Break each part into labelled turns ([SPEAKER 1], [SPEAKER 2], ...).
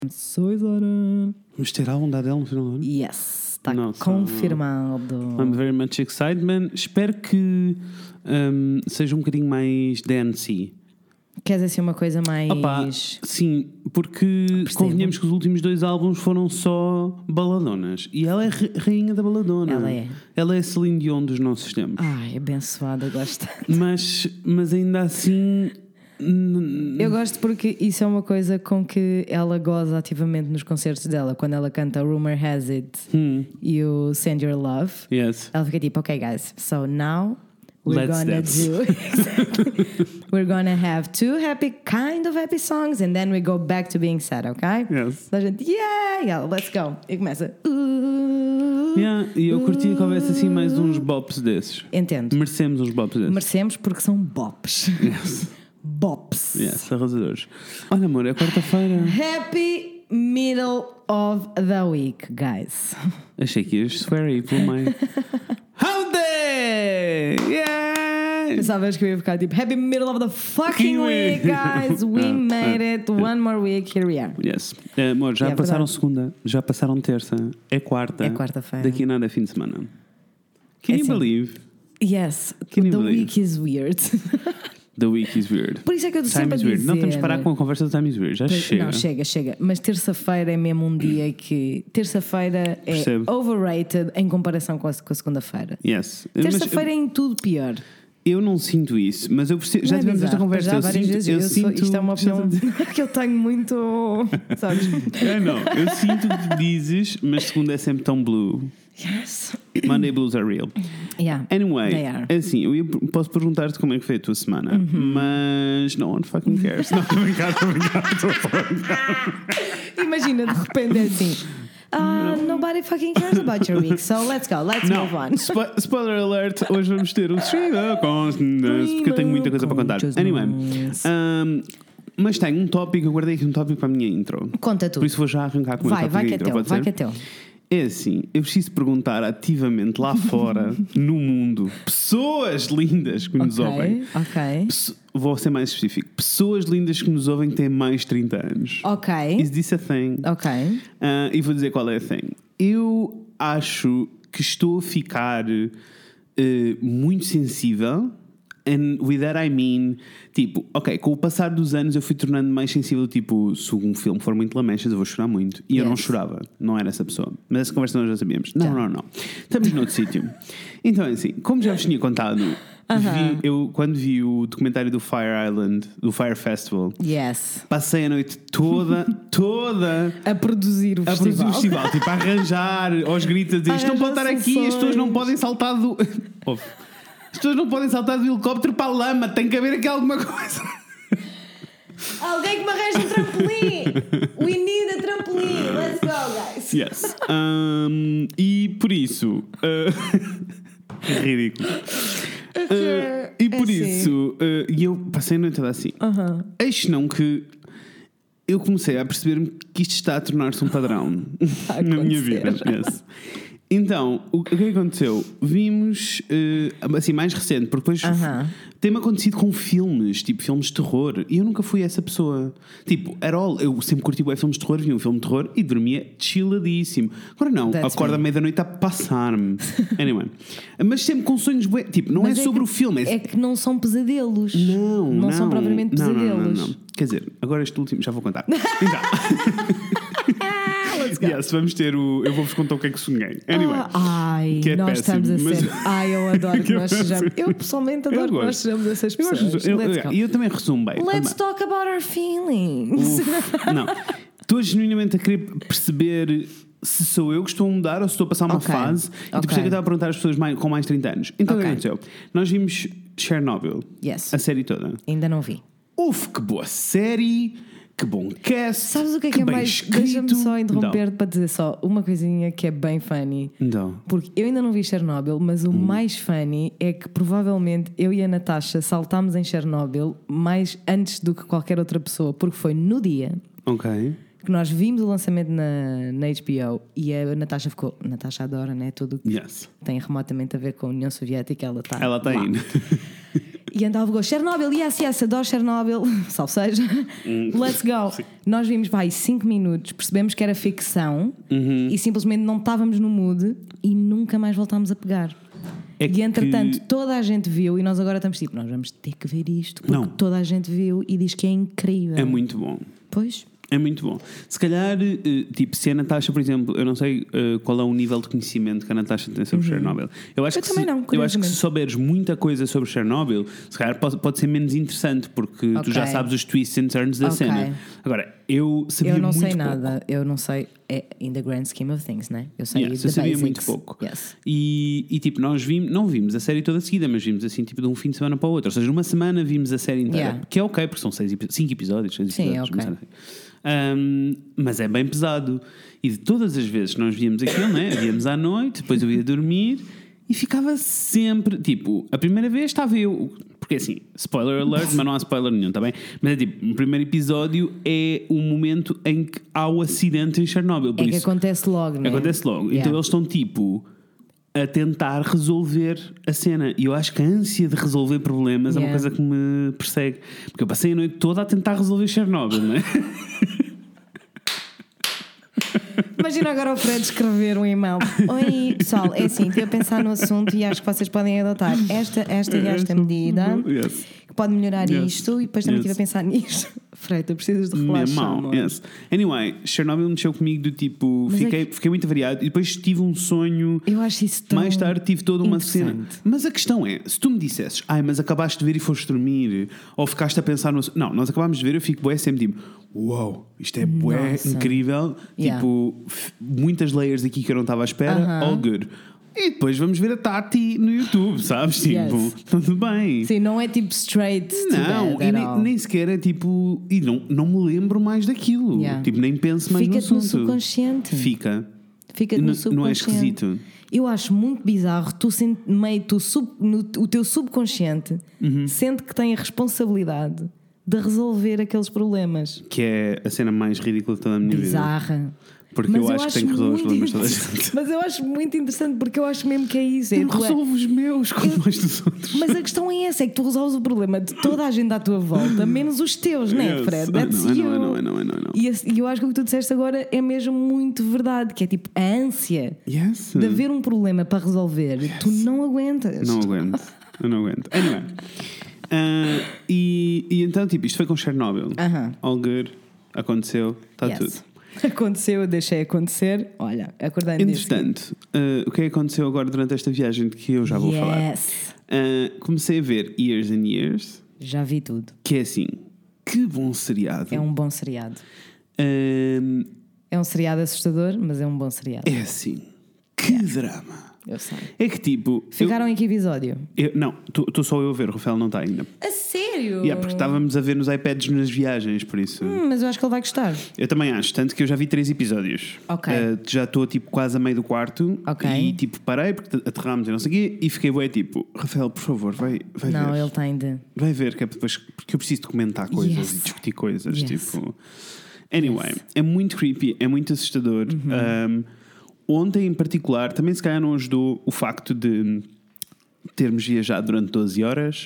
[SPEAKER 1] So excited.
[SPEAKER 2] Vamos ter álbum da Adele no final do ano?
[SPEAKER 1] Yes, está confirmado.
[SPEAKER 2] I'm very much excited, man. Espero que seja um bocadinho mais dancey.
[SPEAKER 1] Queres assim uma coisa mais...
[SPEAKER 2] Opa, sim, porque convenhamos que os últimos 2 álbuns foram só baladonas. E ela é rainha da baladona.
[SPEAKER 1] Ela é.
[SPEAKER 2] Ela é a Celine Dion dos nossos tempos.
[SPEAKER 1] Ai, abençoada, gosto.
[SPEAKER 2] Mas ainda assim...
[SPEAKER 1] Eu gosto porque isso é uma coisa com que ela goza ativamente nos concertos dela. Quando ela canta Rumor Has It e o Send Your Love,
[SPEAKER 2] Yes.
[SPEAKER 1] ela fica tipo, ok guys, so now we're
[SPEAKER 2] Let's
[SPEAKER 1] gonna
[SPEAKER 2] dance.
[SPEAKER 1] do exactly. We're gonna have 2 happy songs and then we go back to being sad, ok?
[SPEAKER 2] Yes.
[SPEAKER 1] A gente, yeah, let's go. E começa.
[SPEAKER 2] Yeah, e eu curti que houvesse assim mais uns bops desses.
[SPEAKER 1] Entendo.
[SPEAKER 2] Merecemos uns bops desses.
[SPEAKER 1] Merecemos porque são bops.
[SPEAKER 2] Yes.
[SPEAKER 1] Bops.
[SPEAKER 2] Yes, arrasadores. Olha, amor, é quarta-feira.
[SPEAKER 1] Happy middle of the week, guys.
[SPEAKER 2] Achei que ias swear aí pelo meio. Holiday! Yeah!
[SPEAKER 1] Pensavas que eu ia ficar tipo Happy middle of the fucking week, guys. We made it. One more week, here we are.
[SPEAKER 2] Yes. Amor, já passaram segunda, já passaram terça, é quarta.
[SPEAKER 1] É quarta-feira.
[SPEAKER 2] Daqui a nada é fim de semana. Can
[SPEAKER 1] É
[SPEAKER 2] you
[SPEAKER 1] assim.
[SPEAKER 2] believe?
[SPEAKER 1] Yes,
[SPEAKER 2] Can you
[SPEAKER 1] the
[SPEAKER 2] believe?
[SPEAKER 1] week is weird.
[SPEAKER 2] The week is weird.
[SPEAKER 1] Por isso é que eu
[SPEAKER 2] Time
[SPEAKER 1] sempre a
[SPEAKER 2] is weird.
[SPEAKER 1] dizer.
[SPEAKER 2] Não temos de parar com a conversa do time is weird. Já chega.
[SPEAKER 1] Não, chega. Mas terça-feira é mesmo um dia que... Terça-feira é
[SPEAKER 2] Percebo.
[SPEAKER 1] overrated em comparação com a segunda-feira.
[SPEAKER 2] Yes.
[SPEAKER 1] Terça-feira é em tudo pior.
[SPEAKER 2] Eu não sinto isso, mas eu percebo, já
[SPEAKER 1] Não é
[SPEAKER 2] tivemos esta
[SPEAKER 1] bizarro,
[SPEAKER 2] conversa.
[SPEAKER 1] já
[SPEAKER 2] Eu
[SPEAKER 1] várias
[SPEAKER 2] sinto,
[SPEAKER 1] vezes.
[SPEAKER 2] eu
[SPEAKER 1] Sou-
[SPEAKER 2] sinto.
[SPEAKER 1] isto é uma opinião que eu tenho muito. Sabes?
[SPEAKER 2] Eu sinto o que dizes, mas segunda é sempre tão blue.
[SPEAKER 1] Yes.
[SPEAKER 2] Monday blues are real.
[SPEAKER 1] Yeah,
[SPEAKER 2] Anyway,
[SPEAKER 1] they are.
[SPEAKER 2] é assim, posso perguntar-te como é que foi a tua semana, mas no one fucking cares. Não, estou a brincar.
[SPEAKER 1] Imagina, de repente é assim. Nobody fucking cares about your week, so let's go, let's move on.
[SPEAKER 2] Spoiler alert, hoje vamos ter um stream porque eu tenho muita coisa para contar. Anyway, mas tenho um tópico, eu guardei aqui um tópico para a minha intro.
[SPEAKER 1] Conta tu.
[SPEAKER 2] Por isso vou já arrancar com o meu tópico
[SPEAKER 1] Vai
[SPEAKER 2] da
[SPEAKER 1] que é
[SPEAKER 2] intro,
[SPEAKER 1] teu,
[SPEAKER 2] pode
[SPEAKER 1] vai
[SPEAKER 2] ser?
[SPEAKER 1] que é teu.
[SPEAKER 2] É assim, eu preciso perguntar ativamente lá fora, no mundo, pessoas lindas que nos ouvem.
[SPEAKER 1] Ok.
[SPEAKER 2] Vou ser mais específico. Pessoas lindas que nos ouvem que têm mais de 30 anos.
[SPEAKER 1] Ok.
[SPEAKER 2] Is this a thing?
[SPEAKER 1] Ok.
[SPEAKER 2] E vou dizer qual é a thing. Eu acho que estou a ficar muito sensível. And with that I mean, tipo, ok, com o passar dos anos eu fui tornando mais sensível, tipo, se um filme for muito lamechas eu vou chorar muito. E eu não chorava, não era essa pessoa. Mas essa conversa nós já sabíamos. Não. Estamos noutro sítio. Então é assim, como já vos tinha contado, quando vi o documentário do Fire Island, do Fire Festival,
[SPEAKER 1] Yes.
[SPEAKER 2] passei a noite toda
[SPEAKER 1] A produzir o festival.
[SPEAKER 2] tipo, a arranjar aos gritos, a dizer, isto não pode estar aqui, as pessoas não podem saltar do... Ouve. As pessoas não podem saltar do helicóptero para a lama, tem que haver aqui alguma coisa.
[SPEAKER 1] Alguém que me arranje um trampolim. We need a trampolim. Let's go, guys.
[SPEAKER 2] Yes. E por isso... é ridículo. E por isso... E eu passei a noite toda assim. Eis não que... Eu comecei a perceber-me que isto está a tornar-se um padrão na minha vida. Yes. Então, o que aconteceu? Vimos, assim, mais recente, porque depois tem-me acontecido com filmes, tipo filmes de terror, e eu nunca fui essa pessoa. Tipo, eu sempre curti bué filmes de terror, vi um filme de terror e dormia chiladíssimo. Agora não, acordo à meia-da-noite a passar-me. Anyway, mas sempre com sonhos bué, tipo, não mas é sobre o filme.
[SPEAKER 1] É que não são pesadelos.
[SPEAKER 2] Não
[SPEAKER 1] são propriamente pesadelos.
[SPEAKER 2] Não. Quer dizer, agora este último, já vou contar. Então...
[SPEAKER 1] Let's go.
[SPEAKER 2] Yes, vamos ter o... Eu vou-vos contar o que é que sonhei. Anyway, que é
[SPEAKER 1] nós
[SPEAKER 2] péssimo,
[SPEAKER 1] estamos a
[SPEAKER 2] mas...
[SPEAKER 1] ser... eu adoro que nós sejamos... Eu pessoalmente adoro que nós sejamos essas pessoas.
[SPEAKER 2] E eu também resumo bem.
[SPEAKER 1] Let's talk about our feelings.
[SPEAKER 2] Não, estou genuinamente a querer perceber se sou eu que estou a mudar ou se estou a passar uma fase. E por isso é que eu estava a perguntar às pessoas com mais de 30 anos. Então o que aconteceu? Nós vimos Chernobyl, a série toda.
[SPEAKER 1] Ainda não vi.
[SPEAKER 2] Que boa série... Que bom cast.
[SPEAKER 1] Sabes o que é mais escrito? Deixa-me só interromper para dizer só uma coisinha que é bem funny. Porque eu ainda não vi Chernobyl, mas o mais funny é que provavelmente eu e a Natasha saltámos em Chernobyl mais antes do que qualquer outra pessoa, porque foi no dia que nós vimos o lançamento na HBO e a Natasha ficou... Natasha adora, né? Tudo que tem remotamente a ver com a União Soviética, ela está
[SPEAKER 2] indo.
[SPEAKER 1] E então ficou Chernobyl, yes, adoro Chernobyl, salve seja, let's go. Sim. Nós vimos, 5 minutos, percebemos que era ficção e simplesmente não estávamos no mood e nunca mais voltámos a pegar. E entretanto toda a gente viu e nós agora estamos tipo, nós vamos ter que ver isto porque toda a gente viu e diz que é incrível.
[SPEAKER 2] É muito bom.
[SPEAKER 1] Pois.
[SPEAKER 2] É muito bom. Se calhar, tipo, se a Natasha, por exemplo, eu não sei qual é o nível de conhecimento que a Natasha tem sobre Chernobyl. Eu acho que se souberes muita coisa sobre Chernobyl, se calhar pode ser menos interessante porque tu já sabes os twists and turns da cena. Agora, eu sabia muito pouco.
[SPEAKER 1] Eu não sei nada, eu não sei, in the grand scheme of things, né? Eu sei
[SPEAKER 2] eu sabia muito pouco.
[SPEAKER 1] Yes.
[SPEAKER 2] E tipo, nós não vimos a série toda seguida, mas vimos assim, tipo, de um fim de semana para o outro. Ou seja, numa semana vimos a série inteira, que é ok, porque são 5 episódios, 6 episódios.
[SPEAKER 1] Sim, é ok.
[SPEAKER 2] Mas é bem pesado. E de todas as vezes que nós víamos aquilo, né? Víamos à noite, depois eu ia dormir e ficava sempre, tipo, a primeira vez estava eu, porque assim, spoiler alert, mas não há spoiler nenhum, tá bem? Mas é tipo, o primeiro episódio é o momento em que há o acidente em Chernobyl.
[SPEAKER 1] Que acontece logo, né?
[SPEAKER 2] Acontece logo. Então eles estão tipo a tentar resolver a cena. E eu acho que a ânsia de resolver problemas é uma coisa que me persegue. Porque eu passei a noite toda a tentar resolver Chernobyl, não é?
[SPEAKER 1] Imagina agora o Fred escrever um e-mail. Oi, pessoal, é assim, estive a pensar no assunto e acho que vocês podem adotar esta e esta medida que pode melhorar isto e depois também estive a pensar nisto. Fred, tu precisas de relaxar.
[SPEAKER 2] Anyway, Chernobyl mexeu comigo do tipo, fiquei muito variado e depois tive um sonho.
[SPEAKER 1] Eu acho isso tão
[SPEAKER 2] mais tarde tive toda uma cena. Mas a questão é, se tu me dissesses, mas acabaste de ver e foste dormir, ou ficaste a pensar no... Não, nós acabámos de ver, eu fico bué sempre tipo, uau, isto é bué incrível. Tipo, muitas layers aqui que eu não estava à espera. All good. E depois vamos ver a Tati no YouTube, sabes? Tipo, tudo bem.
[SPEAKER 1] Sim, não é tipo straight.
[SPEAKER 2] Não, e nem sequer é tipo. E não me lembro mais daquilo. Tipo, nem penso mais no assunto.
[SPEAKER 1] Fica-te no subconsciente.
[SPEAKER 2] Fica-te no subconsciente. Não é esquisito.
[SPEAKER 1] Eu acho muito bizarro. O teu subconsciente sente que tem a responsabilidade de resolver aqueles problemas.
[SPEAKER 2] Que é a cena mais ridícula de toda a minha vida.
[SPEAKER 1] Bizarra.
[SPEAKER 2] Porque eu acho que tenho que resolver os problemas toda a gente.
[SPEAKER 1] Mas eu acho muito interessante porque eu acho mesmo que é isso.
[SPEAKER 2] Eu resolvo os meus como mais dos outros.
[SPEAKER 1] Mas a questão é essa, é que tu resolves o problema de toda a gente à tua volta, menos os teus, não é, Fred?
[SPEAKER 2] Não.
[SPEAKER 1] E eu acho que o que tu disseste agora é mesmo muito verdade, que é tipo a ânsia de haver um problema para resolver. Tu não aguentas.
[SPEAKER 2] Eu não aguento. Anyway. E então, tipo, isto foi com Chernobyl. All good. Aconteceu. Está tudo.
[SPEAKER 1] Aconteceu, eu deixei acontecer. Olha, acordei nisso.
[SPEAKER 2] Entretanto, o que aconteceu agora durante esta viagem de que eu já vou falar? Comecei a ver Years and Years.
[SPEAKER 1] Já vi tudo.
[SPEAKER 2] Que é assim, que bom seriado.
[SPEAKER 1] É um bom seriado. É um seriado assustador, mas é um bom seriado.
[SPEAKER 2] É assim, que drama.
[SPEAKER 1] Eu sei.
[SPEAKER 2] É que tipo...
[SPEAKER 1] Ficaram em que episódio?
[SPEAKER 2] Não, estou só eu a ver, o Rafael não está ainda.
[SPEAKER 1] A sério?
[SPEAKER 2] Porque estávamos a ver nos iPads nas viagens, por isso...
[SPEAKER 1] Mas eu acho que ele vai gostar.
[SPEAKER 2] Eu também acho, tanto que eu já vi 3 episódios. Já estou tipo quase a meio do quarto. E tipo parei, porque aterramos e não sei o quê, e fiquei bué tipo, Rafael, por favor, vai ver.
[SPEAKER 1] Não, ele está ainda.
[SPEAKER 2] Vai ver, que é depois, porque eu preciso de comentar coisas e discutir coisas. Tipo... Anyway, é muito creepy, é muito assustador. Ontem, em particular, também se calhar não ajudou o facto de termos viajado durante 12 horas.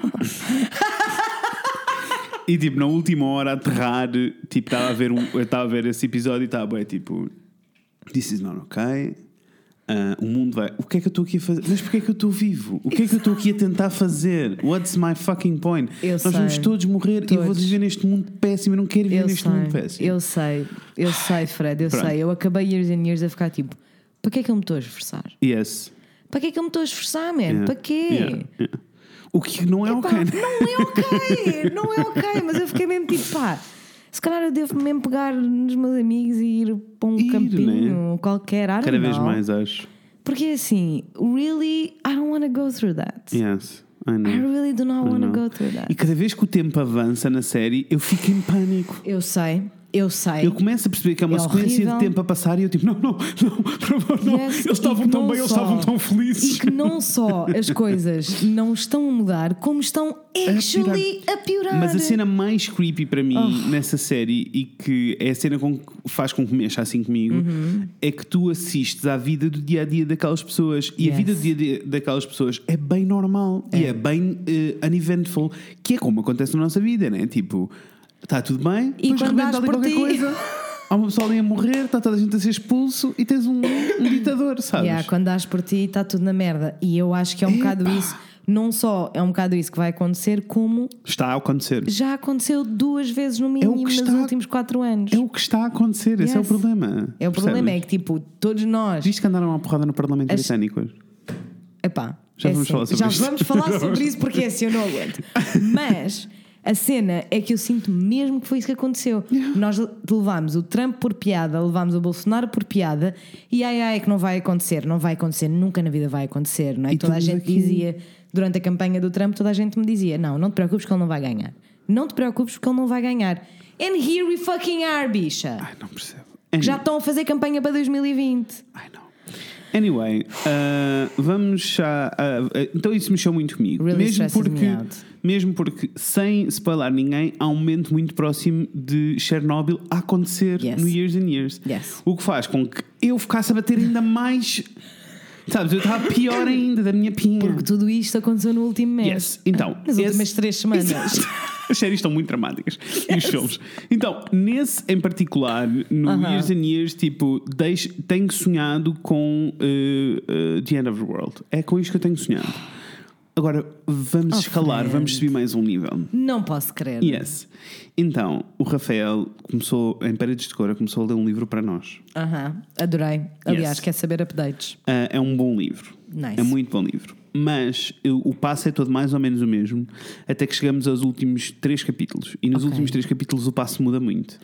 [SPEAKER 2] E tipo, na última hora a aterrar, tipo, eu estava a ver esse episódio e estava tipo, this is not okay. O mundo vai... O que é que eu estou aqui a fazer? Mas porquê é que eu estou vivo? O que é que eu estou aqui a tentar fazer? What's my fucking point? Nós vamos todos morrer e eu vou viver neste mundo péssimo. Eu não quero viver neste mundo péssimo.
[SPEAKER 1] Eu sei, Fred, sei. Eu acabei Years and Years a ficar tipo, para que é que eu me estou a esforçar? Para que é que eu me estou a esforçar, man? Para quê?
[SPEAKER 2] O que não é ok.
[SPEAKER 1] Não é ok. Mas eu fiquei mesmo tipo, se calhar eu devo mesmo pegar nos meus amigos e ir para um campinho qualquer.
[SPEAKER 2] Cada vez mais, acho.
[SPEAKER 1] Porque assim, really, I don't want to go through that.
[SPEAKER 2] Yes, I know.
[SPEAKER 1] I really do not want to go through that.
[SPEAKER 2] E cada vez que o tempo avança na série, eu fico em pânico.
[SPEAKER 1] Eu sei. Eu sei.
[SPEAKER 2] Eu começo a perceber que é uma sequência
[SPEAKER 1] horrível.
[SPEAKER 2] de tempo a passar e eu tipo, não, por favor, não.
[SPEAKER 1] Yes,
[SPEAKER 2] Eles estavam tão bem, eles estavam tão felizes.
[SPEAKER 1] E que não só as coisas não estão a mudar, como estão actually a piorar.
[SPEAKER 2] Mas a cena mais creepy para mim nessa série, e que é a cena que faz com que mexa assim comigo, é que tu assistes à vida do dia-a-dia daquelas pessoas. E a vida do dia-a-dia daquelas pessoas é bem normal. E é bem uneventful. Que é como acontece na nossa vida, né? Tipo, está tudo bem,
[SPEAKER 1] e
[SPEAKER 2] depois rebenta ali qualquer coisa. Há uma pessoa ali a morrer, está toda a gente a ser expulso e tens um ditador, sabes?
[SPEAKER 1] Quando dás por ti está tudo na merda. E eu acho que é um bocado isso. Não só é um bocado isso que vai acontecer, como
[SPEAKER 2] está a acontecer.
[SPEAKER 1] Já aconteceu 2 vezes no mínimo nos últimos 4 anos.
[SPEAKER 2] É o que está a acontecer, esse é o problema.
[SPEAKER 1] É o problema, é que tipo, todos nós.
[SPEAKER 2] Viste que andaram uma porrada no Parlamento britânico hoje?
[SPEAKER 1] Epá,
[SPEAKER 2] já vamos falar sobre isso.
[SPEAKER 1] Já vamos falar sobre isso porque assim eu não aguento. Mas a cena é que eu sinto mesmo que foi isso que aconteceu. Nós levámos o Trump por piada, levámos o Bolsonaro por piada, e é que não vai acontecer, nunca na vida vai acontecer, não é? E toda a gente dizia, durante a campanha do Trump, toda a gente me dizia: não te preocupes que ele não vai ganhar. Não te preocupes porque ele não vai ganhar. And here we fucking are, bicha.
[SPEAKER 2] Ai, não percebo.
[SPEAKER 1] Já estão a fazer campanha para 2020.
[SPEAKER 2] Ai, não. Anyway, vamos então isso mexeu muito comigo.
[SPEAKER 1] Really
[SPEAKER 2] mesmo porque, sem spoiler ninguém, há um momento muito próximo de Chernobyl a acontecer no Years and Years. O que faz com que eu ficasse a bater ainda mais. Sabes, eu estava pior ainda da minha pinha.
[SPEAKER 1] Porque tudo isto aconteceu no último mês.
[SPEAKER 2] Então,
[SPEAKER 1] nas últimas 3 semanas.
[SPEAKER 2] As séries estão muito dramáticas. E os filmes. Então, nesse em particular, no Years and Years, tipo, tenho sonhado com The End of the World. É com isto que eu tenho sonhado. Agora, vamos escalar, vamos subir mais um nível.
[SPEAKER 1] Não posso crer.
[SPEAKER 2] Yes. Então, o Rafael começou, em Paredes de Cora, começou a ler um livro para nós.
[SPEAKER 1] Adorei. Aliás, quer saber updates.
[SPEAKER 2] É um bom livro.
[SPEAKER 1] Nice.
[SPEAKER 2] É muito bom livro. Mas o passo é todo mais ou menos o mesmo, até que chegamos aos últimos 3 capítulos. E nos últimos 3 capítulos o passo muda muito.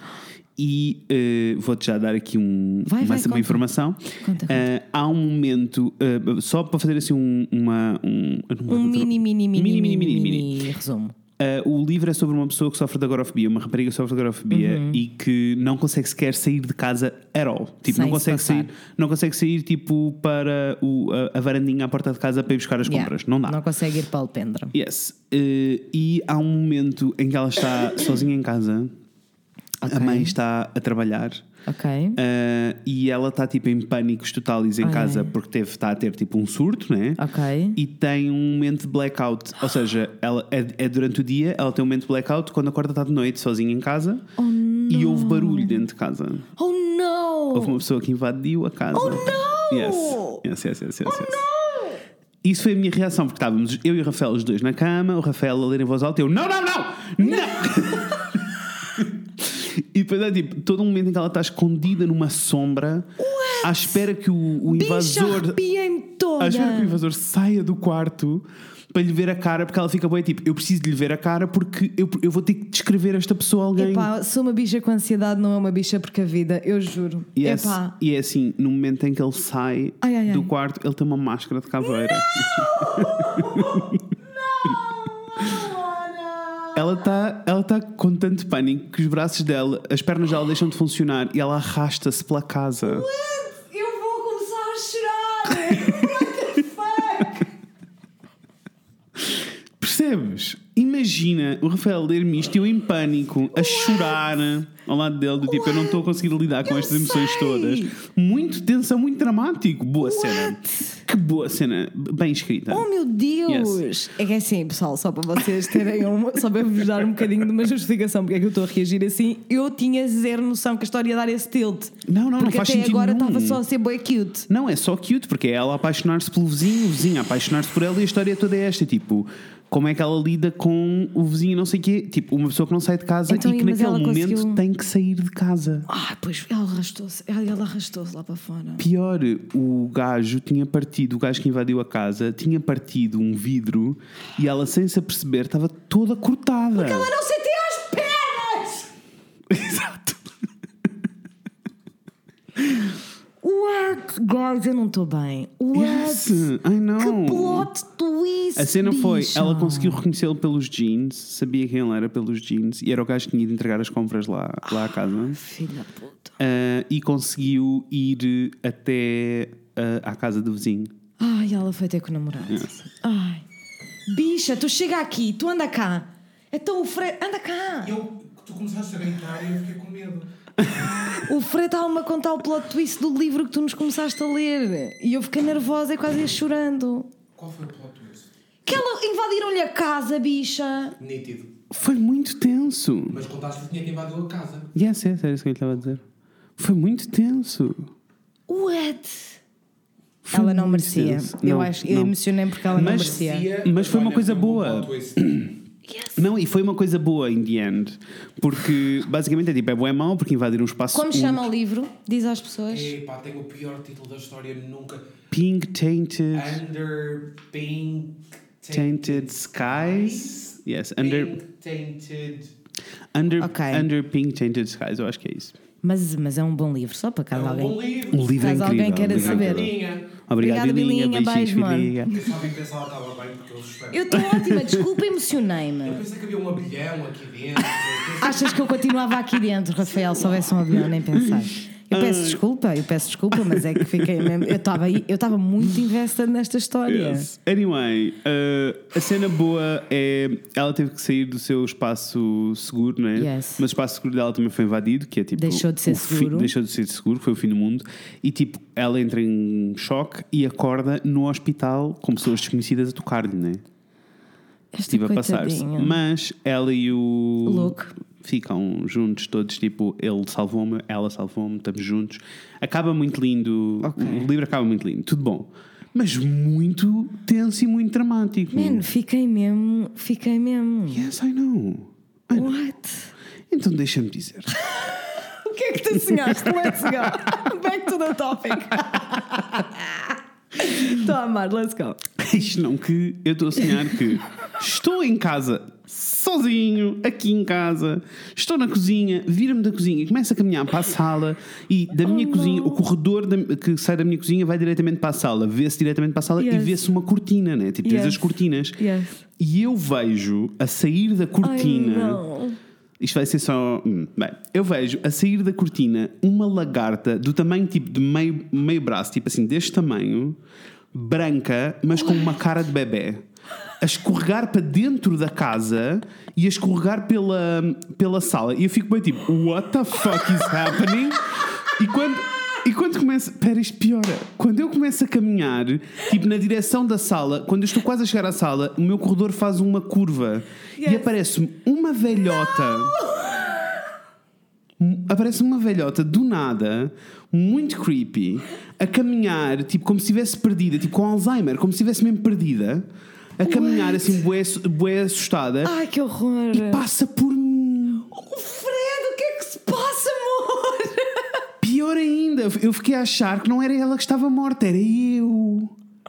[SPEAKER 2] E vou-te já dar aqui uma informação.
[SPEAKER 1] Conta.
[SPEAKER 2] Há um momento, só para fazer assim um
[SPEAKER 1] mini resumo.
[SPEAKER 2] O livro é sobre uma pessoa que sofre de agorafobia, uma rapariga que sofre de agorafobia e que não consegue sequer sair de casa at all. Tipo, não consegue sair tipo para a varandinha à porta de casa para ir buscar as compras. Não dá.
[SPEAKER 1] Não consegue ir para o alpendre.
[SPEAKER 2] Yes. E há um momento em que ela está sozinha em casa. A mãe está a trabalhar. E ela está tipo em pânicos totais em casa porque está a ter tipo um surto, né? E tem um momento de blackout. Ou seja, ela é durante o dia, ela tem um momento de blackout, quando acorda está de noite sozinha em casa. E houve barulho dentro de casa.
[SPEAKER 1] Oh não!
[SPEAKER 2] Houve uma pessoa que invadiu a casa.
[SPEAKER 1] Oh não!
[SPEAKER 2] Yes. Não! Isso foi a minha reação, porque estávamos eu e o Rafael os dois na cama, o Rafael a ler em voz alta e eu não! E depois é tipo, todo um momento em que ela está escondida numa sombra, à espera que o invasor.
[SPEAKER 1] Arrepiei-me toda.
[SPEAKER 2] À espera que o invasor saia do quarto para lhe ver a cara, porque ela fica boa, tipo, eu preciso de lhe ver a cara porque eu vou ter que descrever esta pessoa a alguém.
[SPEAKER 1] Epá, sou uma bicha com ansiedade, não é uma bicha precavida, eu juro.
[SPEAKER 2] Yes. E é assim, no momento em que ele sai do quarto, ele tem uma máscara de caveira. Ela está com tanto pânico que os braços dela, as pernas dela deixam de funcionar e ela arrasta-se pela casa.
[SPEAKER 1] Eu vou começar a chorar. What the fuck?
[SPEAKER 2] Percebes? Imagina o Rafael ler-me isto, eu em pânico, a chorar ao lado dele, do tipo, eu não estou a conseguir lidar com estas emoções todas. Muito tensa, muito dramático. Boa cena. Que boa cena. Bem escrita.
[SPEAKER 1] Oh meu Deus! Yes. É que é assim, pessoal, só para vocês terem só para vos dar um bocadinho de uma justificação porque é que eu estou a reagir assim, eu tinha zero noção que a história ia dar esse tilt.
[SPEAKER 2] Não
[SPEAKER 1] porque
[SPEAKER 2] faz
[SPEAKER 1] até
[SPEAKER 2] sentido
[SPEAKER 1] agora
[SPEAKER 2] nenhum.
[SPEAKER 1] Estava só a ser bué cute.
[SPEAKER 2] Não, é só cute, porque é ela a apaixonar-se pelo vizinho, o vizinho a apaixonar-se por ela e a história toda é esta, tipo, como é que ela lida com o vizinho não sei o quê, tipo, uma pessoa que não sai de casa então, e que naquele momento tem que sair de casa.
[SPEAKER 1] Pois ela arrastou-se lá para fora.
[SPEAKER 2] Pior, o gajo que invadiu a casa tinha partido um vidro e ela, sem se aperceber, estava toda cortada.
[SPEAKER 1] Porque ela não sentia as pernas!
[SPEAKER 2] Exato.
[SPEAKER 1] What? Guys, eu não estou bem. What?
[SPEAKER 2] Yes, I know.
[SPEAKER 1] Que plot isso,
[SPEAKER 2] a cena foi,
[SPEAKER 1] bicho.
[SPEAKER 2] ela conseguiu reconhecê-lo pelos jeans, sabia quem ele era pelos jeans, e era o gajo que tinha de entregar as compras lá à casa.
[SPEAKER 1] Filha da puta.
[SPEAKER 2] E conseguiu ir até à casa do vizinho.
[SPEAKER 1] Ai, ela foi ter com o namorado.
[SPEAKER 2] Yes.
[SPEAKER 1] Ai, bicha, tu chega aqui, tu anda cá. Então o Fred, anda cá.
[SPEAKER 3] Tu começaste a gritar e eu fiquei com medo.
[SPEAKER 1] O Fred estava-me a contar o plot twist do livro que tu nos começaste a ler. E eu fiquei nervosa e quase ia chorando.
[SPEAKER 3] Qual foi o plot twist?
[SPEAKER 1] Que ela invadiram-lhe a casa, bicha.
[SPEAKER 3] Nítido.
[SPEAKER 2] Foi muito tenso.
[SPEAKER 3] Mas contaste que tinha que invadiu a casa.
[SPEAKER 2] Yes, era isso que eu estava a dizer. Foi muito tenso.
[SPEAKER 1] What?
[SPEAKER 2] Foi
[SPEAKER 1] Ela não
[SPEAKER 2] muito
[SPEAKER 1] merecia.
[SPEAKER 2] tenso.
[SPEAKER 1] Eu
[SPEAKER 2] Não,
[SPEAKER 1] acho, eu
[SPEAKER 2] não.
[SPEAKER 1] emocionei porque ela não merecia.
[SPEAKER 2] Mas foi uma coisa boa.
[SPEAKER 1] Yes.
[SPEAKER 2] Não, e foi uma coisa boa in the end. Porque basicamente é tipo, é bué mau porque invadiram um espaço.
[SPEAKER 1] Como chama o livro? Diz às pessoas.
[SPEAKER 3] Epá, tem o pior título da história nunca.
[SPEAKER 2] Pink Tainted.
[SPEAKER 3] Under Pink
[SPEAKER 2] Tainted Skies. Yes, under Pink Tainted Skies, eu acho que é isso.
[SPEAKER 1] Mas é um bom livro, só para caso alguém.
[SPEAKER 3] bom livro.
[SPEAKER 2] Um livro
[SPEAKER 1] caso
[SPEAKER 2] incrível.
[SPEAKER 1] alguém queira saber.
[SPEAKER 2] Obrigado, Bilinha.
[SPEAKER 1] Beijo, mano.
[SPEAKER 3] Eu só vim pensar que ela estava bem porque eu suspeito.
[SPEAKER 1] Eu estou ótima, desculpa, emocionei-me.
[SPEAKER 3] Eu pensei que havia um abelhão aqui dentro.
[SPEAKER 1] Achas que eu continuava aqui dentro, Rafael, se houvesse um avião, nem pensar. Eu peço desculpa, mas é que fiquei mesmo. Eu estava muito invested nesta história.
[SPEAKER 2] Yes. Anyway, a cena boa é ela teve que sair do seu espaço seguro, não é?
[SPEAKER 1] Yes.
[SPEAKER 2] Mas o espaço seguro dela também foi invadido, que é tipo.
[SPEAKER 1] Deixou de ser seguro.
[SPEAKER 2] Deixou de ser seguro, foi o fim do mundo. E tipo, ela entra em choque e acorda no hospital com pessoas desconhecidas a tocar-lhe, não é? Estive a passar-se. Mas ela e o
[SPEAKER 1] Luke
[SPEAKER 2] ficam juntos todos, tipo, ele salvou-me, ela salvou-me, estamos juntos. Acaba muito lindo,
[SPEAKER 1] Okay.
[SPEAKER 2] O livro acaba muito lindo, tudo bom. Mas muito tenso e muito dramático.
[SPEAKER 1] Man, fiquei mesmo.
[SPEAKER 2] Yes, I know.
[SPEAKER 1] What?
[SPEAKER 2] Então deixa-me dizer.
[SPEAKER 1] O que é que tu sonhaste? Let's go. Back to the topic. Estou a amar, let's go.
[SPEAKER 2] Isto não, que eu estou a sonhar que estou em casa, sozinho, aqui em casa, estou na cozinha, vira-me da cozinha e começo a caminhar para a sala e da minha cozinha, o corredor que sai da minha cozinha vai diretamente para a sala, vê-se diretamente para a sala. Yes. E vê-se uma cortina, né? Tipo, tens as cortinas.
[SPEAKER 1] Yes.
[SPEAKER 2] E eu vejo a sair da cortina. Isto vai ser só. Bem, eu vejo a sair da cortina uma lagarta do tamanho tipo de meio braço, tipo assim, deste tamanho, branca, mas com uma cara de bebê, a escorregar para dentro da casa e a escorregar pela sala. E eu fico bem tipo, what the fuck is happening? E quando começa. Espera, isto piora. Quando eu começo a caminhar, tipo na direção da sala, quando eu estou quase a chegar à sala, o meu corredor faz uma curva. Yes. E aparece-me uma velhota. Aparece uma velhota do nada, muito creepy, a caminhar, tipo como se estivesse perdida, tipo com Alzheimer, como se estivesse mesmo perdida, a caminhar assim, bué assustada.
[SPEAKER 1] Ai, que horror!
[SPEAKER 2] E passa por mim.
[SPEAKER 1] Oh, Fred, o que é que se passa, amor?
[SPEAKER 2] Pior ainda, eu fiquei a achar que não era ela que estava morta, era eu.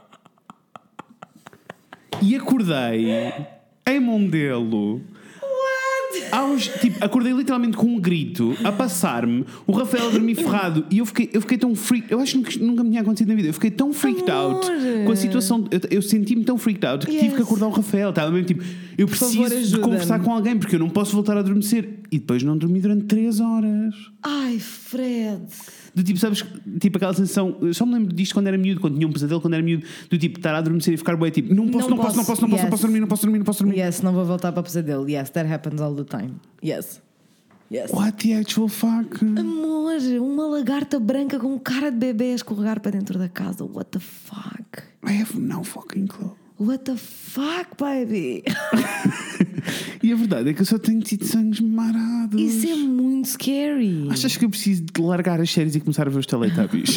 [SPEAKER 2] E acordei em Mondelo. Acordei literalmente com um grito a passar-me, o Rafael a dormir ferrado e eu fiquei tão freaked. Eu acho que nunca me tinha acontecido na vida. Eu fiquei tão freaked out com a situação. Eu senti-me tão freaked out que tive que acordar o Rafael. Estava mesmo tipo, eu preciso de conversar com alguém porque eu não posso voltar a adormecer. E depois não dormi durante 3 horas.
[SPEAKER 1] Ai, Fred.
[SPEAKER 2] Do tipo, sabes, tipo aquela sensação. Eu só me lembro disto quando era miúdo, quando tinha um pesadelo, quando era miúdo, do tipo estar a adormecer e ficar bué tipo, não posso dormir.
[SPEAKER 1] Yes, não vou voltar para o pesadelo. Yes, that happens all the time. Yes.
[SPEAKER 2] What the actual fuck?
[SPEAKER 1] Amor, uma lagarta branca com cara de bebê a escorregar para dentro da casa. What the fuck?
[SPEAKER 2] I have no fucking clue.
[SPEAKER 1] What the fuck, baby?
[SPEAKER 2] E a verdade é que eu só tenho tido sonhos marados.
[SPEAKER 1] Isso é muito scary.
[SPEAKER 2] Achas que eu preciso de largar as séries e começar a ver os Teletubbies?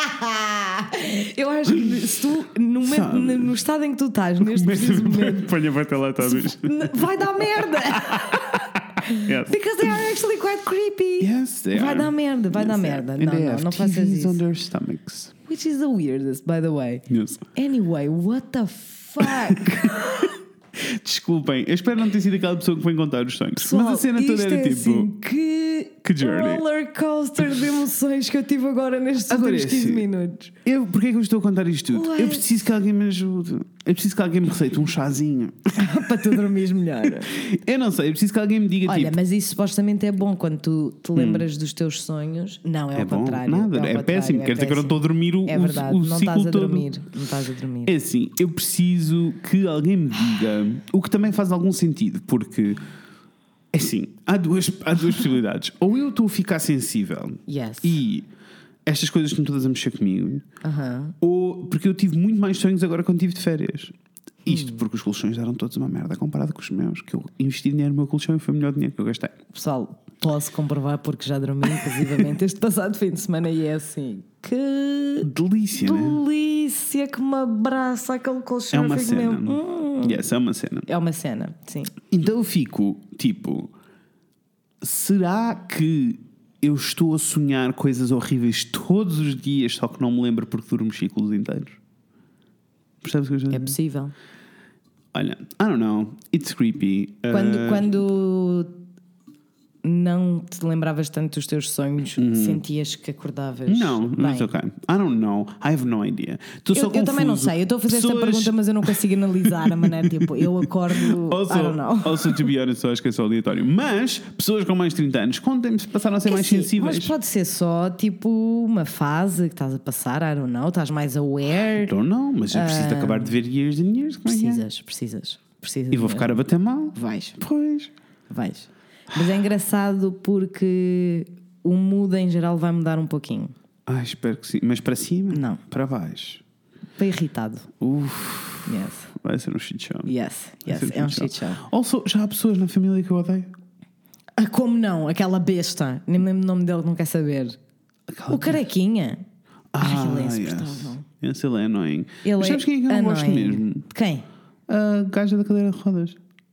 [SPEAKER 1] Eu acho que se tu, no estado em que tu estás, neste preciso momento,
[SPEAKER 2] Põe a ver Teletubbies.
[SPEAKER 1] vai dar merda.
[SPEAKER 2] Yes.
[SPEAKER 1] Because they are actually quite creepy.
[SPEAKER 2] Yes, they
[SPEAKER 1] vai
[SPEAKER 2] are.
[SPEAKER 1] Dar merda, vai dar merda. Não faças isso.
[SPEAKER 2] On their stomachs.
[SPEAKER 1] Which is the weirdest, by the way.
[SPEAKER 2] Yes.
[SPEAKER 1] Anyway, what the fuck?
[SPEAKER 2] Desculpem, eu espero não ter sido aquela pessoa que foi contar os sonhos.
[SPEAKER 1] Pessoal,
[SPEAKER 2] mas a cena toda era tipo.
[SPEAKER 1] Assim, que
[SPEAKER 2] Que journey.
[SPEAKER 1] roller coaster de emoções que eu tive agora nestes últimos 15 minutos.
[SPEAKER 2] Porquê é que eu estou a contar isto tudo? Eu preciso que alguém me ajude. Eu preciso que alguém me receite um chazinho.
[SPEAKER 1] Para tu dormires melhor.
[SPEAKER 2] Eu não sei, eu preciso que alguém me diga.
[SPEAKER 1] Olha, mas isso supostamente é bom quando tu te lembras dos teus sonhos. Não, é ao
[SPEAKER 2] bom?
[SPEAKER 1] contrário.
[SPEAKER 2] Nada, é péssimo. Quer dizer que eu não estou a dormir o
[SPEAKER 1] verdade,
[SPEAKER 2] o
[SPEAKER 1] não
[SPEAKER 2] ciclo
[SPEAKER 1] estás a
[SPEAKER 2] todo.
[SPEAKER 1] dormir. Não estás a dormir.
[SPEAKER 2] É assim, eu preciso que alguém me diga, o que também faz algum sentido, porque é assim, há duas possibilidades. Ou eu estou a ficar sensível e estas coisas estão todas a mexer comigo, ou porque eu tive muito mais sonhos agora quando estive de férias. Isto porque os colchões eram todos uma merda comparado com os meus, que eu investi dinheiro no meu colchão e foi o melhor dinheiro que eu gastei.
[SPEAKER 1] Pessoal, posso comprovar porque já dormi inclusivamente este passado fim de semana e é assim, que
[SPEAKER 2] delícia,
[SPEAKER 1] delícia, né? Que me abraça aquele colchão.
[SPEAKER 2] É uma cena. Yes, é uma cena.
[SPEAKER 1] É uma cena, sim.
[SPEAKER 2] Então eu fico tipo, será que eu estou a sonhar coisas horríveis todos os dias, só que não me lembro porque durmo ciclos inteiros? Percebes o que eu estou a dizer?
[SPEAKER 1] É possível.
[SPEAKER 2] Olha, I don't know, it's creepy.
[SPEAKER 1] Quando não te lembravas tanto dos teus sonhos, sentias que acordavas?
[SPEAKER 2] Não, mas ok. I don't know, I have no idea.
[SPEAKER 1] Eu também não sei, eu estou a fazer esta pergunta, mas eu não consigo analisar a maneira, tipo, eu acordo, I don't know.
[SPEAKER 2] Also, to be honest, eu acho que é só aleatório. Mas, pessoas com mais de 30 anos, contem-me se passaram a ser mais sensíveis.
[SPEAKER 1] Mas pode ser só, tipo, uma fase que estás a passar, I don't know, estás mais aware.
[SPEAKER 2] I don't know, mas eu preciso de acabar de ver Years and Years.
[SPEAKER 1] Precisas.
[SPEAKER 2] E vou ficar a bater mal.
[SPEAKER 1] Vais.
[SPEAKER 2] Pois.
[SPEAKER 1] Vais. Mas é engraçado porque o mood em geral vai mudar um pouquinho.
[SPEAKER 2] Espero que sim. Mas para cima?
[SPEAKER 1] Não.
[SPEAKER 2] Para baixo?
[SPEAKER 1] Para irritado.
[SPEAKER 2] Yes. Vai ser um shit show.
[SPEAKER 1] Yes, é um shit show.
[SPEAKER 2] Also, já há pessoas na família que eu odeio.
[SPEAKER 1] Como não? Aquela besta. Nem me lembro o nome dele, não quer saber. O carequinha. Ele é insuportável.
[SPEAKER 2] Ele é annoying.
[SPEAKER 1] Mas
[SPEAKER 2] sabes quem é que eu não gosto mesmo?
[SPEAKER 1] Quem?
[SPEAKER 2] A gaja da cadeira de rodas.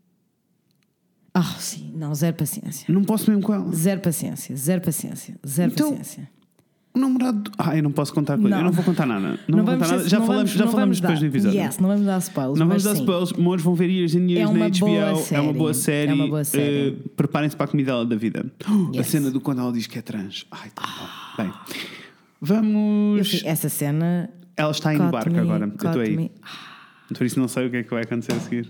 [SPEAKER 1] Sim, não, zero paciência.
[SPEAKER 2] Não posso mesmo com ela.
[SPEAKER 1] Zero paciência. Paciência.
[SPEAKER 2] O namorado. Eu não posso contar coisas. Eu não vou contar nada. Não vou contar nada. Já falamos depois do episódio.
[SPEAKER 1] Não vamos dar spoilers.
[SPEAKER 2] Não vamos dar spoilers. Mores vão ver Years and Years na HBO. É uma boa série.
[SPEAKER 1] É uma boa série.
[SPEAKER 2] Preparem-se para a comida da vida. A cena do quando ela diz que é trans. Tá bem. Vamos.
[SPEAKER 1] Essa cena.
[SPEAKER 2] Ela está aí no barco agora. Eu estou aí. Por isso não sei o que é que vai acontecer a seguir.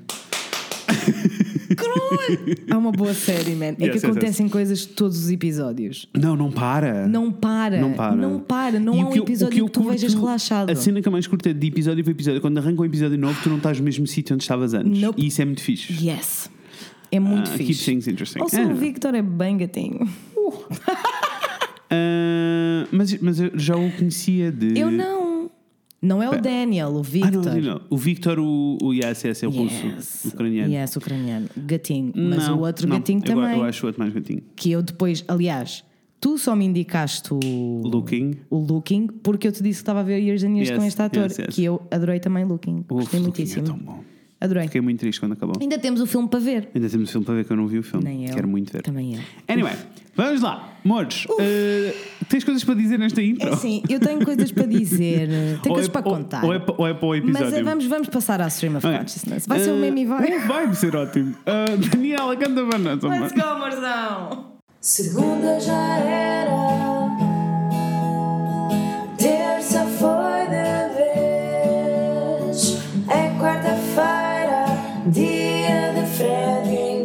[SPEAKER 1] É uma boa série, man. É que acontecem coisas todos os episódios.
[SPEAKER 2] Não para.
[SPEAKER 1] Não há um episódio que tu vejas relaxado.
[SPEAKER 2] A cena que eu mais curto é de episódio para episódio. Quando arranca um episódio novo, tu não estás no mesmo sítio onde estavas antes. E isso é muito fixe.
[SPEAKER 1] Yes. É muito fixe.
[SPEAKER 2] Keep things interesting.
[SPEAKER 1] O Victor é bem gatinho.
[SPEAKER 2] Mas eu já o conhecia de...
[SPEAKER 1] Eu não. Não é o Daniel, o Victor.
[SPEAKER 2] Não. O Victor, yes, é o russo, ucraniano.
[SPEAKER 1] Yes, ucraniano. Gatinho. Mas o outro gatinho também.
[SPEAKER 2] Eu acho o outro mais gatinho.
[SPEAKER 1] Que eu depois, aliás, tu só me indicaste o Looking porque eu te disse que estava a ver Years and Years com este ator. Que eu adorei também Looking. Gostei muitíssimo.
[SPEAKER 2] É tão bom.
[SPEAKER 1] Adorei.
[SPEAKER 2] Fiquei muito triste quando acabou.
[SPEAKER 1] Ainda temos o filme para ver.
[SPEAKER 2] Que eu não vi o filme.
[SPEAKER 1] Nem eu.
[SPEAKER 2] Quero muito ver.
[SPEAKER 1] Também eu.
[SPEAKER 2] Anyway, vamos lá. Mores, tens coisas para dizer nesta intro?
[SPEAKER 1] É sim, eu tenho coisas para dizer. Tenho coisas para contar.
[SPEAKER 2] Ou é para o episódio?
[SPEAKER 1] Mas vamos passar à Stream of Consciousness. Vai ser um meme e vai.
[SPEAKER 2] Vai ser ótimo. Daniela, canta para nós.
[SPEAKER 1] Let's go, Marzão.
[SPEAKER 4] Segunda já era. Terça foi de vez. É quarta-feira, dia de Fred e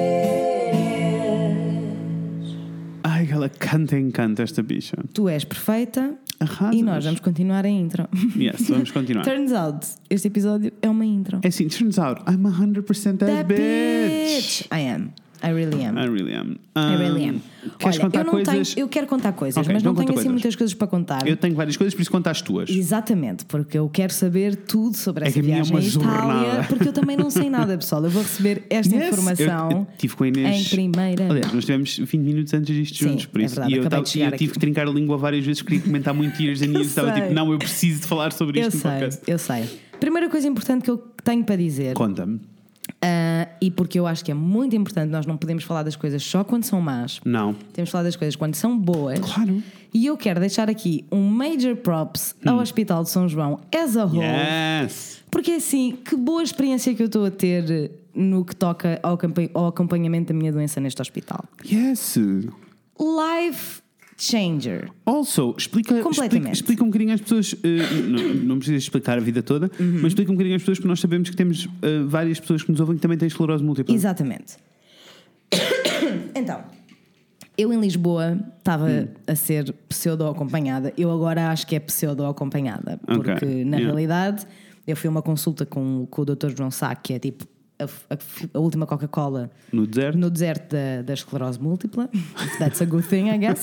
[SPEAKER 4] Inês.
[SPEAKER 2] Ela canta e encanta esta bicha.
[SPEAKER 1] Tu és perfeita.
[SPEAKER 2] Arrasas.
[SPEAKER 1] E nós vamos continuar a intro.
[SPEAKER 2] Yes, vamos continuar.
[SPEAKER 1] Turns out, este episódio é uma intro.
[SPEAKER 2] É assim, turns out, I'm 100% that bitch.
[SPEAKER 1] I am. I really am.
[SPEAKER 2] Queres contar coisas?
[SPEAKER 1] Eu quero contar coisas,
[SPEAKER 2] Okay,
[SPEAKER 1] mas não tenho
[SPEAKER 2] coisas.
[SPEAKER 1] assim muitas coisas para contar.
[SPEAKER 2] Eu tenho várias coisas, por isso conta as tuas.
[SPEAKER 1] Exatamente, porque eu quero saber tudo sobre essa viagem à Itália,
[SPEAKER 2] jornada.
[SPEAKER 1] porque eu também não sei nada, pessoal. Eu vou receber esta informação
[SPEAKER 2] eu tive com a Inês,
[SPEAKER 1] em primeira.
[SPEAKER 2] Aliás, nós tivemos 20 minutos antes disto juntos, por isso.
[SPEAKER 1] Verdade,
[SPEAKER 2] e eu tive que trincar a língua várias vezes, queria comentar muito Years and Years, estava tipo, não, eu preciso de falar sobre isto no podcast.
[SPEAKER 1] Eu sei. Primeira coisa importante que eu tenho para dizer.
[SPEAKER 2] Conta-me.
[SPEAKER 1] E porque eu acho que é muito importante, nós não podemos falar das coisas só quando são más.
[SPEAKER 2] Não.
[SPEAKER 1] Temos de falar das coisas quando são boas.
[SPEAKER 2] Claro.
[SPEAKER 1] E eu quero deixar aqui um major props ao Hospital de São João as a whole.
[SPEAKER 2] Yes.
[SPEAKER 1] Porque assim, que boa experiência que eu estou a ter no que toca ao acompanhamento da minha doença neste hospital.
[SPEAKER 2] Yes.
[SPEAKER 1] life changer.
[SPEAKER 2] Also, explica um bocadinho às pessoas, não precisas explicar a vida toda, mas explica um bocadinho às pessoas, porque nós sabemos que temos várias pessoas que nos ouvem que também têm esclerose múltipla.
[SPEAKER 1] Exatamente. Então, eu em Lisboa estava a ser pseudo-acompanhada. Eu agora acho que é pseudo-acompanhada, porque na realidade eu fui a uma consulta com o Dr. João Sá, que é tipo a última Coca-Cola
[SPEAKER 2] no
[SPEAKER 1] deserto da esclerose múltipla. That's a good thing, I guess.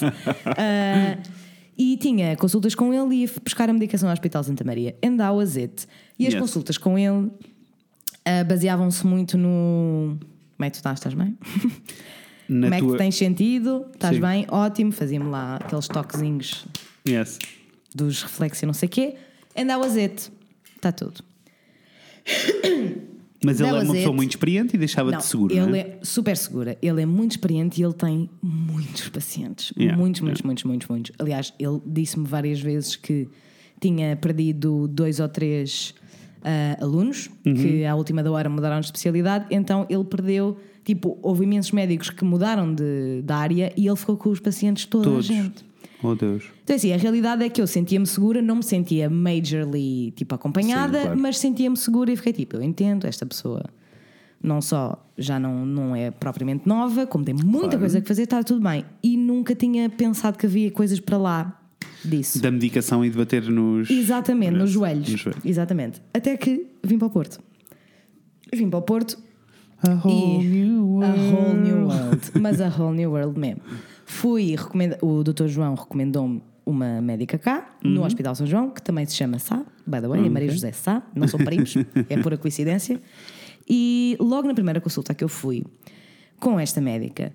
[SPEAKER 1] E tinha consultas com ele e ia buscar a medicação ao Hospital Santa Maria. And that was it. E as consultas com ele baseavam-se muito no... Como é que tu estás? Estás bem? Como é que tens sentido? Estás bem? Ótimo. Fazia-me lá aqueles toquezinhos dos reflexos e não sei o quê. And that was it. Está tudo.
[SPEAKER 2] Mas ele é uma pessoa muito experiente e deixava-te seguro,
[SPEAKER 1] ele
[SPEAKER 2] não é?
[SPEAKER 1] É super segura. Ele é muito experiente e ele tem muitos pacientes. Muitos. Aliás, ele disse-me várias vezes que tinha perdido 2 ou 3 alunos que à última da hora mudaram de especialidade. Então ele perdeu, tipo, houve imensos médicos que mudaram da área e ele ficou com os pacientes toda a gente.
[SPEAKER 2] Oh Deus.
[SPEAKER 1] Então assim, a realidade é que eu sentia-me segura, não me sentia majorly tipo acompanhada. Sim, claro. Mas sentia-me segura e fiquei tipo, eu entendo, esta pessoa não só já não é propriamente nova, como tem muita coisa que fazer, está tudo bem. E nunca tinha pensado que havia coisas para lá disso.
[SPEAKER 2] Da medicação e de bater nos...
[SPEAKER 1] Exatamente, nos joelhos. Exatamente. Até que vim para o Porto.
[SPEAKER 2] A whole new world.
[SPEAKER 1] Mas a whole new world mesmo. O Dr. João recomendou-me uma médica cá, no Hospital São João, que também se chama Sá, by the way, é Maria José Sá, não são primos, é pura coincidência. E logo na primeira consulta que eu fui com esta médica,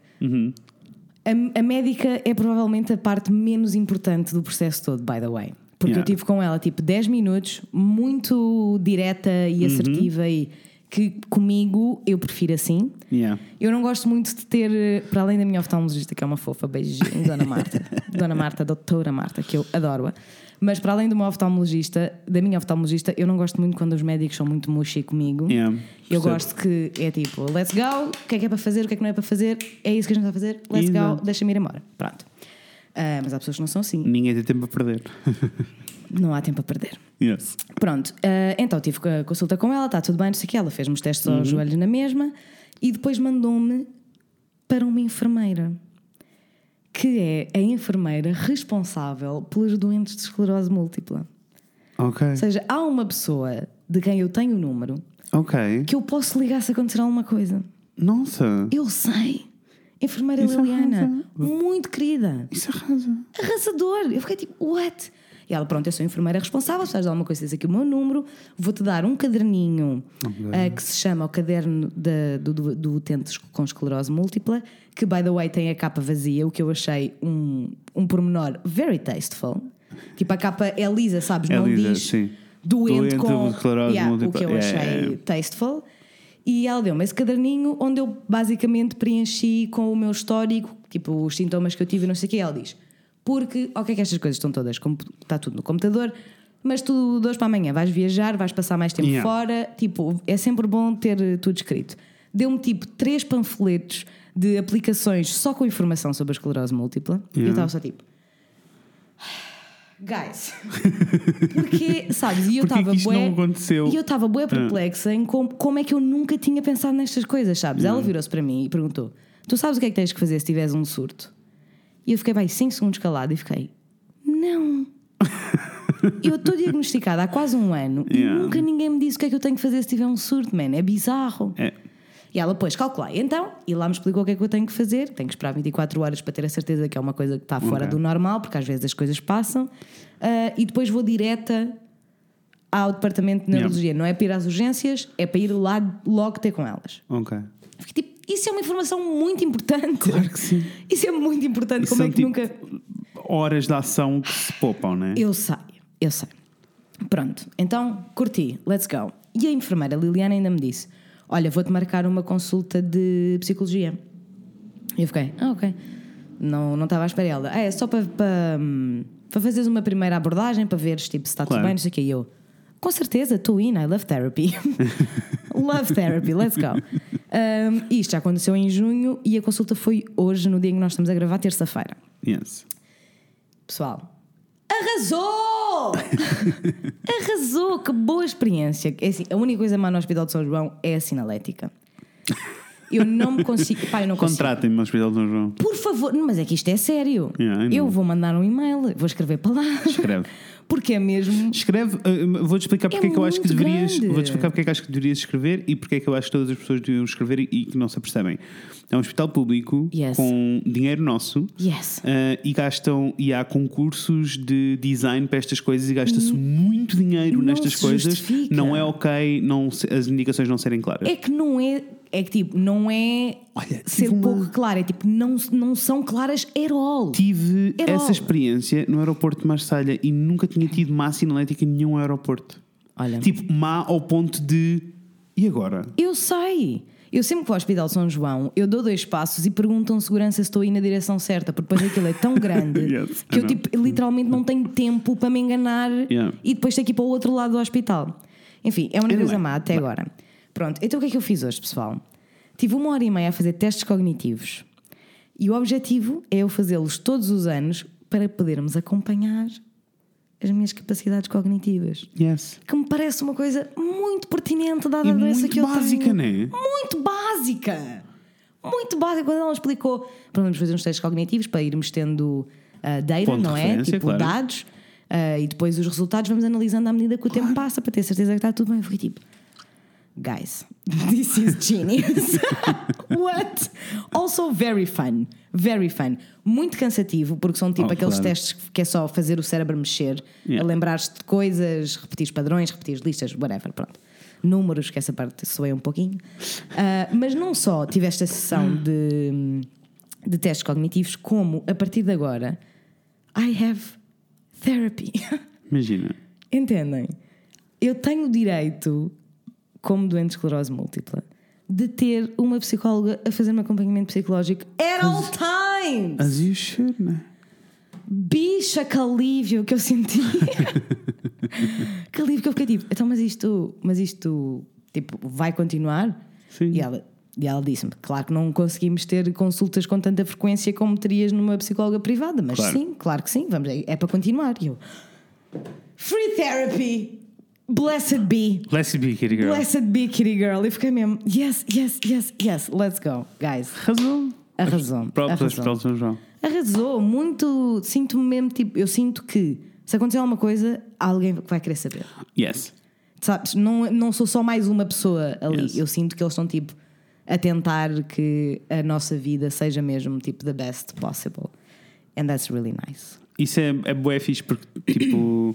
[SPEAKER 1] a médica é provavelmente a parte menos importante do processo todo, by the way. Porque eu tive com ela tipo 10 minutos, muito direta e assertiva e que comigo eu prefiro assim. Eu não gosto muito de ter, para além da minha oftalmologista, que é uma fofa, beijinho, Dona Marta, doutora Marta, que eu adoro-a, mas para além da minha oftalmologista, eu não gosto muito quando os médicos são muito mushy comigo. Eu gosto que é tipo, let's go, o que é para fazer, o que é que não é para fazer, é isso que a gente vai fazer, let's go, deixa-me ir embora. Pronto. Mas há pessoas que não são assim.
[SPEAKER 2] Ninguém tem tempo a perder.
[SPEAKER 1] Não há tempo a perder. Pronto, então tive a consulta com ela, está tudo bem, não sei o que. Ela fez-me os testes aos joelhos na mesma e depois mandou-me para uma enfermeira, que é a enfermeira responsável pelos doentes de esclerose múltipla. Ou seja, há uma pessoa de quem eu tenho o número que eu posso ligar se acontecer alguma coisa.
[SPEAKER 2] Nossa!
[SPEAKER 1] Eu sei. Enfermeira Liliana, muito querida.
[SPEAKER 2] Isso arrasa.
[SPEAKER 1] Arrasador. Eu fiquei tipo, what? E ela, pronto, eu sou enfermeira responsável, se faz alguma coisa, diz aqui o meu número, vou-te dar um caderninho que se chama o caderno do utente com esclerose múltipla, que, by the way, tem a capa vazia, o que eu achei um pormenor very tasteful. Tipo, a capa é lisa, sabes? Não diz doente com esclerose múltipla. O que eu achei tasteful. E ela deu-me esse caderninho onde eu basicamente preenchi com o meu histórico, tipo, os sintomas que eu tive e não sei o que. Ela diz... Porque, ok, que estas coisas estão todas, está tudo no computador, mas tu de hoje para amanhã vais viajar, vais passar mais tempo fora, tipo, é sempre bom ter tudo escrito. Deu-me tipo 3 panfletos de aplicações só com informação sobre a esclerose múltipla e eu estava só tipo, guys, porque, sabes, e eu estava bué perplexa em como é que eu nunca tinha pensado nestas coisas, sabes? Ela virou-se para mim e perguntou, tu sabes o que é que tens que fazer se tiveres um surto? E eu fiquei 5 segundos calada e fiquei, não. Eu estou diagnosticada há quase 1 ano e nunca ninguém me disse o que é que eu tenho que fazer se tiver um surto, man. É bizarro. E ela, pois, calculei. Então, e lá me explicou o que é que eu tenho que fazer. Tenho que esperar 24 horas para ter a certeza que é uma coisa que está fora do normal, porque às vezes as coisas passam. E depois vou direta ao departamento de neurologia. Não é para ir às urgências, é para ir lá logo ter com elas. Fiquei tipo, isso é uma informação muito importante.
[SPEAKER 2] Claro que sim.
[SPEAKER 1] Isso é muito importante. Como é que nunca...
[SPEAKER 2] horas de ação que se poupam, não é?
[SPEAKER 1] Eu sei. Pronto, então curti, let's go. E a enfermeira Liliana ainda me disse, olha, vou-te marcar uma consulta de psicologia. E eu fiquei, ok. Não estava à espera. Ela, é só para fazeres uma primeira abordagem, para veres tipo, se está tudo bem, não sei o que. E eu, com certeza, estou in, I love therapy. Love therapy, let's go. Isto já aconteceu em junho e a consulta foi hoje, no dia em que nós estamos a gravar, terça-feira.
[SPEAKER 2] Yes.
[SPEAKER 1] Pessoal, arrasou! Arrasou, que boa experiência. É assim, a única coisa má no Hospital de São João é a sinalética. Eu não me consigo. Pá, eu não consigo.
[SPEAKER 2] Contratem-me no Hospital de São João.
[SPEAKER 1] Por favor, mas é que isto é sério.
[SPEAKER 2] Yeah,
[SPEAKER 1] eu vou mandar um e-mail, vou escrever para lá.
[SPEAKER 2] Escreve.
[SPEAKER 1] Porque é mesmo.
[SPEAKER 2] Escreve, vou-te explicar porque é que eu acho que deverias.
[SPEAKER 1] grande.
[SPEAKER 2] Vou-te explicar porque é que acho que deverias escrever e porque é que eu acho que todas as pessoas deviam escrever e que não se apercebem. É um hospital público
[SPEAKER 1] Yes.
[SPEAKER 2] com dinheiro nosso.
[SPEAKER 1] Yes.
[SPEAKER 2] E há concursos de design para estas coisas e gasta-se muito dinheiro
[SPEAKER 1] Não
[SPEAKER 2] nestas
[SPEAKER 1] se
[SPEAKER 2] coisas.
[SPEAKER 1] justifica.
[SPEAKER 2] Não é ok as indicações não serem claras.
[SPEAKER 1] É que não é. É que tipo, não é
[SPEAKER 2] Olha,
[SPEAKER 1] ser
[SPEAKER 2] tive uma-
[SPEAKER 1] pouco claro, é tipo, não são claras at all.
[SPEAKER 2] Tive
[SPEAKER 1] Era
[SPEAKER 2] essa
[SPEAKER 1] all.
[SPEAKER 2] experiência no aeroporto de Marselha e nunca tinha tido má sinalética em nenhum aeroporto.
[SPEAKER 1] Olha,
[SPEAKER 2] Tipo, má ao ponto de. E agora?
[SPEAKER 1] eu sei. Eu sempre que vou ao Hospital de São João, eu dou 2 passos e pergunto a um segurança se estou aí na direção certa, porque depois aquilo é tão grande
[SPEAKER 2] Yes,
[SPEAKER 1] que
[SPEAKER 2] I
[SPEAKER 1] eu
[SPEAKER 2] know.
[SPEAKER 1] tipo, literalmente não tenho tempo para me enganar
[SPEAKER 2] Yeah.
[SPEAKER 1] e depois ter que ir para o outro lado do hospital. Enfim, é uma
[SPEAKER 2] Anyway,
[SPEAKER 1] coisa má até agora. Pronto, então o que é que eu fiz hoje, pessoal? Tive 1h30 a fazer testes cognitivos e o objetivo é eu fazê-los todos os anos para podermos acompanhar as minhas capacidades cognitivas.
[SPEAKER 2] Yes.
[SPEAKER 1] Que me parece uma coisa muito pertinente dada
[SPEAKER 2] E
[SPEAKER 1] a doença
[SPEAKER 2] muito
[SPEAKER 1] que eu
[SPEAKER 2] básica,
[SPEAKER 1] tenho.
[SPEAKER 2] não é?
[SPEAKER 1] Muito básica! Muito básica. Quando ela explicou para vamos fazer uns testes cognitivos para irmos tendo data,
[SPEAKER 2] Ponto de
[SPEAKER 1] não é?
[SPEAKER 2] referência,
[SPEAKER 1] Tipo,
[SPEAKER 2] claro.
[SPEAKER 1] dados. E depois os resultados vamos analisando à medida que o tempo passa para ter certeza que está tudo bem. Eu fiquei tipo, guys, this is genius. What? Also very fun. Very fun. Muito cansativo, porque são tipo aqueles
[SPEAKER 2] claro.
[SPEAKER 1] testes que é só fazer o cérebro mexer,
[SPEAKER 2] Yeah.
[SPEAKER 1] a lembrar-te de coisas, repetir padrões, repetir listas, whatever, pronto. Números, que essa parte soei um pouquinho. Mas não só tive esta sessão de testes cognitivos, como a partir de agora I have therapy.
[SPEAKER 2] Imagina.
[SPEAKER 1] Entendem? Eu tenho o direito, como doente de esclerose múltipla, de ter uma psicóloga a fazer um acompanhamento psicológico at all times.
[SPEAKER 2] As you should, né?
[SPEAKER 1] Bicha, que alívio que eu senti. Que alívio que eu fiquei tipo, então, mas isto tipo, vai continuar?
[SPEAKER 2] Sim.
[SPEAKER 1] E ela disse-me, claro que não conseguimos ter consultas com tanta frequência como terias numa psicóloga privada, mas
[SPEAKER 2] Claro.
[SPEAKER 1] sim, claro que sim, vamos, é para continuar. E eu, free therapy, blessed be.
[SPEAKER 2] Blessed be, kitty girl.
[SPEAKER 1] Blessed be, kitty girl. E fiquei mesmo, yes, let's go, guys.
[SPEAKER 2] Arrasou. Próprios
[SPEAKER 1] Arrasou.
[SPEAKER 2] Hospital de São João.
[SPEAKER 1] Arrasou, muito. Sinto-me mesmo, tipo, eu sinto que se acontecer alguma coisa, há alguém que vai querer saber.
[SPEAKER 2] Yes.
[SPEAKER 1] Sabes? Não sou só mais uma pessoa ali.
[SPEAKER 2] Yes.
[SPEAKER 1] Eu sinto que eles estão tipo a tentar que a nossa vida seja mesmo tipo the best possible. And that's really nice.
[SPEAKER 2] Isso é bué fixe porque, tipo,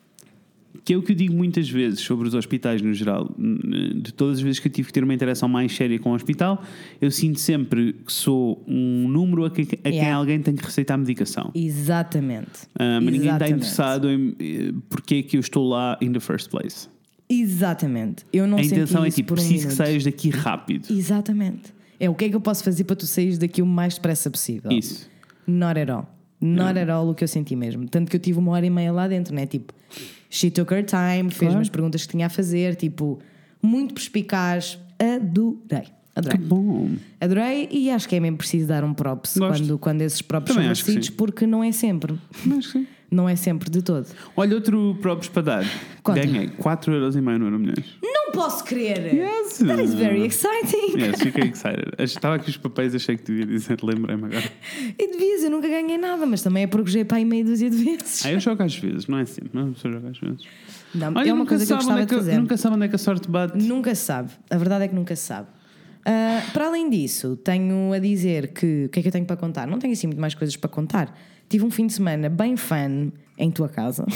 [SPEAKER 2] que é o que eu digo muitas vezes sobre os hospitais no geral. De todas as vezes que eu tive que ter uma interação mais séria com o hospital, eu sinto sempre que sou um número a quem
[SPEAKER 1] Yeah.
[SPEAKER 2] alguém tem que receitar medicação.
[SPEAKER 1] Exatamente.
[SPEAKER 2] Mas ninguém está
[SPEAKER 1] Exatamente.
[SPEAKER 2] interessado em porque é que eu estou lá in the first place.
[SPEAKER 1] Exatamente. Eu não
[SPEAKER 2] A
[SPEAKER 1] senti
[SPEAKER 2] intenção é
[SPEAKER 1] isso
[SPEAKER 2] tipo,
[SPEAKER 1] por um
[SPEAKER 2] preciso que
[SPEAKER 1] minuto.
[SPEAKER 2] saias daqui rápido.
[SPEAKER 1] Exatamente. É o que é que eu posso fazer para tu saíres daqui o mais depressa possível.
[SPEAKER 2] Isso.
[SPEAKER 1] Not at all. Not at all o que eu senti mesmo. Tanto que eu tive 1h30 lá dentro, né? Tipo, she took her time, fez-me as perguntas que tinha a fazer, tipo, muito perspicaz. Adorei.
[SPEAKER 2] Que bom.
[SPEAKER 1] Adorei e acho que é mesmo preciso dar um props quando esses props
[SPEAKER 2] Também
[SPEAKER 1] são
[SPEAKER 2] acho que
[SPEAKER 1] merecidos,
[SPEAKER 2] sim.
[SPEAKER 1] porque não é sempre.
[SPEAKER 2] Mas sim.
[SPEAKER 1] Não é sempre de todo.
[SPEAKER 2] Olha, outro próprios para dar.
[SPEAKER 1] Conta.
[SPEAKER 2] Ganhei 4,5€ no Euromilhões.
[SPEAKER 1] Não posso crer!
[SPEAKER 2] Yes.
[SPEAKER 1] That is very exciting!
[SPEAKER 2] Yes, fiquei excited. Estava aqui os papéis, achei que devia dizer, lembrei-me agora.
[SPEAKER 1] E devias, eu nunca ganhei nada, mas também é porque joguei para aí meia dúzia de vezes.
[SPEAKER 2] Eu jogo às vezes, não é sempre, não é só jogo às vezes.
[SPEAKER 1] Não,
[SPEAKER 2] Olha,
[SPEAKER 1] é uma coisa que eu gostava de fazer.
[SPEAKER 2] Nunca sabe onde é que a sorte bate.
[SPEAKER 1] Nunca se sabe. A verdade é que nunca se sabe. Para além disso, tenho a dizer que o que é que eu tenho para contar? Não tenho assim muito mais coisas para contar. Tive um fim de semana bem fun em tua casa.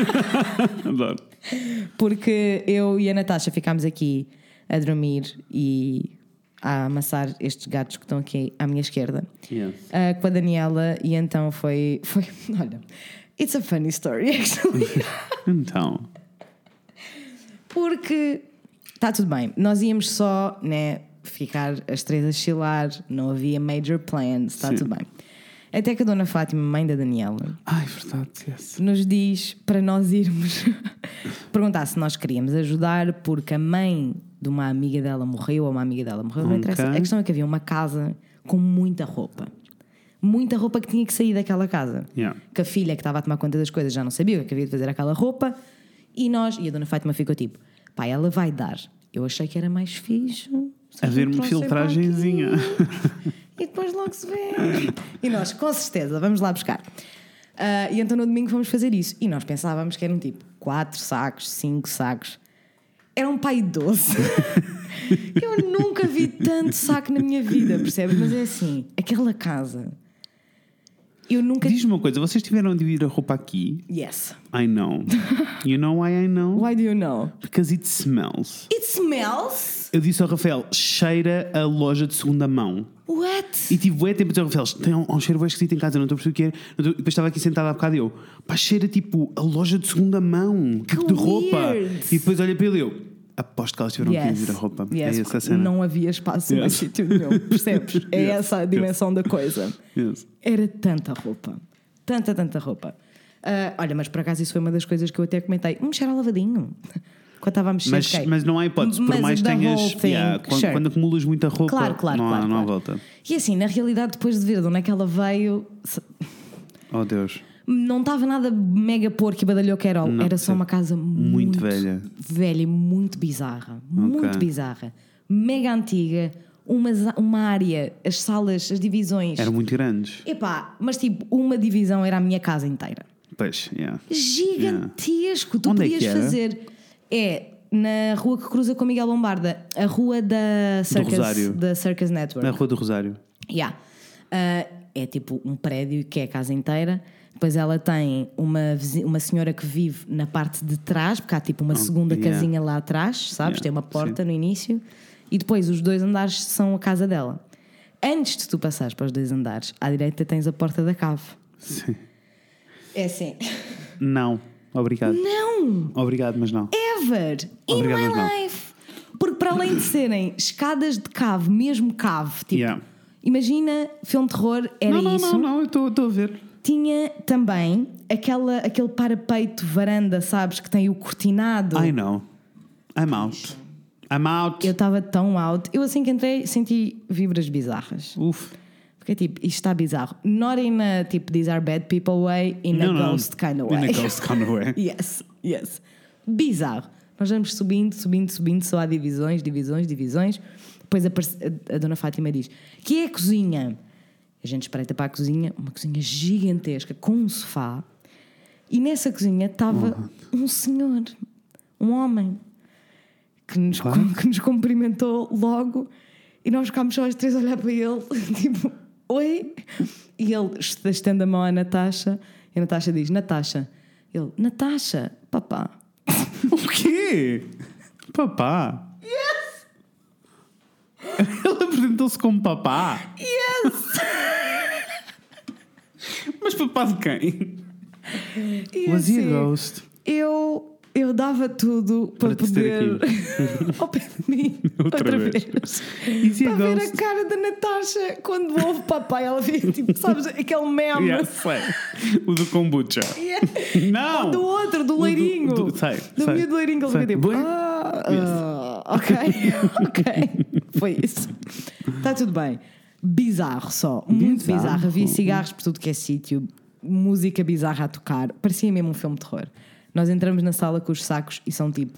[SPEAKER 2] Adoro.
[SPEAKER 1] Porque eu e a Natasha ficámos aqui a dormir e a amassar estes gatos que estão aqui à minha esquerda,
[SPEAKER 2] Yes.
[SPEAKER 1] com a Daniela. E então foi olha, it's a funny story actually.
[SPEAKER 2] Então,
[SPEAKER 1] Porque está tudo bem, nós íamos só, né, ficar as três a chilar, não havia major plans, está
[SPEAKER 2] Sim.
[SPEAKER 1] tudo bem. Até que a Dona Fátima, mãe da Daniela,
[SPEAKER 2] ai, verdade, yes.
[SPEAKER 1] nos diz para nós irmos perguntar se nós queríamos ajudar, porque a mãe de uma amiga dela morreu, ou uma amiga dela morreu, não interessa. A questão é que havia uma casa com muita roupa que tinha que sair daquela casa. Que a filha que estava a tomar conta das coisas já não sabia o que havia de fazer aquela roupa, e a dona Fátima ficou tipo, pá, ela vai dar. Eu achei que era mais fixe
[SPEAKER 2] haver uma filtragenzinha
[SPEAKER 1] e depois logo se vê. E nós, com certeza, vamos lá buscar. E então no domingo fomos fazer isso. E nós pensávamos que eram tipo 4 sacos, 5 sacos. Era um pai 12. Eu nunca vi tanto saco na minha vida, percebes? Mas é assim, aquela casa, eu nunca...
[SPEAKER 2] Diz-me uma coisa, vocês tiveram a dividir a roupa aqui?
[SPEAKER 1] Yes.
[SPEAKER 2] I know. You know why I know?
[SPEAKER 1] Why do you know?
[SPEAKER 2] Because it smells.
[SPEAKER 1] It smells?
[SPEAKER 2] Eu disse ao Rafael, cheira a loja de segunda mão.
[SPEAKER 1] What?
[SPEAKER 2] E tive bué tempo a dizer ao Rafael, tem um cheiro bué esquisito em casa, não estou a perceber o que é. Depois estava aqui sentado há bocado e eu, pá, cheira tipo a loja de segunda mão, tipo de roupa. E depois olhei para ele e eu, aposto que elas tiveram que dividir a roupa.
[SPEAKER 1] Yes,
[SPEAKER 2] é essa a cena.
[SPEAKER 1] Não havia espaço em sítio nenhum, percebes? É essa a dimensão da coisa. Era tanta roupa. Tanta roupa. Olha, mas por acaso isso foi uma das coisas que eu até comentei. Cheiro a lavadinho. Quando estava a mexer,
[SPEAKER 2] mas não há hipótese, por mais tenhas. Quando acumulas muita roupa,
[SPEAKER 1] claro,
[SPEAKER 2] não há volta.
[SPEAKER 1] E assim, na realidade, depois de ver de onde é que ela veio.
[SPEAKER 2] Oh Deus.
[SPEAKER 1] Não estava nada mega porco e badalhou Querol. Era só uma casa muito velha e muito bizarra. Muito bizarra. Mega antiga. Uma área, as salas, as divisões
[SPEAKER 2] eram muito grandes.
[SPEAKER 1] Epá, mas tipo, uma divisão era a minha casa inteira.
[SPEAKER 2] Pois,
[SPEAKER 1] gigantesco. Tu
[SPEAKER 2] onde
[SPEAKER 1] podias fazer. É na rua que cruza com Miguel Lombarda, a rua da Circus Network.
[SPEAKER 2] Na Rua do Rosário.
[SPEAKER 1] É tipo um prédio que é a casa inteira. Depois ela tem uma senhora que vive na parte de trás, porque há tipo uma segunda casinha lá atrás, sabes? Tem uma porta no início. E depois os 2 andares são a casa dela. Antes de tu passares para os 2 andares, à direita tens a porta da cave.
[SPEAKER 2] Sim.
[SPEAKER 1] É assim.
[SPEAKER 2] Não, obrigado.
[SPEAKER 1] Não!
[SPEAKER 2] Obrigado, mas não.
[SPEAKER 1] Ever!
[SPEAKER 2] Obrigado,
[SPEAKER 1] in my life! Porque para além de serem escadas de cave, mesmo cave, tipo, imagina, filme de terror, era isso.
[SPEAKER 2] Não, eu estou a ver.
[SPEAKER 1] Tinha também aquele parapeito varanda, sabes, que tem o cortinado.
[SPEAKER 2] I know. I'm out.
[SPEAKER 1] Eu estava tão out. Eu assim que entrei senti vibras bizarras. Porque tipo, isto está bizarro. Not in a tipo, these are bad people way, in a ghost kind of way.
[SPEAKER 2] In a ghost kind of way.
[SPEAKER 1] Yes. Bizarro. Nós vamos subindo, só há divisões. Depois a dona Fátima diz, que é a cozinha? A gente espreita para a cozinha, uma cozinha gigantesca, com um sofá. E nessa cozinha estava um senhor, um homem, que nos cumprimentou logo. E nós ficámos só as 3 a olhar para ele, tipo, oi? E ele estende a mão à Natasha. E a Natasha diz, Natasha. Ele, Natasha, papá.
[SPEAKER 2] O quê? Papá?
[SPEAKER 1] Yes!
[SPEAKER 2] Ele apresentou-se como papá?
[SPEAKER 1] Yes!
[SPEAKER 2] Mas papá de quem?
[SPEAKER 1] E
[SPEAKER 2] Was
[SPEAKER 1] assim,
[SPEAKER 2] he a ghost?
[SPEAKER 1] Eu dava tudo para poder ao pé de mim outra vez. Para ver a cara da Natasha quando ouve papai. Ela vê, tipo, sabes, aquele meme.
[SPEAKER 2] O do kombucha. Não!
[SPEAKER 1] Ou do outro, do leirinho. Do miúdo do leirinho que ele fica tipo, ok. Foi isso. Está tudo bem. Bizarro só. Muito bizarro. Havia cigarros por tudo que é sítio. Música bizarra a tocar. Parecia mesmo um filme de terror. Nós entramos na sala com os sacos e são tipo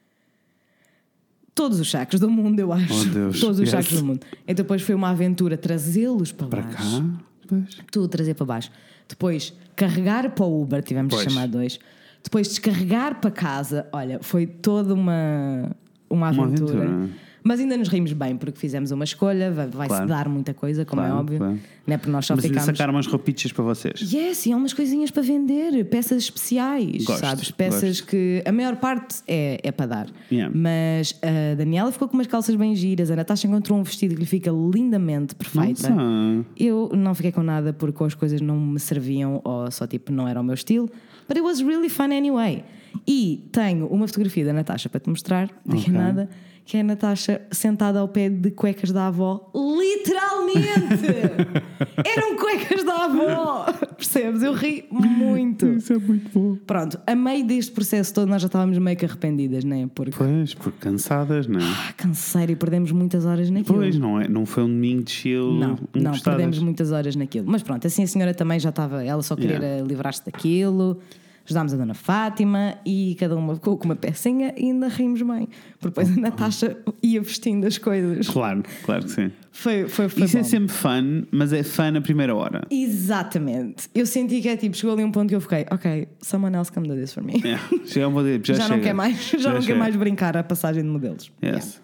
[SPEAKER 1] todos os sacos do mundo, eu acho.
[SPEAKER 2] Oh, Deus.
[SPEAKER 1] Todos os sacos do mundo. Então depois foi uma aventura trazê-los para baixo.
[SPEAKER 2] Cá? Pois.
[SPEAKER 1] Tudo trazer para baixo. Depois carregar para o Uber, tivemos que chamar 2. Depois descarregar para casa. Olha, foi toda uma aventura. Mas ainda nos rimos bem porque fizemos uma escolha. Vai-se dar muita coisa, como é óbvio. Não é porque nós só ficámos...
[SPEAKER 2] Mas sacaram umas roupitas para vocês.
[SPEAKER 1] E há umas coisinhas para vender. Peças especiais, sabes? Peças que a maior parte é para dar. Mas a Daniela ficou com umas calças bem giras. A Natasha encontrou um vestido que lhe fica lindamente perfeita.
[SPEAKER 2] Nossa.
[SPEAKER 1] Eu não fiquei com nada porque as coisas não me serviam ou só tipo não era o meu estilo. But it was really fun anyway. E tenho uma fotografia da Natasha para te mostrar. Daqui nada. Que é a Natasha sentada ao pé de cuecas da avó. Literalmente! Eram cuecas da avó! percebes? Eu ri muito.
[SPEAKER 2] Isso é muito bom.
[SPEAKER 1] Pronto, a meio deste processo todo nós já estávamos meio que arrependidas, não é? Porque
[SPEAKER 2] Porque cansadas, não é?
[SPEAKER 1] canseiro e perdemos muitas horas naquilo.
[SPEAKER 2] Pois, não foi um domingo de chill.
[SPEAKER 1] Não,
[SPEAKER 2] gostadas.
[SPEAKER 1] perdemos muitas horas naquilo. Mas pronto, assim a senhora também já estava, ela só queria livrar-se daquilo. Ajudámos a Dona Fátima e cada uma ficou com uma pecinha e ainda rimos bem. Porque depois a Natasha ia vestindo as coisas.
[SPEAKER 2] Claro que sim.
[SPEAKER 1] Foi
[SPEAKER 2] Isso
[SPEAKER 1] bom.
[SPEAKER 2] é sempre fun, mas é fun na primeira hora.
[SPEAKER 1] Exatamente. Eu senti que é tipo, chegou ali um ponto que eu fiquei, ok, someone else come do this for me.
[SPEAKER 2] Chega um ponto de,
[SPEAKER 1] Já não quer mais, já não quer mais brincar a passagem de modelos.
[SPEAKER 2] Yes.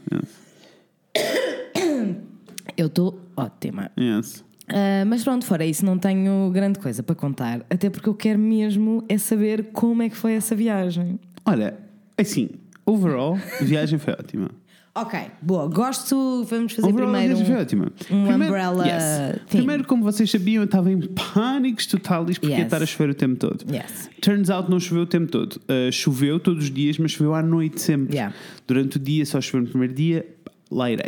[SPEAKER 1] Eu estou ótima.
[SPEAKER 2] Yes.
[SPEAKER 1] Mas pronto, fora isso, não tenho grande coisa para contar. Até porque eu quero mesmo é saber como é que foi essa viagem.
[SPEAKER 2] Olha, assim, overall, a viagem foi ótima.
[SPEAKER 1] Ok, boa. Gosto, vamos fazer
[SPEAKER 2] Overall,
[SPEAKER 1] primeiro
[SPEAKER 2] a viagem foi ótima.
[SPEAKER 1] umbrella theme.
[SPEAKER 2] Primeiro, como vocês sabiam, eu estava em pânicos totais porque ia estar a chover o tempo todo.
[SPEAKER 1] Yes.
[SPEAKER 2] Turns out, não choveu o tempo todo. Choveu todos os dias, mas choveu à noite sempre.
[SPEAKER 1] Yeah.
[SPEAKER 2] Durante o dia, só choveu no primeiro dia, lá irei.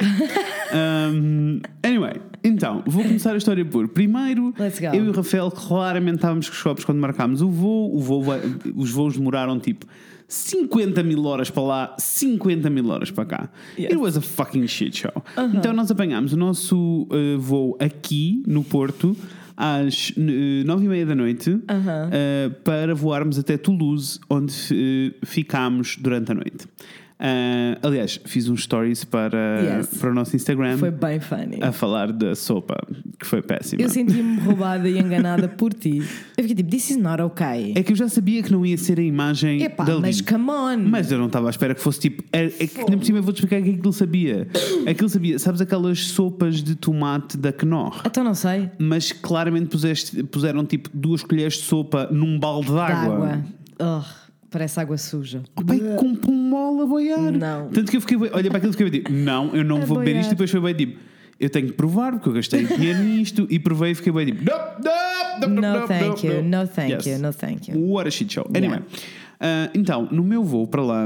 [SPEAKER 2] Anyway, então, vou começar a história por... Primeiro, eu e o Rafael claramente estávamos com os copos quando marcámos o voo. Os voos demoraram tipo 50 mil horas para lá, 50 mil horas para cá. Yes. It was a fucking shit show. Então nós apanhámos o nosso voo aqui no Porto às 9h30 da noite para voarmos até Toulouse, onde ficámos durante a noite. Aliás, fiz uns stories para o nosso Instagram.
[SPEAKER 1] Foi bem funny.
[SPEAKER 2] A falar da sopa, que foi péssima.
[SPEAKER 1] Eu senti-me roubada e enganada por ti. Eu fiquei tipo, this is not okay.
[SPEAKER 2] É que eu já sabia que não ia ser a imagem dali.
[SPEAKER 1] Mas come on.
[SPEAKER 2] Mas eu não estava à espera que fosse tipo... É que nem por cima eu vou-te explicar o que aquilo sabia. Aquilo sabia, sabes aquelas sopas de tomate da Knorr?
[SPEAKER 1] Então não sei.
[SPEAKER 2] Mas claramente puseram tipo 2 colheres de sopa num balde de água.
[SPEAKER 1] Parece água suja.
[SPEAKER 2] Pai, com pomola a boiar.
[SPEAKER 1] Não.
[SPEAKER 2] Tanto que eu fiquei, olha para aquilo e fiquei tipo, não, eu não vou beber isto. E depois foi bem tipo, eu tenho que provar porque eu gastei dinheiro nisto. E provei e fiquei bem tipo,
[SPEAKER 1] no thank you, no thank you, no thank you.
[SPEAKER 2] What a shit show. Anyway, então, no meu voo para lá,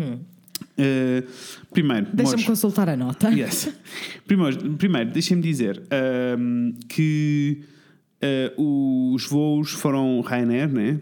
[SPEAKER 2] primeiro,
[SPEAKER 1] deixa-me consultar a nota.
[SPEAKER 2] Yes. Primeiro deixem-me dizer que os voos foram Ryanair, né?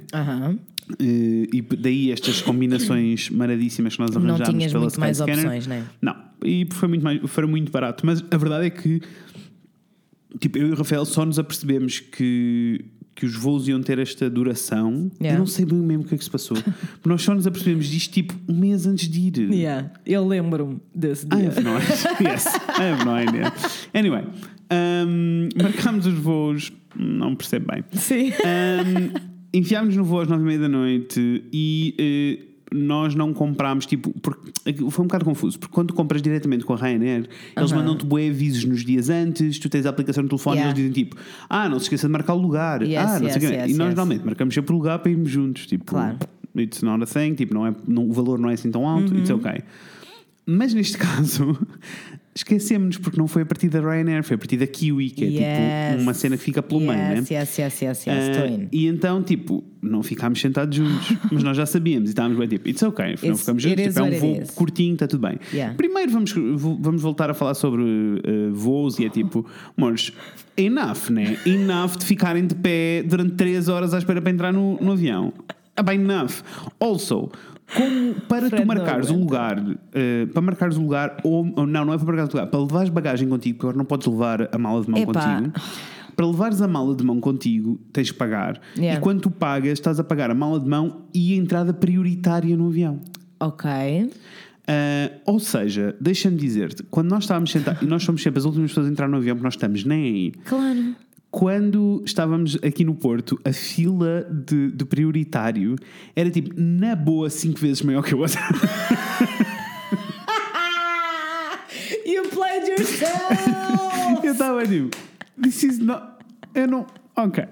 [SPEAKER 2] E daí estas combinações maradíssimas que nós arranjámos.
[SPEAKER 1] Não tinhas
[SPEAKER 2] pela
[SPEAKER 1] muito mais
[SPEAKER 2] Skyscanner.
[SPEAKER 1] opções, não é?
[SPEAKER 2] Não, e foi muito barato. Mas a verdade é que tipo, eu e o Rafael só nos apercebemos que os voos iam ter esta duração. Eu não sei bem mesmo o que é que se passou. Nós só nos apercebemos disto tipo um mês antes de ir.
[SPEAKER 1] Eu lembro-me desse dia.
[SPEAKER 2] I have no idea. Anyway, marcámos os voos, não percebo bem.
[SPEAKER 1] Sim.
[SPEAKER 2] Enfiámos no voo às 9h30 da noite e nós não comprámos, tipo, porque foi um bocado confuso, porque quando tu compras diretamente com a Ryanair, eles mandam-te bué avisos nos dias antes, tu tens a aplicação no telefone e eles dizem tipo, não se esqueça de marcar o lugar, não sei o quê. E nós normalmente marcamos sempre o lugar para irmos juntos, tipo,
[SPEAKER 1] claro.
[SPEAKER 2] It's not a thing, tipo, o valor não é assim tão alto, it's okay. Mas neste caso esquecemos-nos porque não foi a partir da Ryanair, foi a partir da Kiwi, que é tipo uma cena que fica pelo meio, né? E então, tipo, não ficámos sentados juntos, mas nós já sabíamos e estávamos bem tipo, it's okay, não ficamos juntos, tipo, é um voo curtinho, está tudo bem. Primeiro vamos voltar a falar sobre voos e é tipo, mas enough, né? Enough de ficarem de pé durante 3 horas à espera para entrar no avião. Bem, enough. Also, como para tu marcares o lugar, para marcares o lugar, ou não é para marcares o lugar, para levares bagagem contigo, porque agora não podes levar a mala de mão contigo. Para levares a mala de mão contigo, tens que pagar. E quando tu pagas, estás a pagar a mala de mão e a entrada prioritária no avião.
[SPEAKER 1] Ok.
[SPEAKER 2] Ou seja, deixa-me dizer-te, quando nós estávamos sentados, e nós somos sempre as últimas pessoas a entrar no avião, porque nós estamos nem aí.
[SPEAKER 1] Claro.
[SPEAKER 2] Quando estávamos aqui no Porto, a fila de prioritário era tipo, na boa, 5 vezes maior que a outra.
[SPEAKER 1] You played yourself!
[SPEAKER 2] Eu estava tipo, this is not. Eu não. Ok.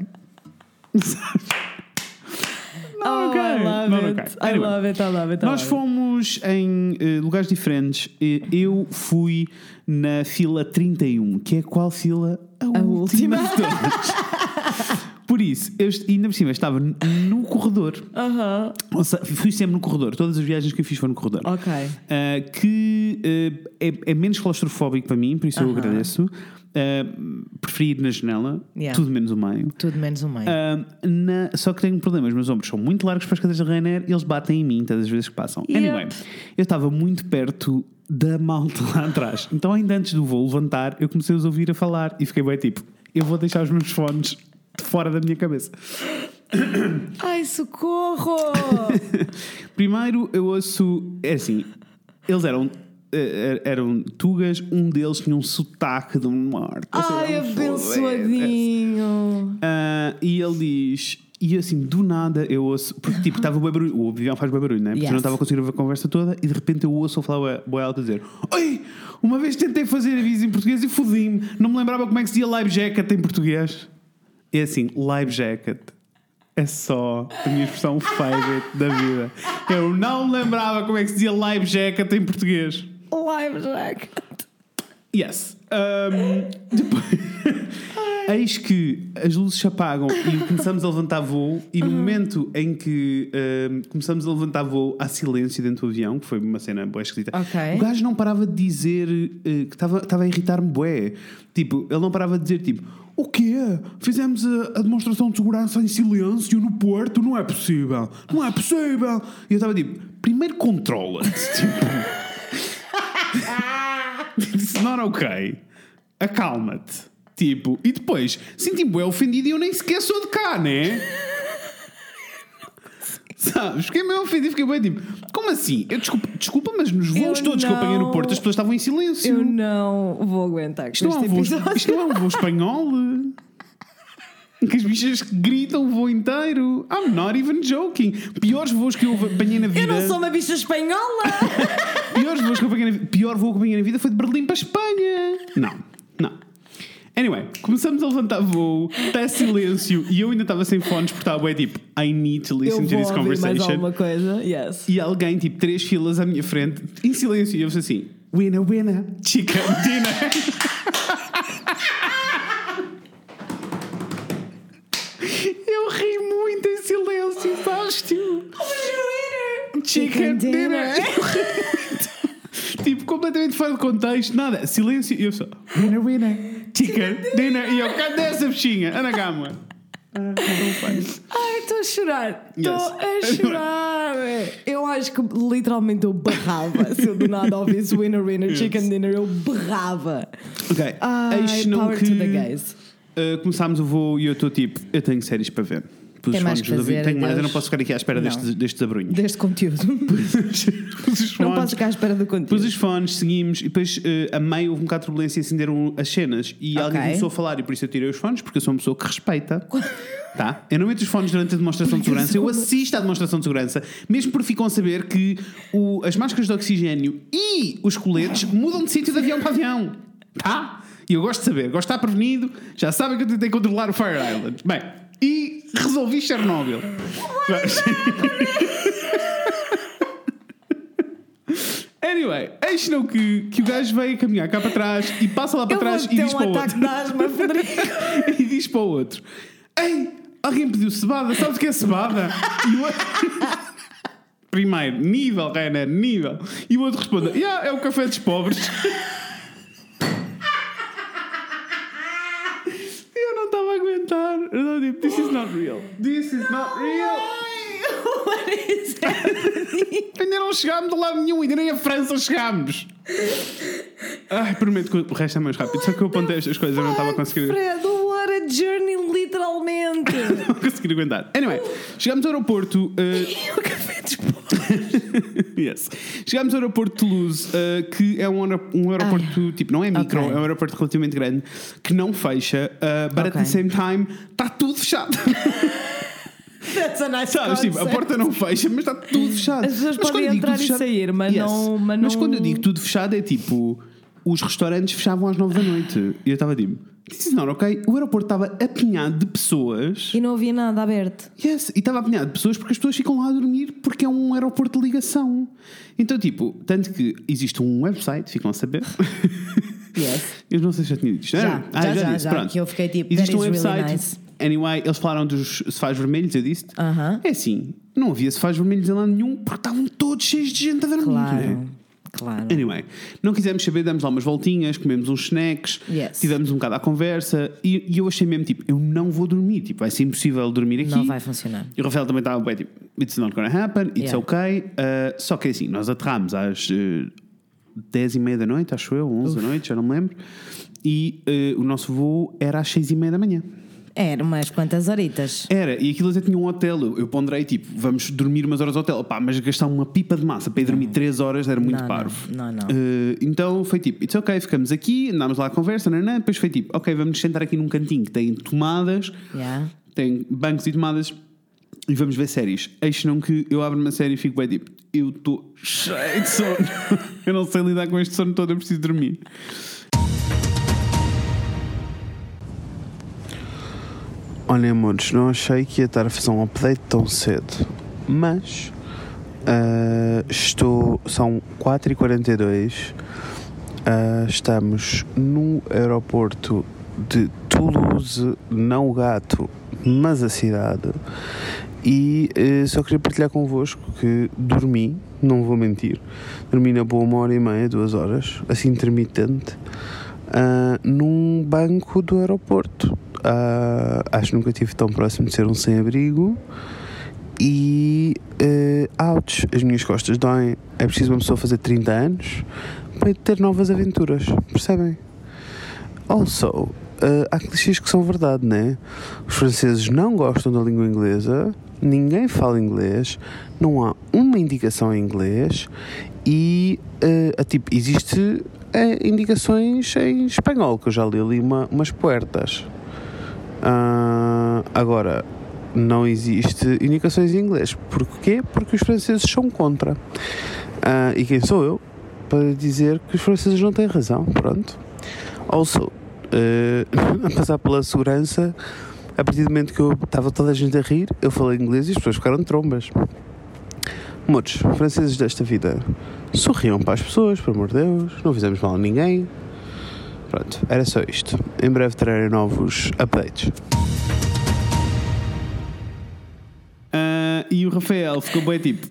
[SPEAKER 1] I love it.
[SPEAKER 2] Nós fomos em lugares diferentes. Eu fui na fila 31, que é qual fila? A última de todas. Por isso, eu ainda por cima estava no corredor. Ou seja, fui sempre no corredor. Todas as viagens que eu fiz foram no corredor.
[SPEAKER 1] Ok.
[SPEAKER 2] Que é menos claustrofóbico para mim, por isso eu agradeço. preferi ir na janela,
[SPEAKER 1] Yeah.
[SPEAKER 2] tudo menos o meio.
[SPEAKER 1] Tudo menos o meio.
[SPEAKER 2] Só que tenho um problema, os meus ombros são muito largos para as cadeiras da Ryanair e eles batem em mim todas as vezes que passam.
[SPEAKER 1] Yep.
[SPEAKER 2] Anyway, eu estava muito perto da malta lá atrás. Então ainda antes do voo levantar, eu comecei a os ouvir a falar e fiquei bem tipo, eu vou deixar os meus fones de fora da minha cabeça.
[SPEAKER 1] Ai, socorro!
[SPEAKER 2] Primeiro eu ouço, é assim, eles eram tugas, um deles tinha um sotaque do norte.
[SPEAKER 1] Ai, abençoadinho!
[SPEAKER 2] E ele diz, e assim, do nada eu ouço, porque tipo, estava bué barulho, o avião faz bué barulho, né? Porque eu não estava a conseguir ouvir a conversa toda e de repente eu ouço falar bué alto a dizer: oi, uma vez tentei fazer aviso em português e fodi-me, não me lembrava como é que se dizia live jacket em português. É assim, live jacket é só a minha expressão favorite da vida. Eu não me lembrava como é que se dizia live jacket em português.
[SPEAKER 1] Live jacket.
[SPEAKER 2] Yes. Depois, eis que as luzes se apagam e começamos a levantar voo. E no momento em que começamos a levantar voo, há silêncio dentro do avião, que foi uma cena bué escrita.
[SPEAKER 1] Okay.
[SPEAKER 2] O gajo não parava de dizer que estava a irritar-me bué. Tipo, ele não parava de dizer tipo: o quê? Fizemos a demonstração de segurança em silêncio no Porto? Não é possível. Não é possível. E eu estava tipo: primeiro controla-te. Tipo, it's not ok. Acalma-te. Tipo, e depois senti-me bué ofendido e eu nem sequer sou de cá, né? Sabes? Fiquei meio ofendido, fiquei bem tipo, como assim? Desculpa, mas nos voos todos que eu apanhei no Porto as pessoas estavam em silêncio.
[SPEAKER 1] Eu não vou aguentar.
[SPEAKER 2] Isto não é um voo espanhol. Que as bichas gritam o voo inteiro. I'm not even joking. Piores voos que eu apanhei na vida.
[SPEAKER 1] Eu não sou uma bicha espanhola.
[SPEAKER 2] Pior voo que eu apanhei na vida foi de Berlim para a Espanha. Não. Anyway, começamos a levantar voo, está silêncio e eu ainda estava sem fones porque estava tipo, I need to listen to this conversation.
[SPEAKER 1] Mais alguma coisa, yes.
[SPEAKER 2] E alguém, tipo, 3 filas à minha frente, em silêncio, e eu disse assim: winner, chicken dinner. Eu ri muito em silêncio, sabes, tipo, chicken dinner. Tipo, completamente fora de contexto, nada, silêncio, e eu só winner, chicken dinner. E eu, cadê essa bichinha? Anda cá, amor.
[SPEAKER 1] Ai, estou a chorar. Estou a chorar. Eu acho que literalmente eu berrava. Se eu do nada ouvisse winner, chicken dinner, eu berrava.
[SPEAKER 2] Ok, eis não
[SPEAKER 1] power
[SPEAKER 2] que
[SPEAKER 1] to the guys.
[SPEAKER 2] Começámos o voo e eu estou tipo, eu tenho séries para ver.
[SPEAKER 1] Tem mais que fazer,
[SPEAKER 2] tenho mais, eu não posso ficar aqui à espera destes abrunhos.
[SPEAKER 1] Deste conteúdo. Não posso ficar à espera do conteúdo.
[SPEAKER 2] Pus os fones, seguimos e depois a meio houve um bocado de turbulência e acenderam as cenas e alguém começou a falar e por isso eu tirei os fones porque eu sou uma pessoa que respeita. Tá? Eu não meto os fones durante a demonstração de segurança, eu assisto à demonstração de segurança, mesmo porque ficam a saber que as máscaras de oxigênio e os coletes mudam de sítio de avião para avião. Tá? E eu gosto de saber, gosto de estar prevenido, já sabem que eu tentei controlar o Fire Island. Bem, e resolvi Chernobyl. Anyway, eis não que o gajo veio a caminhar cá para trás e passa lá para trás e diz para o outro. E diz para o outro: ei, alguém pediu cebada, sabes o que é cebada? E o outro... Primeiro, nível, Rainer, nível. E o outro responde: é o café dos pobres. Eu não estava a aguentar. Eu não digo, this is not real. This is not real.
[SPEAKER 1] What is happening?
[SPEAKER 2] Ainda não chegámos de lado nenhum, ainda nem a França chegámos. Ai, prometo que o resto é mais rápido. Só que eu apontei estas coisas, eu não estava a conseguir.
[SPEAKER 1] Fred, what a journey, literalmente.
[SPEAKER 2] Não consegui aguentar. Anyway, chegámos ao aeroporto.
[SPEAKER 1] O café dos pobres.
[SPEAKER 2] Yes. Chegámos ao aeroporto de Toulouse, que é um aeroporto, tipo, não é micro, é um aeroporto relativamente grande, que não fecha, but at the same time está tudo fechado.
[SPEAKER 1] That's a nice
[SPEAKER 2] Sabes, tipo, a porta não fecha, mas está tudo fechado.
[SPEAKER 1] As pessoas podem entrar e sair, mas não...
[SPEAKER 2] Mas quando eu digo tudo fechado é tipo, os restaurantes fechavam às 9 da noite. E eu estava tipo, this is not ok. O aeroporto estava apinhado de pessoas.
[SPEAKER 1] E não havia nada aberto.
[SPEAKER 2] Yes, e estava apinhado de pessoas porque as pessoas ficam lá a dormir porque é um aeroporto de ligação. Então, tipo, tanto que existe um website, ficam a saber.
[SPEAKER 1] Yes.
[SPEAKER 2] Eu não sei se já tinha dito isto.
[SPEAKER 1] Já,
[SPEAKER 2] disse, pronto.
[SPEAKER 1] que eu fiquei tipo,
[SPEAKER 2] existe um website.
[SPEAKER 1] Really nice.
[SPEAKER 2] Anyway, eles falaram dos sofás vermelhos, eu disse. É assim, não havia sofás vermelhos em lado nenhum porque estavam todos cheios de gente a dormir.
[SPEAKER 1] Claro.
[SPEAKER 2] Né?
[SPEAKER 1] Claro.
[SPEAKER 2] Anyway, não quisemos saber, damos lá umas voltinhas, comemos uns snacks, tivemos um bocado à conversa e eu achei mesmo, tipo, eu não vou dormir, tipo, vai ser impossível dormir aqui.
[SPEAKER 1] Não vai funcionar.
[SPEAKER 2] E o Rafael também estava bem, tipo, it's not gonna happen, it's okay. Só que assim, nós aterramos às 10h30 da noite, acho eu, 11 da noite, já não me lembro, e o nosso voo era às 6h30 da manhã.
[SPEAKER 1] Era umas quantas horitas.
[SPEAKER 2] Era, e aquilo até tinha um hotel. Eu ponderei, tipo, vamos dormir umas horas no hotel. Pá, mas gastar uma pipa de massa para ir dormir 3 horas era muito parvo.
[SPEAKER 1] Não.
[SPEAKER 2] Então foi tipo, it's ok, ficamos aqui, andámos lá à conversa, depois foi tipo, ok, vamos nos sentar aqui num cantinho que tem tomadas, tem bancos e tomadas e vamos ver séries. Eis não que eu abro uma série e fico bem tipo, eu estou cheio de sono. Eu não sei lidar com este sono todo, eu preciso dormir. Olha, amores, não achei que ia estar a fazer um update tão cedo, mas são 4h42, estamos no aeroporto de Toulouse, não o gato, mas a cidade, e só queria partilhar convosco que dormi, não vou mentir, dormi na boa 1h30, 2 horas, assim intermitente, num banco do aeroporto. Acho que nunca estive tão próximo de ser um sem-abrigo e ouch, as minhas costas doem. É preciso uma pessoa fazer 30 anos para ter novas aventuras, percebem? Also, há clichês que são verdade, né? Os franceses não gostam da língua inglesa, ninguém fala inglês, não há uma indicação em inglês e existe indicações em espanhol, que eu já li ali umas puertas. Agora, não existe indicações em inglês. Porquê? Porque os franceses são contra. E quem sou eu para dizer que os franceses não têm razão? Pronto. Also, a passar pela segurança, a partir do momento que eu estava toda a gente a rir, eu falei inglês e as pessoas ficaram de trombas. Muitos franceses desta vida sorriam para as pessoas, por amor de Deus, não fizemos mal a ninguém. Pronto, era só isto. Em breve trarei novos updates. E o Rafael ficou bem tipo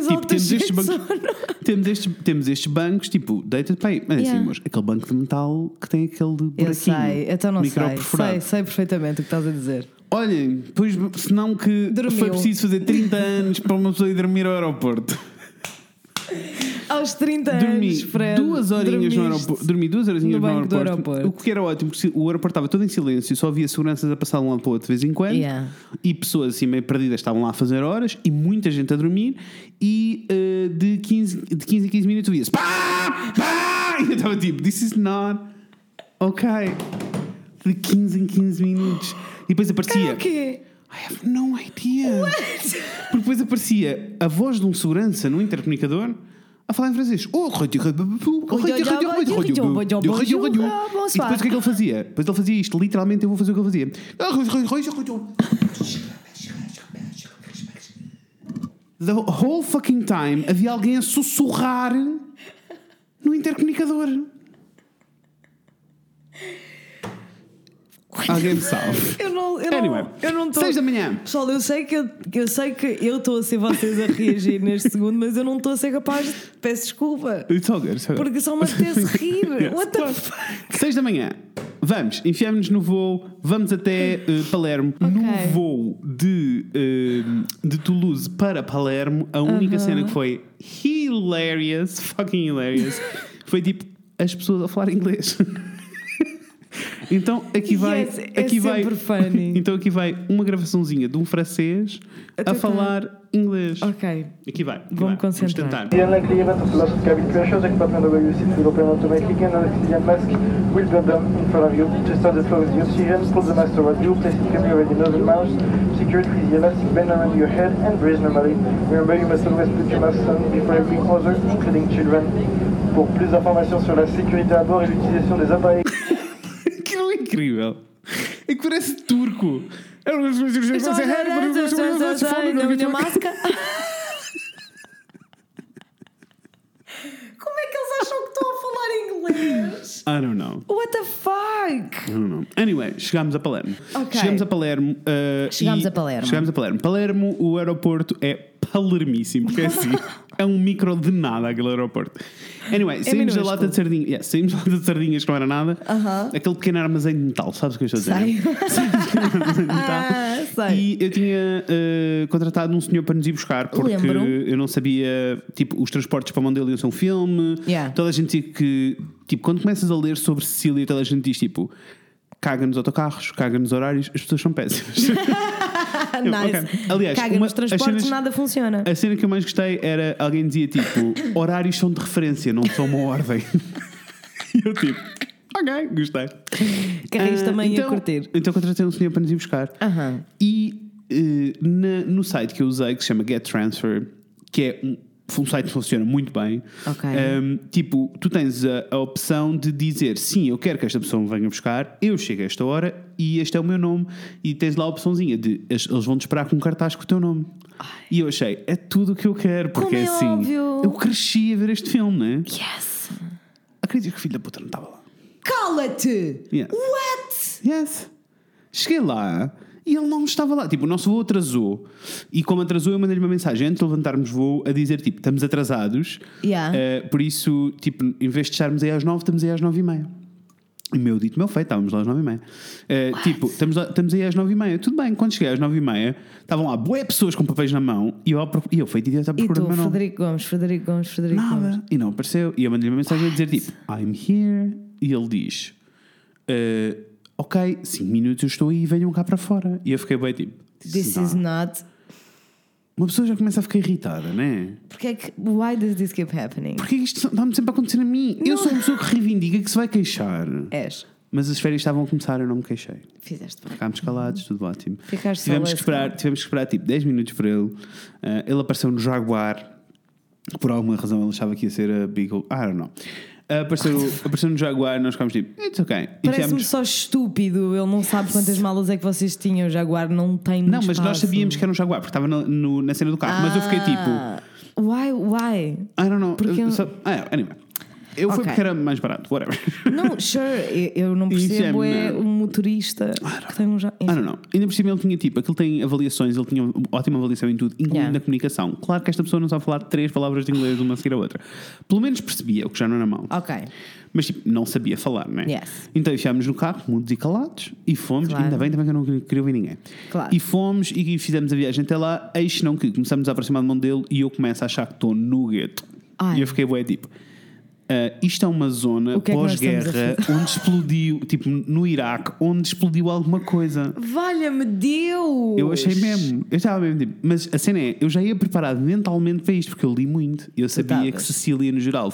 [SPEAKER 2] temos estes bancos, tipo, deita-te para aí. Mas assim, mas aquele banco de metal que tem aquele buraquinho.
[SPEAKER 1] Eu sei, então não sei perfeitamente o que estás a dizer.
[SPEAKER 2] Olhem, pois senão que dormiu. Foi preciso fazer 30 anos para uma pessoa ir dormir ao aeroporto.
[SPEAKER 1] Aos 30 anos, Fred.
[SPEAKER 2] Dormi 2 horinhas no aeroporto. O que era ótimo, porque o aeroporto estava todo em silêncio, só havia seguranças a passar de um lado para o outro de vez em quando. E pessoas assim meio perdidas estavam lá a fazer horas e muita gente a dormir. E de 15 em 15 minutos via-se pá! E eu estava tipo, this is not ok. De 15 em 15 minutos. E depois aparecia.
[SPEAKER 1] O quê?
[SPEAKER 2] I have no idea.
[SPEAKER 1] What?
[SPEAKER 2] Porque depois aparecia a voz de um segurança no intercomunicador a falar em francês. E depois o que é que ele fazia? Depois ele fazia isto, literalmente eu vou fazer o que ele fazia. The whole fucking time havia alguém a sussurrar no intercomunicador. Alguém me salve.
[SPEAKER 1] Eu não estou.
[SPEAKER 2] 6 da manhã.
[SPEAKER 1] Pessoal, eu sei que eu estou a ser vocês a reagir neste segundo, mas eu não estou a ser capaz de. Peço desculpa.
[SPEAKER 2] It's all good.
[SPEAKER 1] Porque só me apetece rir. What the fuck?
[SPEAKER 2] 6 da manhã. Vamos, enfiamos-nos no voo, vamos até Palermo. Okay. No voo de Toulouse para Palermo, a única cena que foi fucking hilarious, foi tipo as pessoas a falar inglês. Então aqui vai,
[SPEAKER 1] funny.
[SPEAKER 2] Então aqui vai uma gravaçãozinha de um francês a falar inglês.
[SPEAKER 1] Ok.
[SPEAKER 2] Aqui vai.
[SPEAKER 1] Vamos concentrar.
[SPEAKER 5] Pour plus d'informations sur la sécurité à bord et l'utilisation des appareils.
[SPEAKER 2] Aquilo é incrível. É que parece turco.
[SPEAKER 1] Como é que eles acham que estou a falar inglês?
[SPEAKER 2] I don't know.
[SPEAKER 1] What the fuck?
[SPEAKER 2] I don't know. Anyway, chegámos a Palermo.
[SPEAKER 1] Okay.
[SPEAKER 2] Chegámos a Palermo.
[SPEAKER 1] Chegámos a Palermo.
[SPEAKER 2] Palermo, o aeroporto é alarmíssimo, porque é assim, é um micro de nada aquele aeroporto. Anyway, saímos da lata de sardinhas. Saímos da lata de sardinhas que não era nada. Aquele pequeno armazém de metal, sabes o que eu estou a dizer?
[SPEAKER 1] Sei.
[SPEAKER 2] E eu tinha contratado um senhor para nos ir buscar, porque eu não sabia, tipo, os transportes para a mão dele iam ser um filme. Toda a gente tinha que, tipo, quando começas a ler sobre Sicília, toda a gente diz, tipo, caga nos autocarros, caga nos horários, as pessoas são péssimas.
[SPEAKER 1] Nice.
[SPEAKER 2] Okay. Aliás,
[SPEAKER 1] caga nos transportes, nada funciona.
[SPEAKER 2] A cena que eu mais gostei era, alguém dizia, tipo, horários são de referência, não são uma ordem. E eu, tipo, ok, gostei.
[SPEAKER 1] Carris também ia curtir.
[SPEAKER 2] Então contratei um senhor para nos ir buscar. E no site que eu usei, que se chama Get Transfer, que é um site que funciona muito bem. Tipo, tu tens a opção de dizer, sim, eu quero que esta pessoa me venha buscar, eu chego a esta hora e este é o meu nome, e tens lá a opçãozinha de eles vão te esperar com um cartaz com o teu nome. E eu achei, é tudo o que eu quero, porque é assim,
[SPEAKER 1] óbvio.
[SPEAKER 2] Eu cresci a ver este filme, né?
[SPEAKER 1] Yes.
[SPEAKER 2] Acredito que o filho da puta não estava lá.
[SPEAKER 1] Cala-te!
[SPEAKER 2] Yes.
[SPEAKER 1] What?
[SPEAKER 2] Yes. Cheguei lá e ele não estava lá. Tipo, o nosso voo atrasou. E como atrasou, eu mandei-lhe uma mensagem antes de levantarmos voo a dizer, tipo, estamos atrasados. Por isso, tipo, em vez de estarmos aí às 9, estamos aí às 9h30. E meu dito, meu feito, estávamos lá às 9h30. Tipo, estamos aí às 9h30. Tudo bem, quando cheguei às 9h30, estavam lá bué pessoas com papéis na mão e eu feito idiota à procura do meu nome.
[SPEAKER 1] Frederico Gomes.
[SPEAKER 2] Nada. E não apareceu. E eu mandei-lhe uma mensagem a dizer, tipo, I'm here. E ele diz, ok, 5 minutos eu estou aí, venham cá para fora. E eu fiquei bem tipo,
[SPEAKER 1] This is not.
[SPEAKER 2] Uma pessoa já começa a ficar irritada, não é?
[SPEAKER 1] Porque é que, why does this keep happening?
[SPEAKER 2] Porque isto está-me sempre a acontecer a mim. Eu sou uma pessoa que reivindica, que se vai queixar.
[SPEAKER 1] És.
[SPEAKER 2] Mas as férias estavam a começar, eu não me queixei.
[SPEAKER 1] Fizeste bem.
[SPEAKER 2] Ficámos calados, tudo ótimo.
[SPEAKER 1] Tivemos
[SPEAKER 2] que esperar tipo 10 minutos por ele. Ele apareceu no Jaguar. Por alguma razão ele achava que ia ser a Beagle. I don't know. Apareceu no Jaguar, nós ficámos tipo, it's ok.
[SPEAKER 1] Parece-me só estúpido, ele não sabe quantas malas é que vocês tinham. O Jaguar não tem muito
[SPEAKER 2] Não, mas
[SPEAKER 1] espaço.
[SPEAKER 2] nós sabíamos que era um Jaguar, porque estava na cena do carro. Mas eu fiquei tipo,
[SPEAKER 1] why?
[SPEAKER 2] I don't know. Anyway. Eu fui porque era mais barato, whatever.
[SPEAKER 1] Não, sure, eu não percebo um motorista que tem um Jaguar.
[SPEAKER 2] I don't know. Ainda por cima ele tinha tipo, aquilo tem avaliações, ele tinha ótima avaliação em tudo, incluindo na comunicação. Claro que esta pessoa não sabe falar 3 palavras de inglês uma a seguir a outra. Pelo menos percebia, o que já não era mau.
[SPEAKER 1] Ok.
[SPEAKER 2] Mas tipo, não sabia falar, não é?
[SPEAKER 1] Yes.
[SPEAKER 2] Então enfiámos no carro, mudos e calados, e fomos,
[SPEAKER 1] claro.
[SPEAKER 2] Ainda bem também que eu não queria ouvir ninguém.
[SPEAKER 1] Claro.
[SPEAKER 2] E fomos e fizemos a viagem até lá, eis não que começamos a aproximar da mão dele e eu começo a achar que estou no gueto. E eu fiquei bué tipo... isto é uma zona pós-guerra onde explodiu, tipo no Iraque, onde explodiu alguma coisa.
[SPEAKER 1] Valha-me Deus!
[SPEAKER 2] Eu achei mesmo, eu estava mesmo tipo, mas a cena é, eu já ia preparado mentalmente para isto, porque eu li muito. Eu sabia que Sicília, no geral,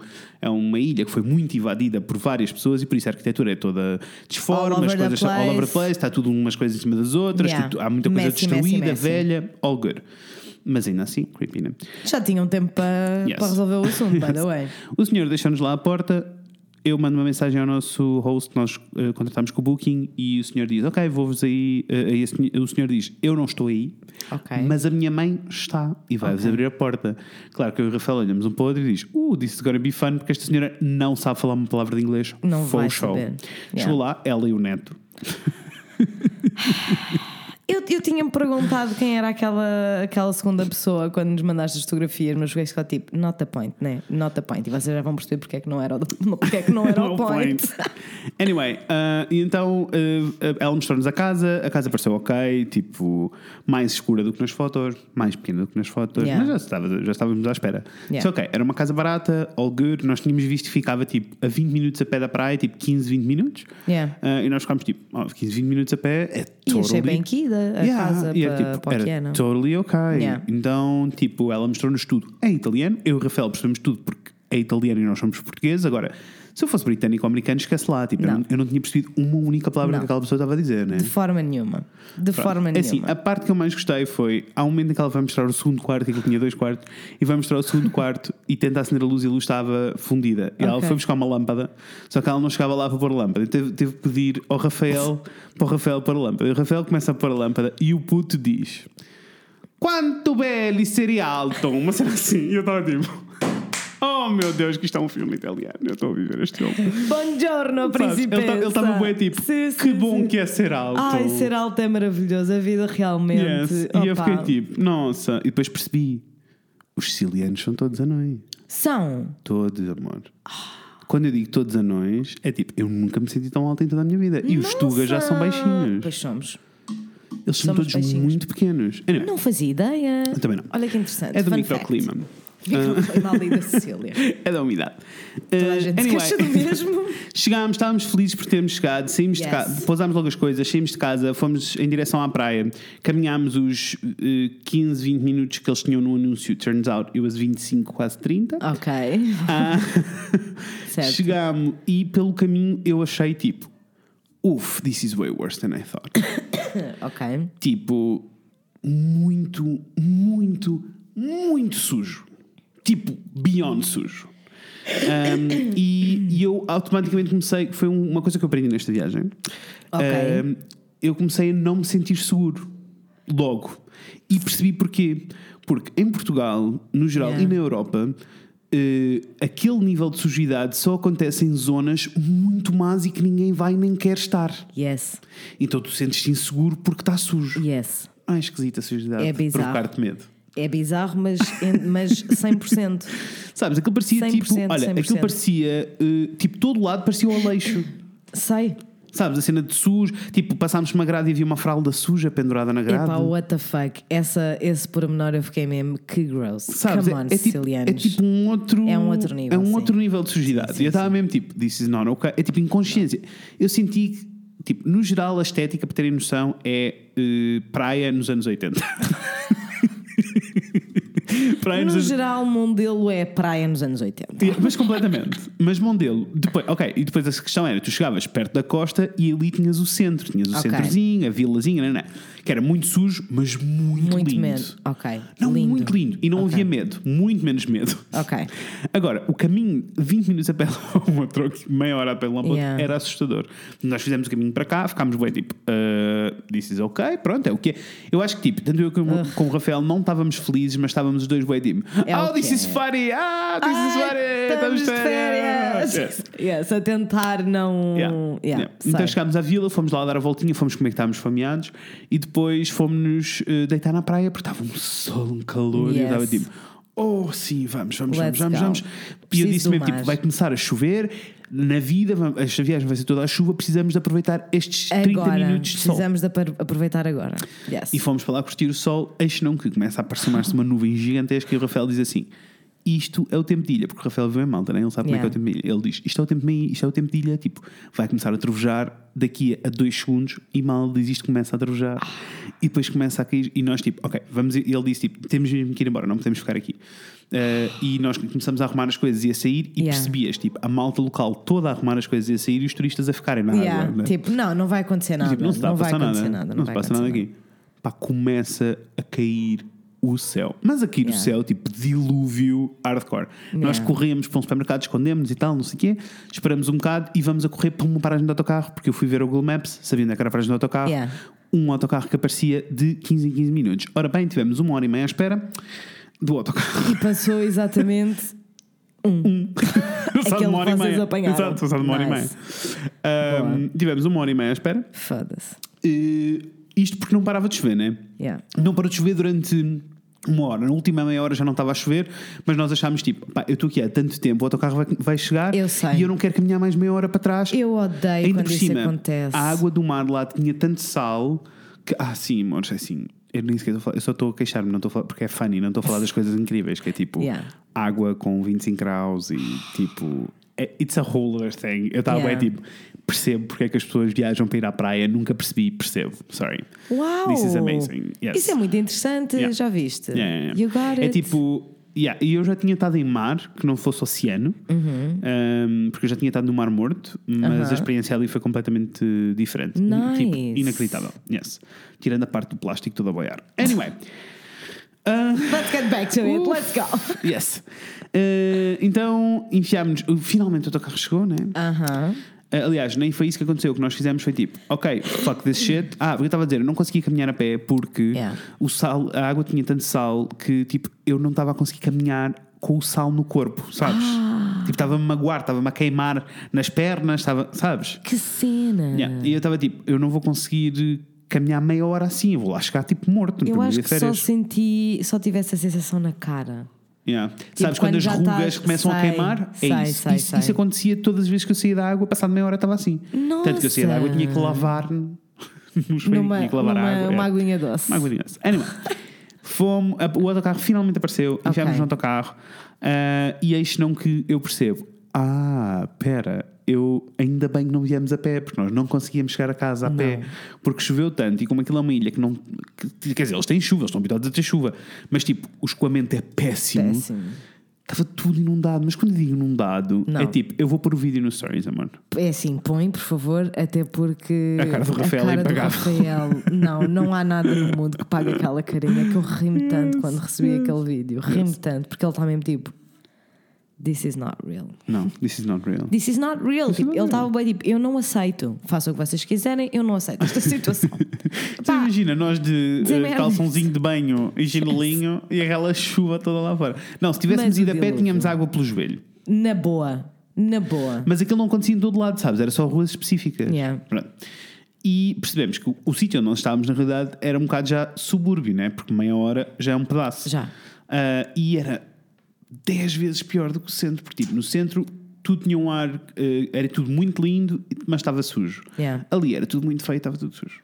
[SPEAKER 2] é uma ilha que foi muito invadida por várias pessoas e por isso a arquitetura é toda disforme, as coisas all over the place, está tudo umas coisas em cima das outras, tipo, há muita coisa destruída, velha, all good. Mas ainda assim, creepy, né?
[SPEAKER 1] Já tinham tempo para resolver o assunto, by the way.
[SPEAKER 2] O senhor deixou-nos lá à porta. Eu mando uma mensagem ao nosso host que nós contratámos com o Booking e o senhor diz, ok, vou-vos aí. O senhor diz, eu não estou aí, mas a minha mãe está e vai-vos abrir a porta. Claro que eu e o Rafael olhamos um para o outro e diz, this is gonna be fun, porque esta senhora não sabe falar uma palavra de inglês.
[SPEAKER 1] Não
[SPEAKER 2] foi
[SPEAKER 1] vai
[SPEAKER 2] o show.
[SPEAKER 1] saber.
[SPEAKER 2] Chegou lá, ela e o neto.
[SPEAKER 1] Eu tinha-me perguntado quem era aquela segunda pessoa quando nos mandaste as fotografias, mas fiquei só tipo, not the point, né? Not the point. E vocês já vão perceber porque é que não era o point.
[SPEAKER 2] Anyway, e então ela mostrou-nos a casa pareceu ok, tipo, mais escura do que nas fotos, mais pequena do que nas fotos, mas já estávamos à espera. Então, ok, era uma casa barata, all good, nós tínhamos visto que ficava tipo a 20 minutos a pé da praia, tipo 15, 20 minutos, e nós ficámos tipo, 15, 20 minutos a pé é totally...
[SPEAKER 1] E achei bem quida a casa para o piano.
[SPEAKER 2] Totally ok. Então, tipo, ela mostrou-nos tudo em italiano, eu e o Rafael percebemos tudo porque é italiano e nós somos portugueses. Agora, se eu fosse britânico ou americano, esquece lá, tipo, eu não tinha percebido uma única palavra que aquela pessoa estava a dizer, né?
[SPEAKER 1] De forma nenhuma.
[SPEAKER 2] Assim, a parte que eu mais gostei foi, há um momento em que ela vai mostrar o segundo quarto, e que ele tinha 2 quartos, e vai mostrar o segundo quarto e tenta acender a luz e a luz estava fundida. E ela foi buscar uma lâmpada, só que ela não chegava lá para pôr a lâmpada. Teve que pedir ao Rafael para o Rafael pôr a lâmpada. E o Rafael começa a pôr a lâmpada e o puto diz: quanto belli seria alto, uma cena assim. E eu estava tipo... Oh meu Deus, que isto é um filme italiano. Eu estou a viver este filme.
[SPEAKER 1] Buongiorno, príncipe.
[SPEAKER 2] Ele estava bué tipo, que bom que é ser alto.
[SPEAKER 1] Ai, ser alto é maravilhoso. A vida realmente.
[SPEAKER 2] Yes. E eu fiquei tipo, nossa. E depois percebi, os sicilianos são todos anões.
[SPEAKER 1] São.
[SPEAKER 2] Todos, amor. Quando eu digo todos anões, é tipo, eu nunca me senti tão alto em toda a minha vida. E os tugas já são baixinhos.
[SPEAKER 1] Pois somos.
[SPEAKER 2] Eles são todos baixinhos. Muito pequenos. Anyway,
[SPEAKER 1] não fazia ideia.
[SPEAKER 2] Eu também não.
[SPEAKER 1] Olha que interessante.
[SPEAKER 2] É do microclima.
[SPEAKER 1] Microclima ali da Sicília.
[SPEAKER 2] É da umidade.
[SPEAKER 1] Toda a gente se queixa do mesmo.
[SPEAKER 2] Chegámos, estávamos felizes por termos chegado, saímos de casa, pousámos logo as coisas, saímos de casa, fomos em direção à praia, caminhámos os 15, 20 minutos que eles tinham no anúncio. Turns out it was 25, quase 30.
[SPEAKER 1] Ok. Certo.
[SPEAKER 2] Chegámos e pelo caminho eu achei tipo, this is way worse than I thought.
[SPEAKER 1] Ok.
[SPEAKER 2] Tipo, muito, muito, muito sujo. Tipo, beyond sujo. E eu automaticamente comecei, foi uma coisa que eu aprendi nesta viagem.
[SPEAKER 1] Ok.
[SPEAKER 2] Eu comecei a não me sentir seguro logo. E percebi porquê. Porque em Portugal, no geral, e na Europa, aquele nível de sujidade só acontece em zonas muito más e que ninguém vai nem quer estar.
[SPEAKER 1] Yes.
[SPEAKER 2] Então tu sentes-te inseguro porque está sujo.
[SPEAKER 1] Yes.
[SPEAKER 2] Esquisita a sujidade.
[SPEAKER 1] É bizarro.
[SPEAKER 2] Provocar-te medo.
[SPEAKER 1] É bizarro, mas 100%.
[SPEAKER 2] Sabes, aquilo parecia
[SPEAKER 1] 100%,
[SPEAKER 2] tipo, olha,
[SPEAKER 1] 100%.
[SPEAKER 2] aquilo parecia, tipo, todo lado parecia um Aleixo.
[SPEAKER 1] Sei.
[SPEAKER 2] Sabes, a cena de sujo, tipo, passámos por uma grade e havia uma fralda suja pendurada na grade.
[SPEAKER 1] Epá, what the fuck. Esse pormenor eu fiquei mesmo, que gross.
[SPEAKER 2] Sabes,
[SPEAKER 1] Come on, sicilianos.
[SPEAKER 2] é tipo um outro...
[SPEAKER 1] É um outro nível,
[SPEAKER 2] É um
[SPEAKER 1] sim.
[SPEAKER 2] outro nível de sujidade.
[SPEAKER 1] Sim,
[SPEAKER 2] E eu estava mesmo tipo, this is not okay. É tipo inconsciência. Eu senti que, tipo, no geral a estética, para terem noção, é praia nos anos 80. Praia
[SPEAKER 1] No geral, Mondelo é praia nos anos 80.
[SPEAKER 2] Mas completamente. Mas Mondelo, depois, ok, e depois a questão era, tu chegavas perto da costa e ali tinhas o centro, tinhas o centrozinho, a vilazinha, não, que era muito sujo, mas muito lindo.
[SPEAKER 1] Medo. Ok.
[SPEAKER 2] Não,
[SPEAKER 1] lindo.
[SPEAKER 2] muito lindo. E não havia medo, muito menos medo.
[SPEAKER 1] Ok.
[SPEAKER 2] Agora, o caminho, 20 minutos a pé lá um outro, meia hora a pé lá um outro, era assustador. Nós fizemos o caminho para cá, ficámos bem tipo, this is ok, pronto, é o que é. Eu acho que tipo, tanto eu como o Rafael não estávamos felizes, mas estávamos os dois bem tipo, this is funny, this is funny, estamos de férias.
[SPEAKER 1] Yes, a tentar não.
[SPEAKER 2] Então chegámos à vila, fomos lá dar a voltinha, fomos comer que estávamos fameados e depois fomos deitar na praia porque estava um sol, um calor e eu estava tipo, sim, vamos. E eu disse mesmo, tipo, vai começar a chover. Na vida, esta viagem vai ser toda a chuva. Precisamos de aproveitar estes 30 minutos de sol.
[SPEAKER 1] Precisamos de aproveitar agora. Yes.
[SPEAKER 2] E fomos para lá curtir o sol. Eis não que começa a aproximar-se uma nuvem gigantesca e o Rafael diz assim: isto é o tempo de ilha, porque o Rafael vive em Malta, né? Ele sabe como é que é o tempo de ilha. Ele diz: isto é o tempo de ilha, tipo, vai começar a trovejar daqui a 2 segundos e mal diz isto, começa a trovejar e depois começa a cair e nós tipo, ok, vamos. E ele disse tipo, temos mesmo que ir embora, não podemos ficar aqui. E nós começamos a arrumar as coisas e a sair e percebias tipo, a malta local toda a arrumar as coisas e a sair e os turistas a ficarem na água, né?
[SPEAKER 1] Tipo, não vai acontecer nada,
[SPEAKER 2] tipo, não
[SPEAKER 1] vai acontecer nada,
[SPEAKER 2] não se passa nada aqui. Pá, começa a cair o céu, mas aqui no céu, tipo dilúvio hardcore. Nós corremos para um supermercado, escondemos e tal, não sei o quê, esperamos um bocado e vamos a correr para uma paragem de autocarro, porque eu fui ver o Google Maps, sabia onde era a paragem de autocarro, um autocarro que aparecia de 15 em 15 minutos. Ora bem, tivemos 1h30 à espera do autocarro.
[SPEAKER 1] E passou exatamente
[SPEAKER 2] Passado uma hora e meia. Exato, passado uma hora e meia. Tivemos 1h30 à espera.
[SPEAKER 1] Foda-se.
[SPEAKER 2] Isto porque não parava de chover, né? Não parou de chover durante 1 hora. Na última meia hora já não estava a chover, mas nós achámos tipo, pá, eu estou aqui há tanto tempo, o autocarro vai chegar e eu não quero caminhar mais meia hora para trás.
[SPEAKER 1] Eu odeio
[SPEAKER 2] ainda
[SPEAKER 1] quando
[SPEAKER 2] por
[SPEAKER 1] isso
[SPEAKER 2] cima,
[SPEAKER 1] acontece.
[SPEAKER 2] A água do mar lá tinha tanto sal que, sim, amor, é assim. Eu nem sequer estou a falar, eu só estou a queixar-me, não estou a falar, porque é funny, não estou a falar das coisas incríveis, que é tipo água com 25 graus e tipo, it's a whole other thing. Eu estava bem tipo, percebo porque é que as pessoas viajam para ir à praia, nunca percebo, sorry.
[SPEAKER 1] Uau!
[SPEAKER 2] This is amazing. Yes.
[SPEAKER 1] Isso é muito interessante, já viste? You got it.
[SPEAKER 2] É tipo, e eu já tinha estado em mar, que não fosse oceano, porque eu já tinha estado no Mar Morto, mas a experiência ali foi completamente diferente.
[SPEAKER 1] Nice.
[SPEAKER 2] Tipo, inacreditável. Yes. Tirando a parte do plástico toda a boiar. Anyway.
[SPEAKER 1] Let's get back to it. Let's go.
[SPEAKER 2] Yes. Então, enfiámos-nos. Finalmente o autocarro chegou, né? Aliás, nem foi isso que aconteceu. O que nós fizemos foi tipo, ok, fuck this shit. Eu estava a dizer, eu não conseguia caminhar a pé porque o sal, a água tinha tanto sal que tipo, eu não estava a conseguir caminhar com o sal no corpo, sabes? Tipo, estava-me a magoar, estava-me a queimar nas pernas, estava, sabes?
[SPEAKER 1] Que cena!
[SPEAKER 2] E eu estava tipo, eu não vou conseguir caminhar meia hora assim, eu vou lá chegar tipo morto.
[SPEAKER 1] Eu acho que só tivesse a sensação na cara.
[SPEAKER 2] Tipo, sabes quando as rugas começam a queimar? Isso acontecia todas as vezes que eu saía da água, passado meia hora estava assim.
[SPEAKER 1] Nossa.
[SPEAKER 2] Tanto que eu saía da água tinha que lavar
[SPEAKER 1] uma aguinha doce.
[SPEAKER 2] Uma aguinha doce. Anyway, o autocarro finalmente apareceu, enfiámos no autocarro e eis não que eu percebo, pera, ainda bem que não viemos a pé, porque nós não conseguíamos chegar a casa a pé, porque choveu tanto, e como aquilo é uma ilha que não, quer dizer, eles têm chuva, eles estão habituados a ter chuva, mas tipo, o escoamento é péssimo. Estava tudo inundado, mas quando eu digo inundado, é tipo, eu vou pôr o vídeo no Stories, amor.
[SPEAKER 1] É assim, põe, por favor, até porque
[SPEAKER 2] a cara do Rafael é impagável.
[SPEAKER 1] Não há nada no mundo que pague aquela carinha, que eu ri-me tanto quando recebi aquele vídeo, ri-me tanto, porque ele está mesmo tipo, this is not real.
[SPEAKER 2] Não, this is not real.
[SPEAKER 1] This is not real. Tipo, ele estava bem tipo, eu não aceito. Façam o que vocês quiserem, eu não aceito esta situação.
[SPEAKER 2] Você imagina, nós de calçãozinho de banho e chinelinho e aquela chuva toda lá fora. Não, se tivéssemos ido a pé, tínhamos água pelo joelho.
[SPEAKER 1] Na boa. Mas
[SPEAKER 2] aquilo não acontecia em todo lado, sabes? Era só ruas específicas. Pronto. E percebemos que o sítio onde nós estávamos, na realidade, era um bocado já subúrbio, né? Porque meia hora já é um pedaço. E era 10 vezes pior do que o centro, porque tipo, no centro tudo tinha um ar, era tudo muito lindo, mas estava sujo. Ali era tudo muito feio, estava tudo sujo.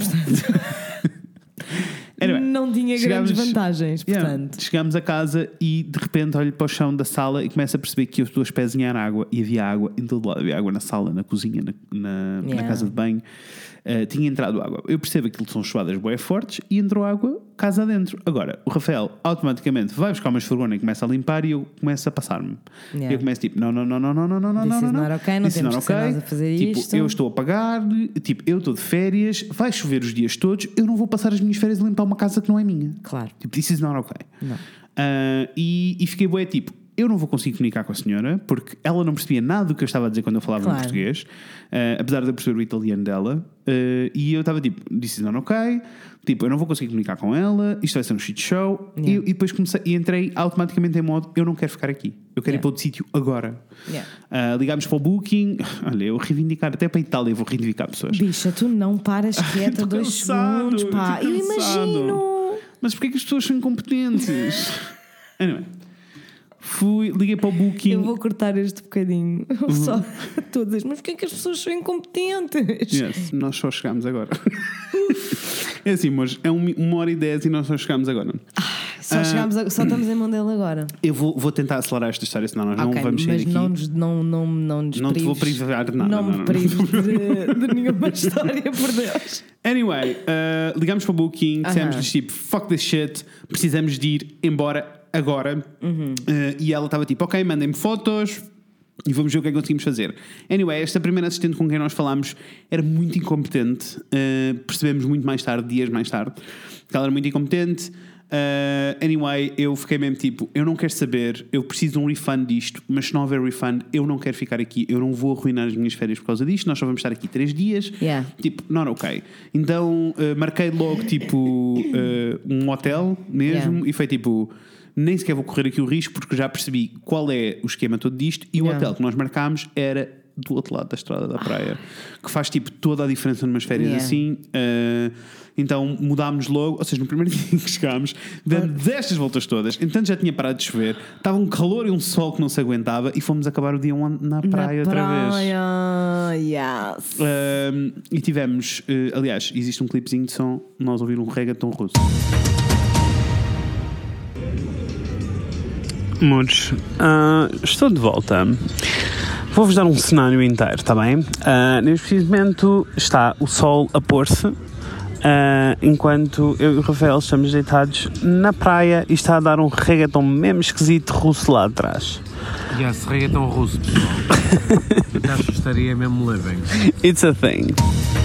[SPEAKER 1] Não tinha grandes vantagens, portanto.
[SPEAKER 2] Chegámos a casa e de repente olho para o chão da sala e começo a perceber que eu estou a espezinhar água, e havia água em todo lado. Havia água na sala, na cozinha, na casa de banho. Tinha entrado água. Eu percebo que aquilo são chuvadas bué fortes e entrou água casa adentro. Agora, o Rafael automaticamente vai buscar uma esfregona e começa a limpar, e eu começo a passar-me. E eu começo tipo, não.
[SPEAKER 1] This is not okay, não temos que ser nós a fazer
[SPEAKER 2] tipo,
[SPEAKER 1] isto.
[SPEAKER 2] Eu estou a pagar, tipo, eu estou de férias, vai chover os dias todos, eu não vou passar as minhas férias a limpar uma casa que não é minha.
[SPEAKER 1] Claro.
[SPEAKER 2] Tipo, this is not okay. E fiquei bué tipo, eu não vou conseguir comunicar com a senhora, porque ela não percebia nada do que eu estava a dizer quando eu falava em português, apesar de eu perceber o italiano dela, e eu estava tipo, this is not okay, tipo, eu não vou conseguir comunicar com ela, isto vai ser um shit show. E depois entrei automaticamente em modo, eu não quero ficar aqui, eu quero ir para outro sítio agora. Ligámos para o Booking. Olha, eu reivindicar, até para a Itália vou reivindicar pessoas.
[SPEAKER 1] Bicha, tu não paras quieta 2 segundos, pá, eu imagino.
[SPEAKER 2] Mas porquê que as pessoas são incompetentes? Anyway, liguei para o Booking.
[SPEAKER 1] Eu vou cortar este bocadinho. Só todas. Mas porquê que as pessoas são incompetentes?
[SPEAKER 2] Nós só chegámos agora. É assim, mas é 1h10 e nós só chegámos agora.
[SPEAKER 1] Só estamos em mão dele agora.
[SPEAKER 2] Eu vou tentar acelerar esta história, senão nós não vamos sair aqui.
[SPEAKER 1] Mas não
[SPEAKER 2] te vou privar de nada.
[SPEAKER 1] Não me prives de nenhuma história, por Deus.
[SPEAKER 2] Anyway, ligámos para o Booking, dissemos-lhes tipo, fuck this shit, precisamos de ir embora agora. E ela estava tipo, ok, mandem-me fotos e vamos ver o que é que conseguimos fazer. Anyway, esta primeira assistente com quem nós falámos era muito incompetente. Percebemos muito mais tarde, dias mais tarde, que ela era muito incompetente. Anyway, eu fiquei mesmo tipo, eu não quero saber, eu preciso de um refund disto, mas se não houver refund, eu não quero ficar aqui, eu não vou arruinar as minhas férias por causa disto, nós só vamos estar aqui 3 dias. Tipo, not ok. Então marquei logo tipo um hotel mesmo, e foi tipo, nem sequer vou correr aqui o risco, porque já percebi qual é o esquema todo disto, e o hotel que nós marcámos era do outro lado da estrada da praia, que faz tipo toda a diferença numas férias assim. Então mudámos logo, ou seja, no primeiro dia que chegámos, demos estas voltas todas, então já tinha parado de chover, estava um calor e um sol que não se aguentava, e fomos acabar o dia na praia outra vez.
[SPEAKER 1] Yes.
[SPEAKER 2] E tivemos, aliás, existe um clipezinho de som, nós ouvimos um reggaeton russo. Amores, estou de volta. Vou-vos dar um cenário inteiro, está bem? Neste preciso momento está o sol a pôr-se, enquanto eu e o Rafael estamos deitados na praia e está a dar um reggaeton mesmo esquisito russo lá atrás.
[SPEAKER 3] Yes, reggaeton russo, pessoal. Já estaria mesmo living.
[SPEAKER 2] It's a thing.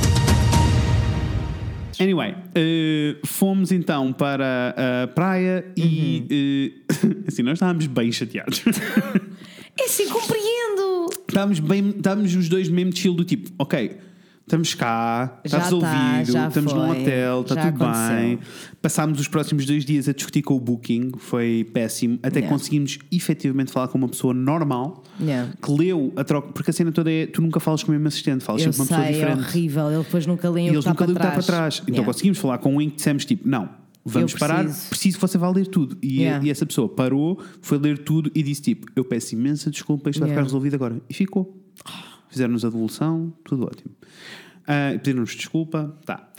[SPEAKER 2] Anyway, fomos então para a praia e assim, nós estávamos bem chateados.
[SPEAKER 1] É assim, compreendo.
[SPEAKER 2] estávamos os dois mesmo chill do tipo, ok, estamos cá, está resolvido, estamos num hotel, está tudo bem. Passámos os próximos 2 dias a discutir com o booking, foi péssimo, até que conseguimos efetivamente falar com uma pessoa normal que leu a troca, porque a cena toda é, tu nunca falas com o mesmo assistente, falas sempre com uma pessoa diferente.
[SPEAKER 1] É horrível, ele depois nunca lê o que está para trás.
[SPEAKER 2] Então conseguimos falar com um em que dissemos tipo, não, vamos parar, preciso que você vá ler tudo. E essa pessoa parou, foi ler tudo e disse tipo, eu peço imensa desculpa, isto vai ficar resolvido agora. E ficou. Fizeram-nos a devolução, tudo ótimo. Pediram-nos desculpa, tá.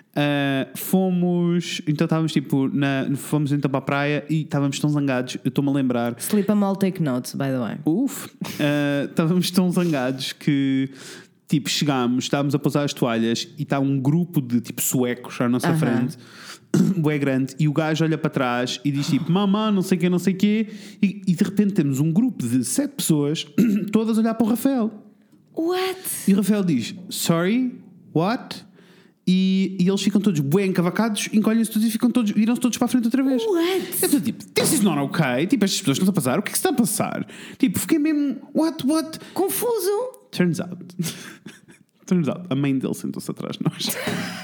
[SPEAKER 2] Então estávamos tipo, fomos então para a praia e estávamos tão zangados, eu estou-me a lembrar.
[SPEAKER 1] Sleep them all, take notes, by the way.
[SPEAKER 2] Estávamos tão zangados que tipo, estávamos a pousar as toalhas e está um grupo de tipo suecos à nossa frente, bué grande, e o gajo olha para trás e diz tipo, mamã, não sei o quê, e de repente temos um grupo de 7 pessoas todas a olhar para o Rafael.
[SPEAKER 1] What?
[SPEAKER 2] E o Rafael diz, sorry, what? E eles ficam todos bué encavacados, encolhem-se todos e viram-se todos para a frente outra vez.
[SPEAKER 1] What?
[SPEAKER 2] Eu estou tipo, this is not okay. Tipo, estas pessoas estão a passar, o que é que se está a passar? Tipo, fiquei mesmo, what?
[SPEAKER 1] Confuso.
[SPEAKER 2] Turns out, a mãe dele sentou-se atrás de nós.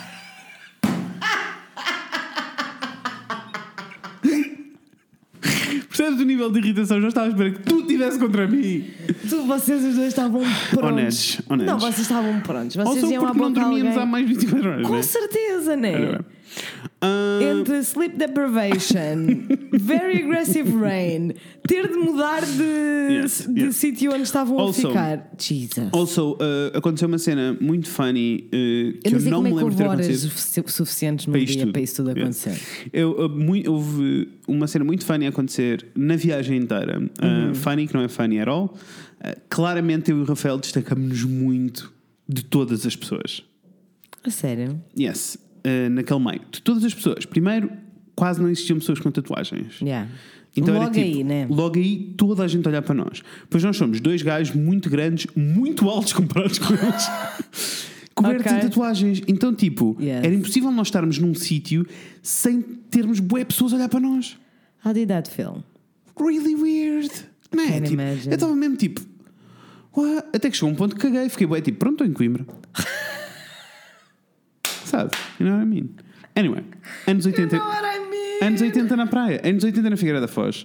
[SPEAKER 2] Percebes o nível de irritação? Já estava a esperar que tu estivesse contra mim.
[SPEAKER 1] Vocês os dois estavam prontos.
[SPEAKER 2] Honestos.
[SPEAKER 1] Não, vocês estavam prontos. Vocês
[SPEAKER 2] iam porque não dormíamos há mais de 24 horas.
[SPEAKER 1] Com certeza, né? Entre sleep deprivation, very aggressive rain, ter de mudar de sítio onde estavam a ficar. Jesus.
[SPEAKER 2] Also, aconteceu uma cena muito funny que eu não me lembro de ter acontecido.
[SPEAKER 1] Horas suficientes no dia para isso tudo acontecer.
[SPEAKER 2] Houve uma cena muito funny a acontecer na viagem inteira. Funny, que não é funny at all. Claramente eu e o Rafael destacamos-nos muito de todas as pessoas.
[SPEAKER 1] A sério?
[SPEAKER 2] Yes. Naquele meio. De todas as pessoas. Primeiro, quase não existiam pessoas com tatuagens. Então
[SPEAKER 1] logo
[SPEAKER 2] era, tipo,
[SPEAKER 1] aí, né?
[SPEAKER 2] Logo aí, toda a gente olhar para nós. Pois nós somos 2 gajos muito grandes, muito altos comparados com eles. Cobertos em tatuagens. Então, tipo, era impossível nós estarmos num sítio sem termos bué pessoas a olhar para nós.
[SPEAKER 1] How did that feel?
[SPEAKER 2] Really weird. Não é? Tipo, eu estava mesmo tipo... What? Até que chegou um ponto que caguei. Fiquei bué tipo, pronto, estou em Coimbra. Sabe? You know what I mean? Anyway, anos 80.
[SPEAKER 1] You know what I mean?
[SPEAKER 2] Anos 80 na praia. Anos 80 na Figueira da Foz.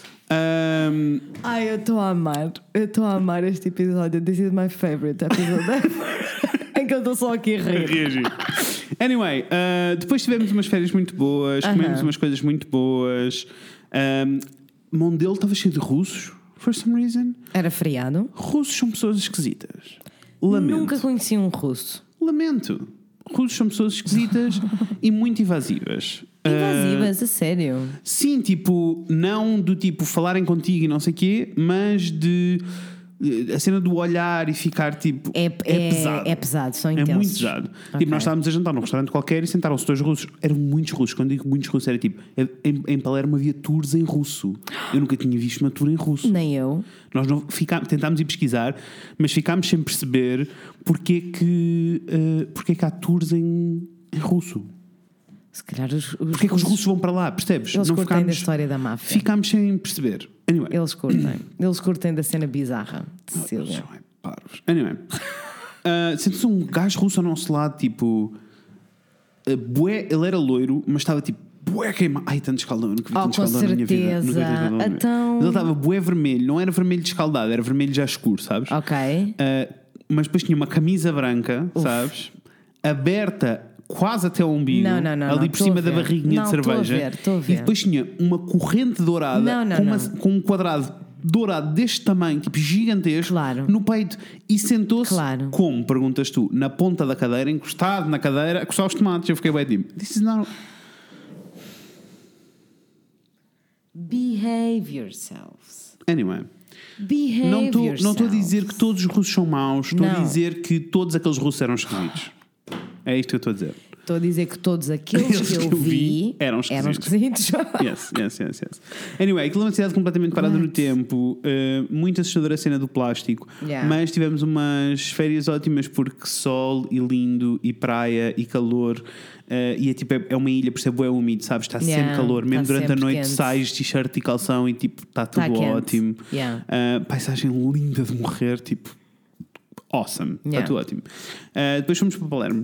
[SPEAKER 1] Eu estou a amar este episódio. This is my favorite episode ever. Em que eu estou só aqui a rir.
[SPEAKER 2] Anyway, depois tivemos umas férias muito boas, comemos umas coisas muito boas. Mondelo estava cheio de russos, for some reason.
[SPEAKER 1] Era feriado.
[SPEAKER 2] Russos são pessoas esquisitas. Lamento.
[SPEAKER 1] Nunca conheci um russo.
[SPEAKER 2] Lamento. Russos são pessoas esquisitas e muito invasivas.
[SPEAKER 1] Invasivas, a sério?
[SPEAKER 2] Sim, tipo, não do tipo falarem contigo e não sei o quê, mas de a cena do olhar e ficar tipo. É pesado.
[SPEAKER 1] É pesado, são intensos.
[SPEAKER 2] É muito pesado. Okay. Tipo, nós estávamos a jantar num restaurante qualquer e sentaram-se 2 russos. Eram muitos russos. Quando digo muitos russos, era tipo. Em Palermo havia tours em russo. Eu nunca tinha visto uma tour em russo.
[SPEAKER 1] Nem eu.
[SPEAKER 2] Nós não tentámos ir pesquisar, mas ficámos sem perceber porque que há tours em russo.
[SPEAKER 1] Se calhar
[SPEAKER 2] porque é que os russos vão para lá, percebes?
[SPEAKER 1] Eles curtem da história da máfia.
[SPEAKER 2] Ficámos sem perceber. Anyway.
[SPEAKER 1] Eles curtem da cena bizarra de Sicília.
[SPEAKER 2] Anyway. Sente-se um gajo russo ao nosso lado, tipo... ele era loiro, mas estava tipo... Bué queimado. Ai, tanto escaldão. Eu nunca vi tanto escaldão na minha vida.
[SPEAKER 1] Então...
[SPEAKER 2] Mas ele estava bué vermelho. Não era vermelho descaldado, era vermelho já escuro, sabes?
[SPEAKER 1] Ok.
[SPEAKER 2] Mas depois tinha uma camisa branca, sabes? Aberta... quase até ao umbigo, ali por cima da barriguinha de cerveja.
[SPEAKER 1] Estou a ver.
[SPEAKER 2] E depois tinha uma corrente dourada com um quadrado dourado deste tamanho, tipo gigantesco, no peito. E sentou-se, como, perguntas tu, na ponta da cadeira, encostado na cadeira, a coçar os tomates. Eu fiquei bem tipo, this is not...
[SPEAKER 1] Behave yourselves.
[SPEAKER 2] Anyway.
[SPEAKER 1] Behave yourselves.
[SPEAKER 2] Não estou a dizer que todos os russos são maus, estou a dizer que todos aqueles russos eram esquisitos. É isto que eu estou a dizer.
[SPEAKER 1] Estou a dizer que todos aqueles que eu vi
[SPEAKER 2] eram esquisitos. Yes. Anyway, aquilo é uma cidade completamente parada no tempo, muito assustadora a cena do plástico, mas tivemos umas férias ótimas porque sol e lindo e praia e calor. E é uma ilha, por isso é úmido, sabes? Está sempre calor, mesmo durante a noite quente. Sais de t-shirt e calção e tipo está tudo ótimo. Paisagem linda de morrer, tipo awesome. Está tudo ótimo. Depois fomos para Palermo.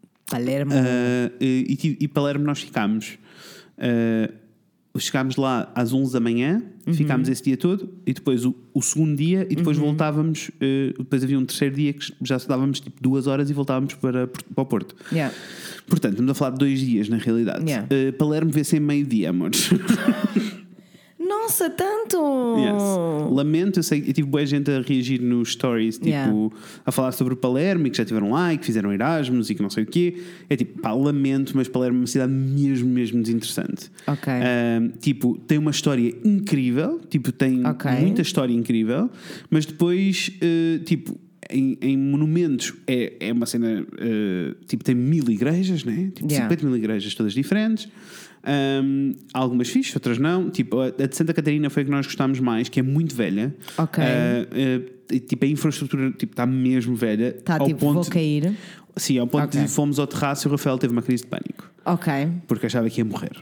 [SPEAKER 2] E Palermo nós ficámos. Chegámos lá às 11 da manhã, ficámos esse dia todo, e depois o segundo dia, e depois voltávamos. Depois havia um terceiro dia que já estudávamos tipo 2 horas e voltávamos para o Porto. Portanto, estamos a falar de 2 dias na realidade. Palermo vê-se em meio-dia, amores.
[SPEAKER 1] Nossa, tanto!
[SPEAKER 2] Yes. Lamento, eu sei, eu tive boa gente a reagir nos stories, tipo, a falar sobre o Palermo e que já tiveram lá e que fizeram Erasmus e que não sei o quê. É tipo, pá, lamento, mas Palermo é uma cidade mesmo desinteressante. Tipo, tem uma história incrível, tipo, tem muita história incrível, mas depois, tipo, em monumentos é uma cena, tipo, tem 1000 igrejas, né? Tipo, 50.000 igrejas, todas diferentes. Algumas fixas, outras não. Tipo, a de Santa Catarina foi a que nós gostámos mais, que é muito velha. Tipo, a infraestrutura tipo, está mesmo velha.
[SPEAKER 1] Está tipo, ponto, vou cair.
[SPEAKER 2] Sim, ao ponto de fomos ao terraço e o Rafael teve uma crise de pânico. Porque achava que ia morrer.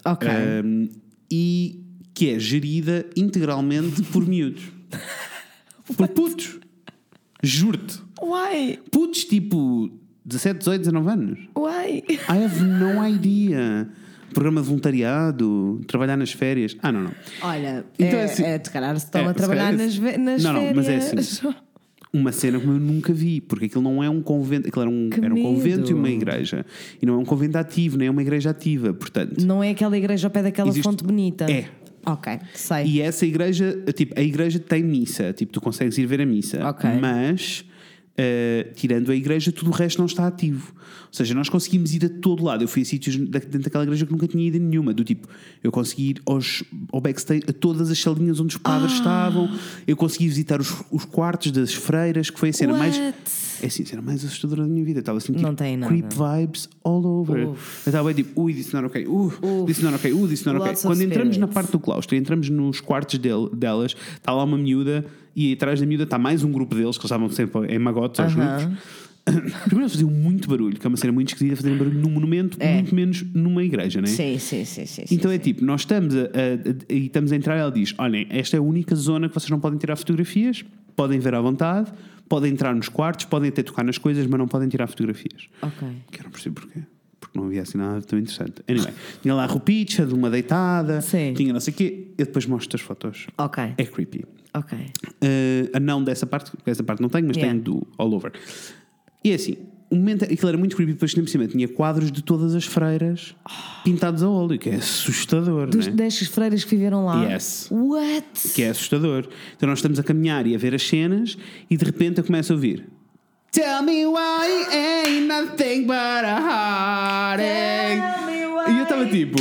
[SPEAKER 2] E que é gerida integralmente por miúdos. Por putos. Juro-te. Putos tipo 17, 18, 19 anos. I have no idea. Programa de voluntariado, trabalhar nas férias. Não.
[SPEAKER 1] Olha, então, se calhar se estão a trabalhar nas férias.
[SPEAKER 2] Não, mas é assim. Uma cena como eu nunca vi, porque aquilo não é um convento, aquilo era um convento e uma igreja. E não é um convento ativo, nem é uma igreja ativa, portanto.
[SPEAKER 1] Não é aquela igreja ao pé daquela fonte bonita. Sei.
[SPEAKER 2] E essa igreja, tipo, a igreja tem missa, tipo, tu consegues ir ver a missa. Mas tirando a igreja, tudo o resto não está ativo. Ou seja, nós conseguimos ir a todo lado. Eu fui a sítios dentro daquela igreja que nunca tinha ido a nenhuma. Do tipo, eu consegui ir ao backstage, a todas as salinhas onde os padres estavam. Eu consegui visitar os quartos das freiras, que foi a cena mais... É assim, a cena mais assustadora da minha vida. Eu estava assim, tipo, creep vibes all over. Eu estava tipo, this not okay, this not okay, this not okay. Quando entramos na parte do claustro, entramos nos quartos delas, está lá uma miúda e atrás da miúda está mais um grupo deles, que eles estavam sempre em magotes aos grupos. Primeiro eles faziam muito barulho, que é uma cena muito esquisita, fazerem barulho num monumento, muito menos numa igreja, não é?
[SPEAKER 1] Sim.
[SPEAKER 2] Então tipo, nós estamos a entrar e ela diz, olhem, esta é a única zona que vocês não podem tirar fotografias, podem ver à vontade, podem entrar nos quartos, podem até tocar nas coisas, mas não podem tirar fotografias. Que eu não percebo porquê. Porque não havia assim nada tão interessante. Anyway, tinha lá a roupicha de uma deitada, tinha não sei o quê, eu depois mostro as fotos. É creepy. Não dessa parte, porque essa parte não tenho, mas tenho do all over. E é assim, o momento, aquilo era muito creepy, depois por cima tinha quadros de todas as freiras pintados a óleo, que é assustador.
[SPEAKER 1] Destas freiras que viveram lá? What?
[SPEAKER 2] Que é assustador. Então nós estamos a caminhar e a ver as cenas e de repente eu começo a ouvir Tell me why ain't nothing but a heartache. E eu estava tipo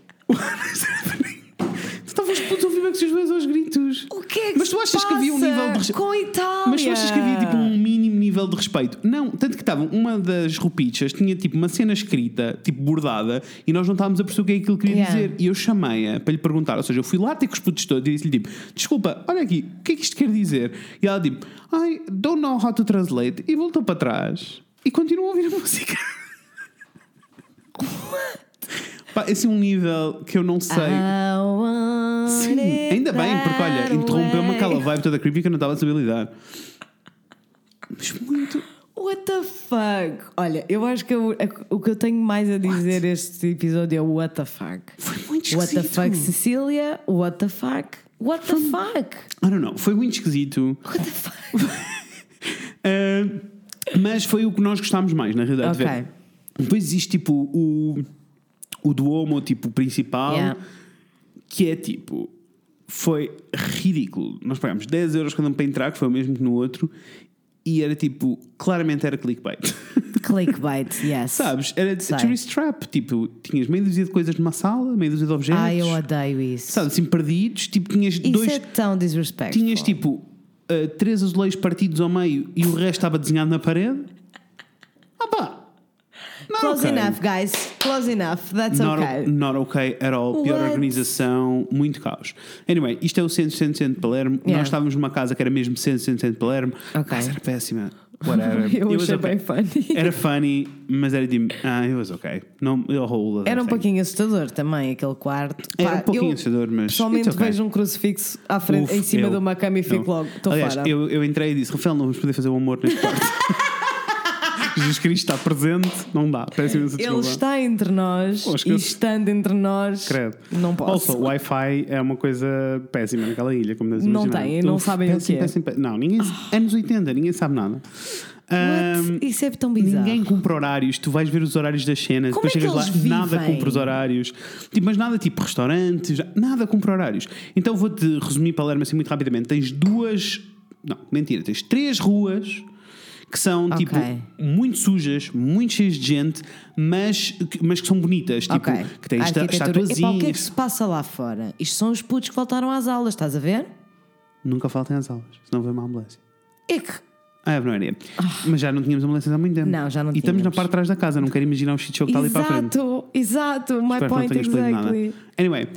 [SPEAKER 2] tu estavas a ouvir que se os aos gritos.
[SPEAKER 1] O que é que
[SPEAKER 2] Mas tu achas que havia um nível de respeito?
[SPEAKER 1] Com Itália?
[SPEAKER 2] Mas tu achas que havia tipo um mínimo nível de respeito? Não, tanto que estava uma das roupichas tinha tipo uma cena escrita, tipo bordada, e nós não estávamos a perceber o que é que ele queria dizer. E eu chamei-a para lhe perguntar, ou seja, eu fui lá ter com os putos todos e disse-lhe tipo, desculpa, olha aqui, o que é que isto quer dizer? E ela tipo, I don't know how to translate, e voltou para trás e continuou a ouvir a música. Pá, esse é um nível que eu não sei. Sim, ainda bem, porque olha, interrompeu-me aquela vibe toda creepy que eu não estava a saber lidar. Mas muito.
[SPEAKER 1] What the fuck? Olha, eu acho que o que eu tenho mais a dizer este episódio é o what the fuck.
[SPEAKER 2] Foi muito esquisito.
[SPEAKER 1] What the fuck, Cecília? What the fuck? What the fuck?
[SPEAKER 2] I don't know, foi muito esquisito.
[SPEAKER 1] What the fuck?
[SPEAKER 2] Mas foi o que nós gostámos mais, na realidade. Depois existe tipo o Duomo tipo principal, que é tipo, foi ridículo. Nós pagámos 10 euros cada um para entrar, que foi o mesmo que no outro, e era tipo, claramente era clickbait.
[SPEAKER 1] Clickbait, yes.
[SPEAKER 2] Sabes? Era tourist trap, tipo, tinhas meia dúzia de coisas numa sala, meia dúzia de objetos.
[SPEAKER 1] Ai, eu odeio isso.
[SPEAKER 2] Sabes, assim, perdidos, tipo, tinhas
[SPEAKER 1] isso
[SPEAKER 2] dois...
[SPEAKER 1] é tão disrespectful.
[SPEAKER 2] Tinhas tipo 3 azulejos partidos ao meio e o resto estava desenhado na parede.
[SPEAKER 1] Close enough, guys. Close enough. That's okay.
[SPEAKER 2] Not okay at all. Pior organização, muito caos. Anyway, isto é o centro de Palermo. Nós estávamos numa casa que era mesmo centro de Palermo. A casa era péssima. whatever.
[SPEAKER 1] Eu achei bem funny.
[SPEAKER 2] Era funny, mas era tipo, it was okay. Não,
[SPEAKER 1] era um pouquinho assustador também, aquele quarto.
[SPEAKER 2] Era um pouquinho assustador, mas
[SPEAKER 1] pessoalmente vejo um crucifixo à frente, em cima de uma cama e fico logo, estou fora.
[SPEAKER 2] Eu entrei e disse, Rafael, não vamos poder fazer o amor neste quarto. Jesus Cristo está presente, não dá.
[SPEAKER 1] Ele está entre nós e estando entre nós,
[SPEAKER 2] credo.
[SPEAKER 1] Não posso.
[SPEAKER 2] Also, o Wi-Fi é uma coisa péssima naquela ilha, como deves
[SPEAKER 1] não
[SPEAKER 2] imaginar.
[SPEAKER 1] Tem, não sabem o que é.
[SPEAKER 2] Não, ninguém, anos 80, ninguém sabe nada.
[SPEAKER 1] Isso é tão bizarro.
[SPEAKER 2] Ninguém cumpre horários, tu vais ver os horários das cenas,
[SPEAKER 1] como
[SPEAKER 2] depois chegas lá,
[SPEAKER 1] vivem?
[SPEAKER 2] Nada cumpre os horários, tipo, mas nada tipo restaurantes, nada cumpre horários. Então vou-te resumir, Palermo, assim muito rapidamente. Tens tens 3 ruas que são tipo muito sujas, muito cheias de gente, mas que são bonitas, tipo, que têm estatuazinhas.
[SPEAKER 1] O que é que se passa lá fora? Isto são os putos que voltaram às aulas, estás a ver?
[SPEAKER 2] Nunca faltem às aulas, senão vem uma ambulância.
[SPEAKER 1] É que...
[SPEAKER 2] não era. Mas já não tínhamos ambulâncias há muito tempo.
[SPEAKER 1] Não, já não
[SPEAKER 2] tínhamos. E estamos na parte de trás da casa, não quero imaginar o shit show que está ali para a frente.
[SPEAKER 1] Exato, my point exactly.
[SPEAKER 2] Anyway,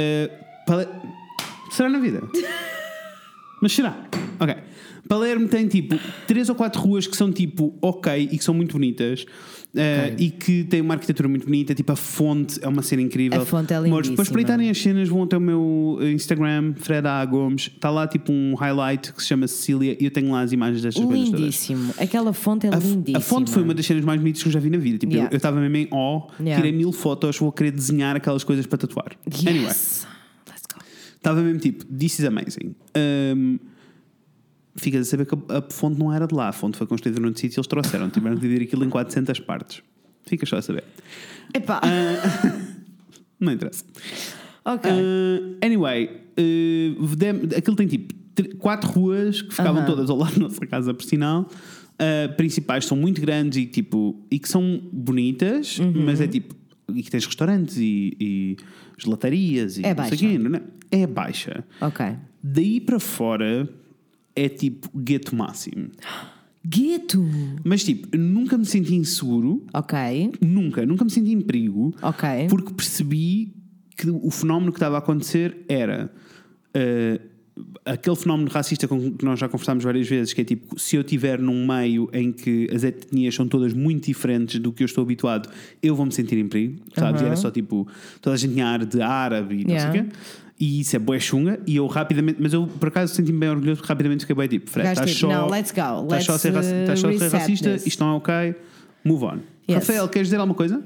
[SPEAKER 2] será na vida? Mas será? Ok. Palermo tem tipo 3 ou 4 ruas que são tipo e que são muito bonitas. E que tem uma arquitetura muito bonita, tipo a fonte é uma cena incrível.
[SPEAKER 1] A fonte é lindíssima.
[SPEAKER 2] Para espreitarem as cenas, vão até o meu Instagram, Fred A. Gomes. Está lá tipo um highlight que se chama Cecília e eu tenho lá as imagens destas coisas todas.
[SPEAKER 1] Lindíssimo. Aquela fonte é lindíssima.
[SPEAKER 2] A fonte foi uma das cenas mais bonitas que eu já vi na vida. Tipo, eu estava mesmo em tirei 1000 fotos, vou querer desenhar aquelas coisas para tatuar.
[SPEAKER 1] Yes.
[SPEAKER 2] Anyway,
[SPEAKER 1] let's go.
[SPEAKER 2] Estava mesmo tipo, this is amazing. Ficas a saber que a fonte não era de lá. A fonte foi construída num sítio e eles trouxeram. Tiveram que dividir aquilo em 400 partes. Ficas só a saber.
[SPEAKER 1] Epá.
[SPEAKER 2] Não interessa.
[SPEAKER 1] Ok.
[SPEAKER 2] Anyway, aquilo tem tipo 4 ruas que ficavam todas ao lado da nossa casa, por sinal. Principais são muito grandes e que são bonitas, mas é tipo. E que tens restaurantes e gelatarias e
[SPEAKER 1] é
[SPEAKER 2] não sei o quê, não é? É baixa.
[SPEAKER 1] Ok.
[SPEAKER 2] Daí para fora. É tipo gueto máximo.
[SPEAKER 1] Gueto?
[SPEAKER 2] Mas tipo, nunca me senti inseguro.
[SPEAKER 1] Ok.
[SPEAKER 2] Nunca me senti em perigo.
[SPEAKER 1] Ok.
[SPEAKER 2] Porque percebi que o fenómeno que estava a acontecer era aquele fenómeno racista com que nós já conversámos várias vezes, que é tipo, se eu estiver num meio em que as etnias são todas muito diferentes do que eu estou habituado, eu vou me sentir em perigo, sabes? E era só tipo, toda a gente tinha ar de árabe e não sei o quê. E isso é bué chunga. E eu rapidamente, mas eu por acaso senti-me bem orgulhoso porque rapidamente fiquei bem tipo, Fred, estás só a ser racista, isto não é ok, move on. Yes. Rafael, queres dizer alguma coisa?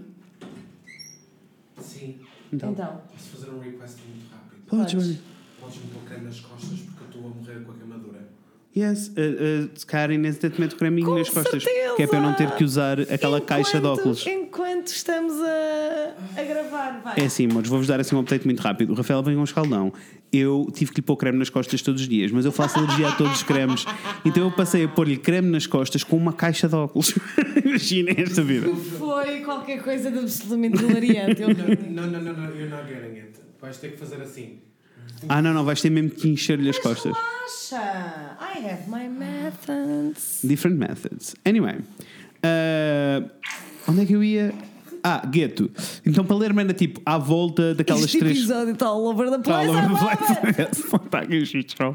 [SPEAKER 3] Sim.
[SPEAKER 2] Então.
[SPEAKER 3] Posso fazer um request muito rápido?
[SPEAKER 2] Podes-me
[SPEAKER 3] pôr creme nas costas porque eu estou a morrer com a queimadura.
[SPEAKER 2] Yes, se calhar Inês até te mete o creminho nas costas, que é para eu não ter que usar aquela caixa de óculos.
[SPEAKER 1] Enquanto estamos a gravar, vai.
[SPEAKER 2] É assim, amores, vou-vos dar assim um update muito rápido. O Rafael vem com um escaldão. Eu tive que lhe pôr creme nas costas todos os dias, mas eu faço alergia a todos os cremes. Então eu passei a pôr-lhe creme nas costas com uma caixa de óculos. Imagina esta vida.
[SPEAKER 1] Foi qualquer coisa de absolutamente hilariante.
[SPEAKER 3] Não, you're not getting it. Vais ter que fazer assim.
[SPEAKER 2] Não, vais ter mesmo que encher-lhe as costas.
[SPEAKER 1] Relaxa, I have my methods.
[SPEAKER 2] Different methods. Anyway, onde é que eu ia? Gueto. Então Palermo era tipo à volta daquelas
[SPEAKER 1] este
[SPEAKER 2] 3.
[SPEAKER 1] Este episódio está all over the place.
[SPEAKER 2] Está aqui o shit show.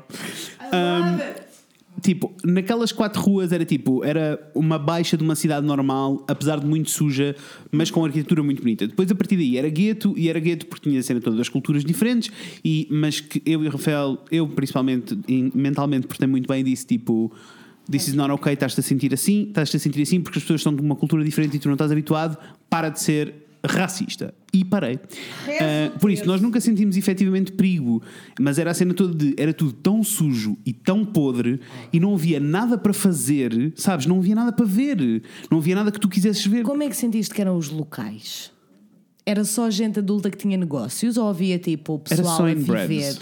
[SPEAKER 2] Tipo, naquelas 4 ruas era uma baixa de uma cidade normal, apesar de muito suja, mas com arquitetura muito bonita. Depois a partir daí era gueto porque tinha a cena todas as culturas diferentes, mas que eu e o Rafael, eu principalmente mentalmente portei muito bem disso, tipo, this is not okay, estás-te a sentir assim porque as pessoas estão de uma cultura diferente e tu não estás habituado, para de ser racista. E parei. Por isso, nós nunca sentimos efetivamente perigo, mas era a cena toda era tudo tão sujo e tão podre e não havia nada para fazer, sabes? Não havia nada para ver, não havia nada que tu quisesses ver.
[SPEAKER 1] Como é que sentiste que eram os locais? Era só gente adulta que tinha negócios ou havia tipo o pessoal a viver?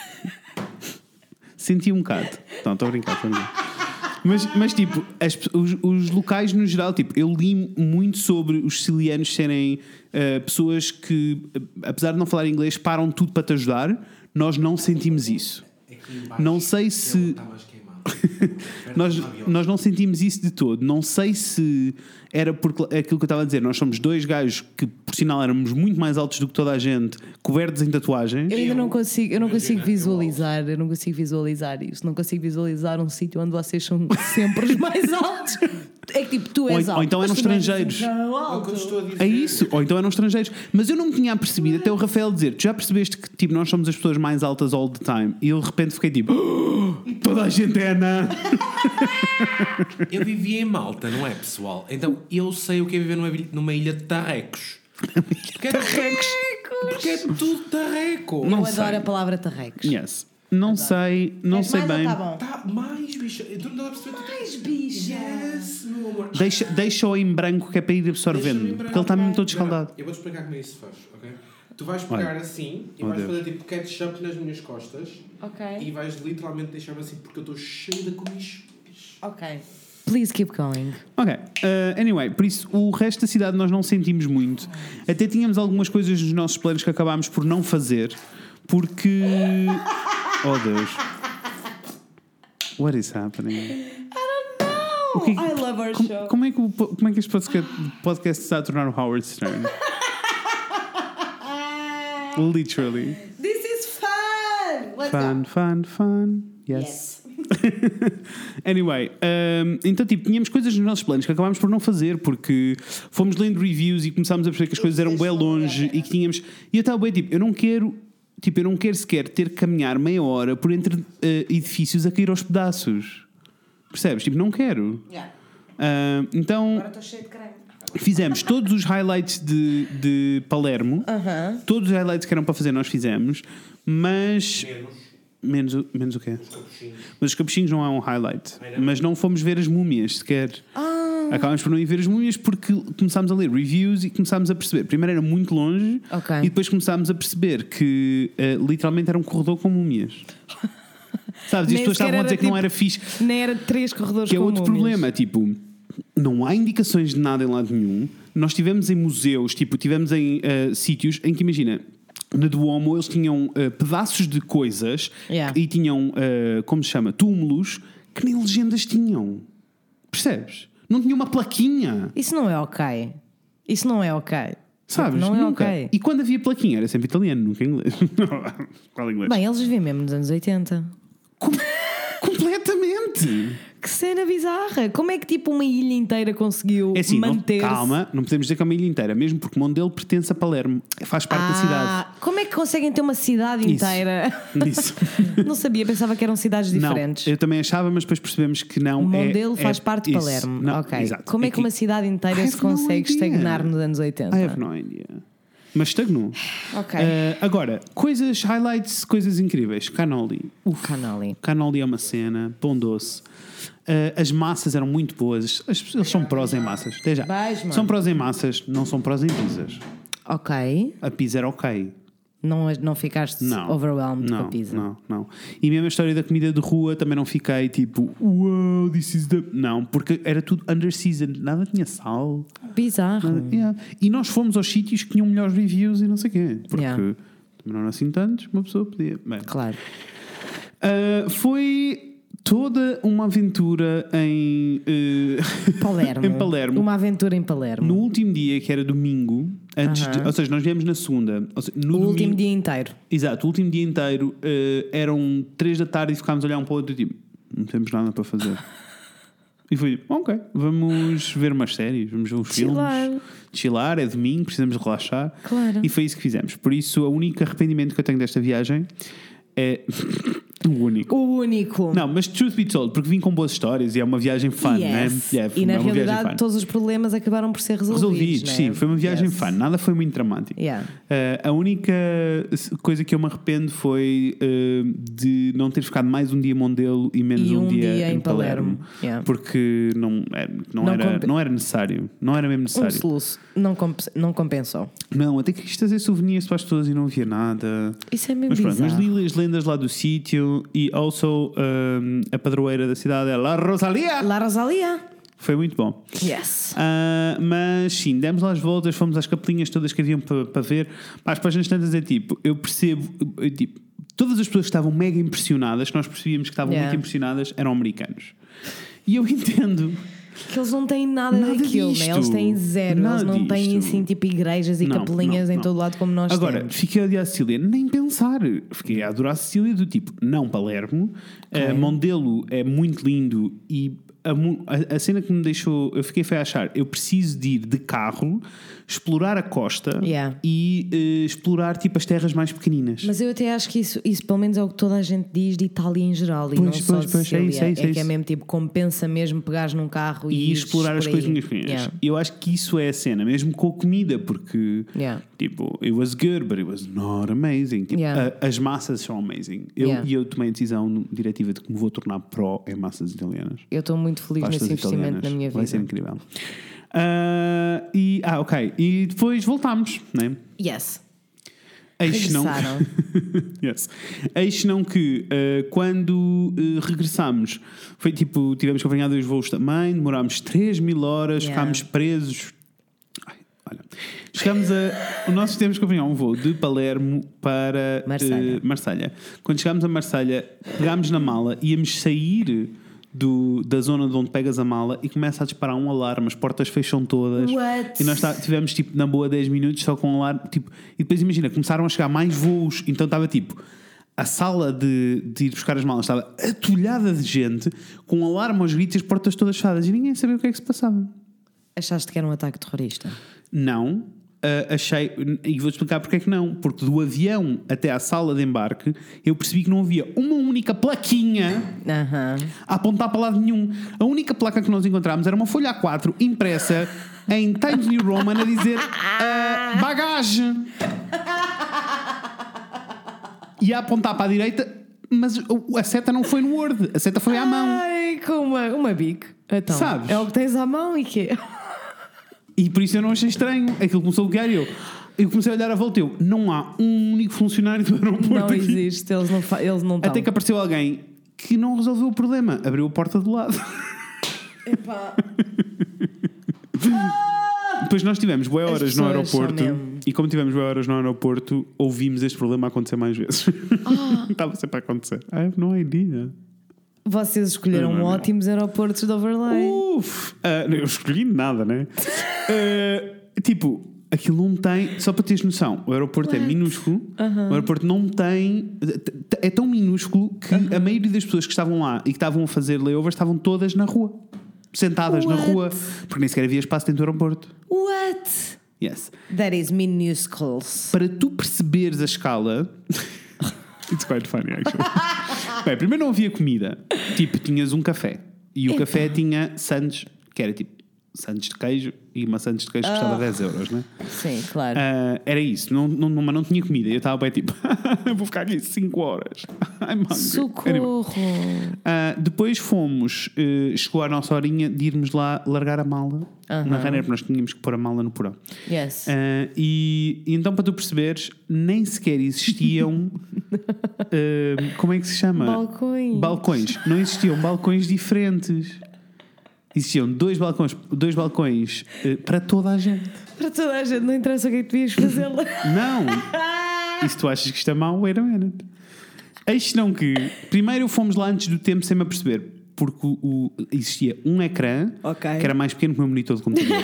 [SPEAKER 2] Senti um bocado. Não, estou a brincar. Mas tipo, os locais no geral, tipo, eu li muito sobre os sicilianos serem pessoas que, apesar de não falar inglês, param tudo para te ajudar. Nós não sentimos isso. Não sei se...
[SPEAKER 3] Está mais queimado.
[SPEAKER 2] nós não sentimos isso de todo. Não sei se era porque aquilo que eu estava a dizer. Nós somos dois gajos que, por sinal, éramos muito mais altos do que toda a gente, cobertos em tatuagens.
[SPEAKER 1] Eu ainda não consigo visualizar. Eu não consigo visualizar isso. Não consigo visualizar um sítio onde vocês são sempre os mais altos. É que tipo, tu és alto.
[SPEAKER 2] Ou então eram estrangeiros. É isso. Ou então eram estrangeiros. Mas eu não me tinha apercebido até o Rafael dizer: tu já percebeste que tipo, nós somos as pessoas mais altas all the time? E eu de repente fiquei tipo: toda a gente é anã.
[SPEAKER 3] Eu vivia em Malta, não é, pessoal? Então eu sei o que é viver numa ilha de tarrecos. Porque é tudo tarreco.
[SPEAKER 1] Eu adoro a palavra tarrecos.
[SPEAKER 2] Yes. Não sei bem.
[SPEAKER 1] Tá bom?
[SPEAKER 3] Tá, mais bicha. Tu não dá a perceber.
[SPEAKER 1] Mais bicha.
[SPEAKER 3] Yes, meu amor.
[SPEAKER 2] Deixa-o em branco que é para ir absorvendo. Porque ele está mesmo todo escaldado.
[SPEAKER 3] Eu vou-te explicar como é isso se faz, ok? Tu vais pegar assim e vais fazer tipo ketchup nas minhas costas.
[SPEAKER 1] Ok.
[SPEAKER 3] E vais literalmente deixar-me assim porque eu estou cheio de comichões.
[SPEAKER 1] Ok. Please keep going.
[SPEAKER 2] Ok. Anyway, por isso o resto da cidade nós não sentimos muito. Até tínhamos algumas coisas nos nossos planos que acabámos por não fazer. Porque... Oh Deus. What is happening?
[SPEAKER 1] I don't know. I love our show.
[SPEAKER 2] Como é que este podcast está a tornar o Howard Stern? Literally.
[SPEAKER 1] This is fun. Let's go.
[SPEAKER 2] Fun. Yes. Anyway, então tipo, tínhamos coisas nos nossos planos que acabámos por não fazer porque fomos lendo reviews e começámos a perceber que as coisas eram bem longe e que tínhamos... E eu estava bem tipo, eu não quero sequer ter que caminhar meia hora por entre edifícios a cair aos pedaços. Percebes? Tipo, não quero. Então...
[SPEAKER 1] Agora estou cheio de creme.
[SPEAKER 2] Fizemos todos os highlights de Palermo. Todos os highlights que eram para fazer nós fizemos. Mas... Menos o quê? Mas os capuchinhos não é um highlight. Mas não fomos ver as múmias sequer. Acabámos por não ir ver as múmias porque começámos a ler reviews e começámos a perceber. Primeiro era muito longe e depois começámos a perceber que literalmente era um corredor com múmias. Sabes? E as pessoas estavam a dizer que não era fixe.
[SPEAKER 1] Nem era 3 corredores
[SPEAKER 2] que
[SPEAKER 1] com múmias.
[SPEAKER 2] Que é outro problema. Tipo, não há indicações de nada em lado nenhum. Nós estivemos em museus, tipo, estivemos em sítios em que, imagina... Na Duomo eles tinham pedaços de coisas e tinham, como se chama, túmulos que nem legendas tinham. Percebes? Não tinha uma plaquinha.
[SPEAKER 1] Isso não é ok.
[SPEAKER 2] Sabes?
[SPEAKER 1] Não
[SPEAKER 2] nunca.
[SPEAKER 1] É ok.
[SPEAKER 2] E quando havia plaquinha era sempre italiano, nunca inglês. Qual inglês?
[SPEAKER 1] Bem, eles viviam mesmo nos anos 80.
[SPEAKER 2] Completamente.
[SPEAKER 1] Que cena bizarra. Como é que tipo uma ilha inteira conseguiu manter-se?
[SPEAKER 2] Calma, não podemos dizer que é uma ilha inteira, mesmo porque Mondelo pertence a Palermo, faz parte da cidade.
[SPEAKER 1] Como é que conseguem ter uma cidade inteira?
[SPEAKER 2] Isso.
[SPEAKER 1] Não sabia, pensava que eram cidades diferentes.
[SPEAKER 2] Não, eu também achava, mas depois percebemos que não.
[SPEAKER 1] Mondelo faz parte de Palermo.
[SPEAKER 2] Não,
[SPEAKER 1] ok.
[SPEAKER 2] Exato.
[SPEAKER 1] Como é que uma cidade inteira se consegue estagnar nos anos 80?
[SPEAKER 2] I have no idea. Mas estagnou.
[SPEAKER 1] Ok.
[SPEAKER 2] Agora, highlights, coisas incríveis. Cannoli. Cannoli é uma cena. Pão doce. As massas eram muito boas. Eles são prós em massas. Até já. São prós em massas, não são prós em pizzas.
[SPEAKER 1] Ok.
[SPEAKER 2] A pizza era ok.
[SPEAKER 1] Não ficaste overwhelmed com a pizza?
[SPEAKER 2] Não. E mesmo a história da comida de rua também não fiquei tipo, wow, this is the... Não, porque era tudo under-seasoned, nada tinha sal.
[SPEAKER 1] Bizarro.
[SPEAKER 2] E nós fomos aos sítios que tinham melhores reviews e não sei o quê. Porque também não eram assim tantos, uma pessoa podia... Bem,
[SPEAKER 1] claro.
[SPEAKER 2] Foi... Toda uma aventura em
[SPEAKER 1] Palermo.
[SPEAKER 2] em Palermo.
[SPEAKER 1] Uma aventura em Palermo.
[SPEAKER 2] No último dia, que era domingo, ou seja, nós viemos na segunda. Ou seja,
[SPEAKER 1] último dia inteiro.
[SPEAKER 2] Exato, o último dia inteiro eram 3 da tarde e ficámos a olhar um para o outro e tipo, não temos nada para fazer. E foi tipo, ok, vamos ver umas séries, vamos ver uns filmes. Chilar, é domingo, precisamos relaxar.
[SPEAKER 1] Claro.
[SPEAKER 2] E foi isso que fizemos. Por isso, o único arrependimento que eu tenho desta viagem é... O único. Não, mas truth be told, porque vim com boas histórias e é uma viagem fun, né?
[SPEAKER 1] E na realidade todos os problemas acabaram por ser resolvidos, né?
[SPEAKER 2] Sim, foi uma viagem fun, nada foi muito dramático. A única coisa que eu me arrependo foi de não ter ficado mais um dia em Mondelo e menos um dia em Palermo. Porque não era necessário. Não era mesmo necessário.
[SPEAKER 1] Um soluço. Não compensou.
[SPEAKER 2] Não, até que quis trazer souvenirs para as pessoas e não havia nada.
[SPEAKER 1] Isso é mesmo bizarro.
[SPEAKER 2] Mas li as lendas lá do sítio. E also a padroeira da cidade é La Rosalia. Foi muito bom.
[SPEAKER 1] Yes.
[SPEAKER 2] Mas sim, demos lá as voltas, fomos às capelinhas todas que haviam para ver. As páginas tantas é tipo, eu percebo, tipo, todas as pessoas que estavam mega impressionadas, que nós percebíamos que estavam muito impressionadas, eram americanos. E eu entendo.
[SPEAKER 1] Que eles não têm nada daquilo, né? Eles têm zero. Eles não têm assim tipo igrejas e capelinhas em todo lado como nós temos.
[SPEAKER 2] Agora, fiquei a odiar a Sicília, nem pensar. Fiquei a adorar a Sicília do tipo, não Palermo. Mondelo é muito lindo e a cena que me deixou, eu fiquei a achar, eu preciso de ir de carro, explorar a costa e explorar tipo as terras mais pequeninas.
[SPEAKER 1] Mas eu até acho que isso pelo menos é o que toda a gente diz de Itália em geral e não só de Sicília. É que é mesmo tipo, compensa mesmo pegares num carro e
[SPEAKER 2] explorar as coisinhas pequenas. Eu acho que isso é a cena, mesmo com a comida, porque tipo, it was good, but it was not amazing. Tipo, as massas são amazing. Eu tomei a decisão diretiva de que me vou tornar pró em massas italianas.
[SPEAKER 1] Eu estou muito feliz nesse investimento na minha vida.
[SPEAKER 2] Vai ser incrível. Ok. E depois voltámos, né?
[SPEAKER 1] Yes.
[SPEAKER 2] Eis não que quando regressámos foi tipo, tivemos que apanhar 2 voos também, demorámos 3.000 horas, ficámos presos. Chegámos nós temos que apanhar um voo de Palermo para Marselha. Quando chegámos a Marselha, pegámos na mala, íamos sair da zona de onde pegas a mala e começa a disparar um alarme, as portas fecham todas.
[SPEAKER 1] What?
[SPEAKER 2] E nós tivemos tipo na boa 10 minutos só com um alarme, tipo, e depois imagina, começaram a chegar mais voos, então estava tipo, a sala de ir buscar as malas estava atulhada de gente, com um alarme aos gritos e as portas todas fechadas e ninguém sabia o que é que se passava.
[SPEAKER 1] Achaste que era um ataque terrorista?
[SPEAKER 2] Não. Achei, e vou-te explicar porque é que não, porque do avião até à sala de embarque eu percebi que não havia uma única plaquinha a apontar para lado nenhum. A única placa que nós encontramos era uma folha A4 impressa em Times New Roman a dizer bagagem e a apontar para a direita, mas a seta não foi no Word, a seta foi à mão.
[SPEAKER 1] Ai, com uma bic. Então, sabes? É o que tens à mão e quê?
[SPEAKER 2] E por isso eu não achei estranho. Aquilo começou a bloquear e eu comecei a olhar à volta. Não há um único funcionário do aeroporto. Não aqui.
[SPEAKER 1] Existe, eles não estão.
[SPEAKER 2] Até que apareceu alguém que não resolveu o problema. Abriu a porta do lado.
[SPEAKER 1] Epá.
[SPEAKER 2] Depois nós tivemos boas horas no aeroporto. E como tivemos boas horas no aeroporto, ouvimos este problema acontecer mais vezes. Estava sempre a acontecer. I have no idea.
[SPEAKER 1] Vocês escolheram ótimos aeroportos de overlay.
[SPEAKER 2] Eu escolhi nada, né? Tipo, aquilo não tem. Só para teres noção, o aeroporto é minúsculo. O aeroporto não tem. É tão minúsculo que a maioria das pessoas que estavam lá e que estavam a fazer layovers estavam todas na rua, sentadas na rua, porque nem sequer havia espaço dentro do aeroporto.
[SPEAKER 1] What?
[SPEAKER 2] Yes.
[SPEAKER 1] That is minuscule.
[SPEAKER 2] Para tu perceberes a escala. It's quite funny, actually. Bem, primeiro não havia comida. Tipo, tinhas um café. E o café tinha sandes, que era tipo sandes de queijo. E uma sandes de queijo custava 10 euros, né?
[SPEAKER 1] Sim, claro.
[SPEAKER 2] Era isso. Mas não tinha comida. E eu estava bem tipo, vou ficar aqui 5 horas. I'm hungry.
[SPEAKER 1] Socorro.
[SPEAKER 2] Depois fomos, chegou a nossa horinha de irmos lá largar a mala na Ryanair, porque nós tínhamos que pôr a mala no porão.
[SPEAKER 1] Yes.
[SPEAKER 2] E então, para tu perceberes, nem sequer existiam como é que se chama? Balcões. Não existiam balcões diferentes. Existiam dois balcões para toda a gente.
[SPEAKER 1] Para toda a gente, não interessa o que é que tu ias fazer lá.
[SPEAKER 2] Não. E se tu achas que isto é mau, wait a minute. Eis não que primeiro fomos lá antes do tempo sem me aperceber, porque existia um ecrã que era mais pequeno que o meu monitor de computador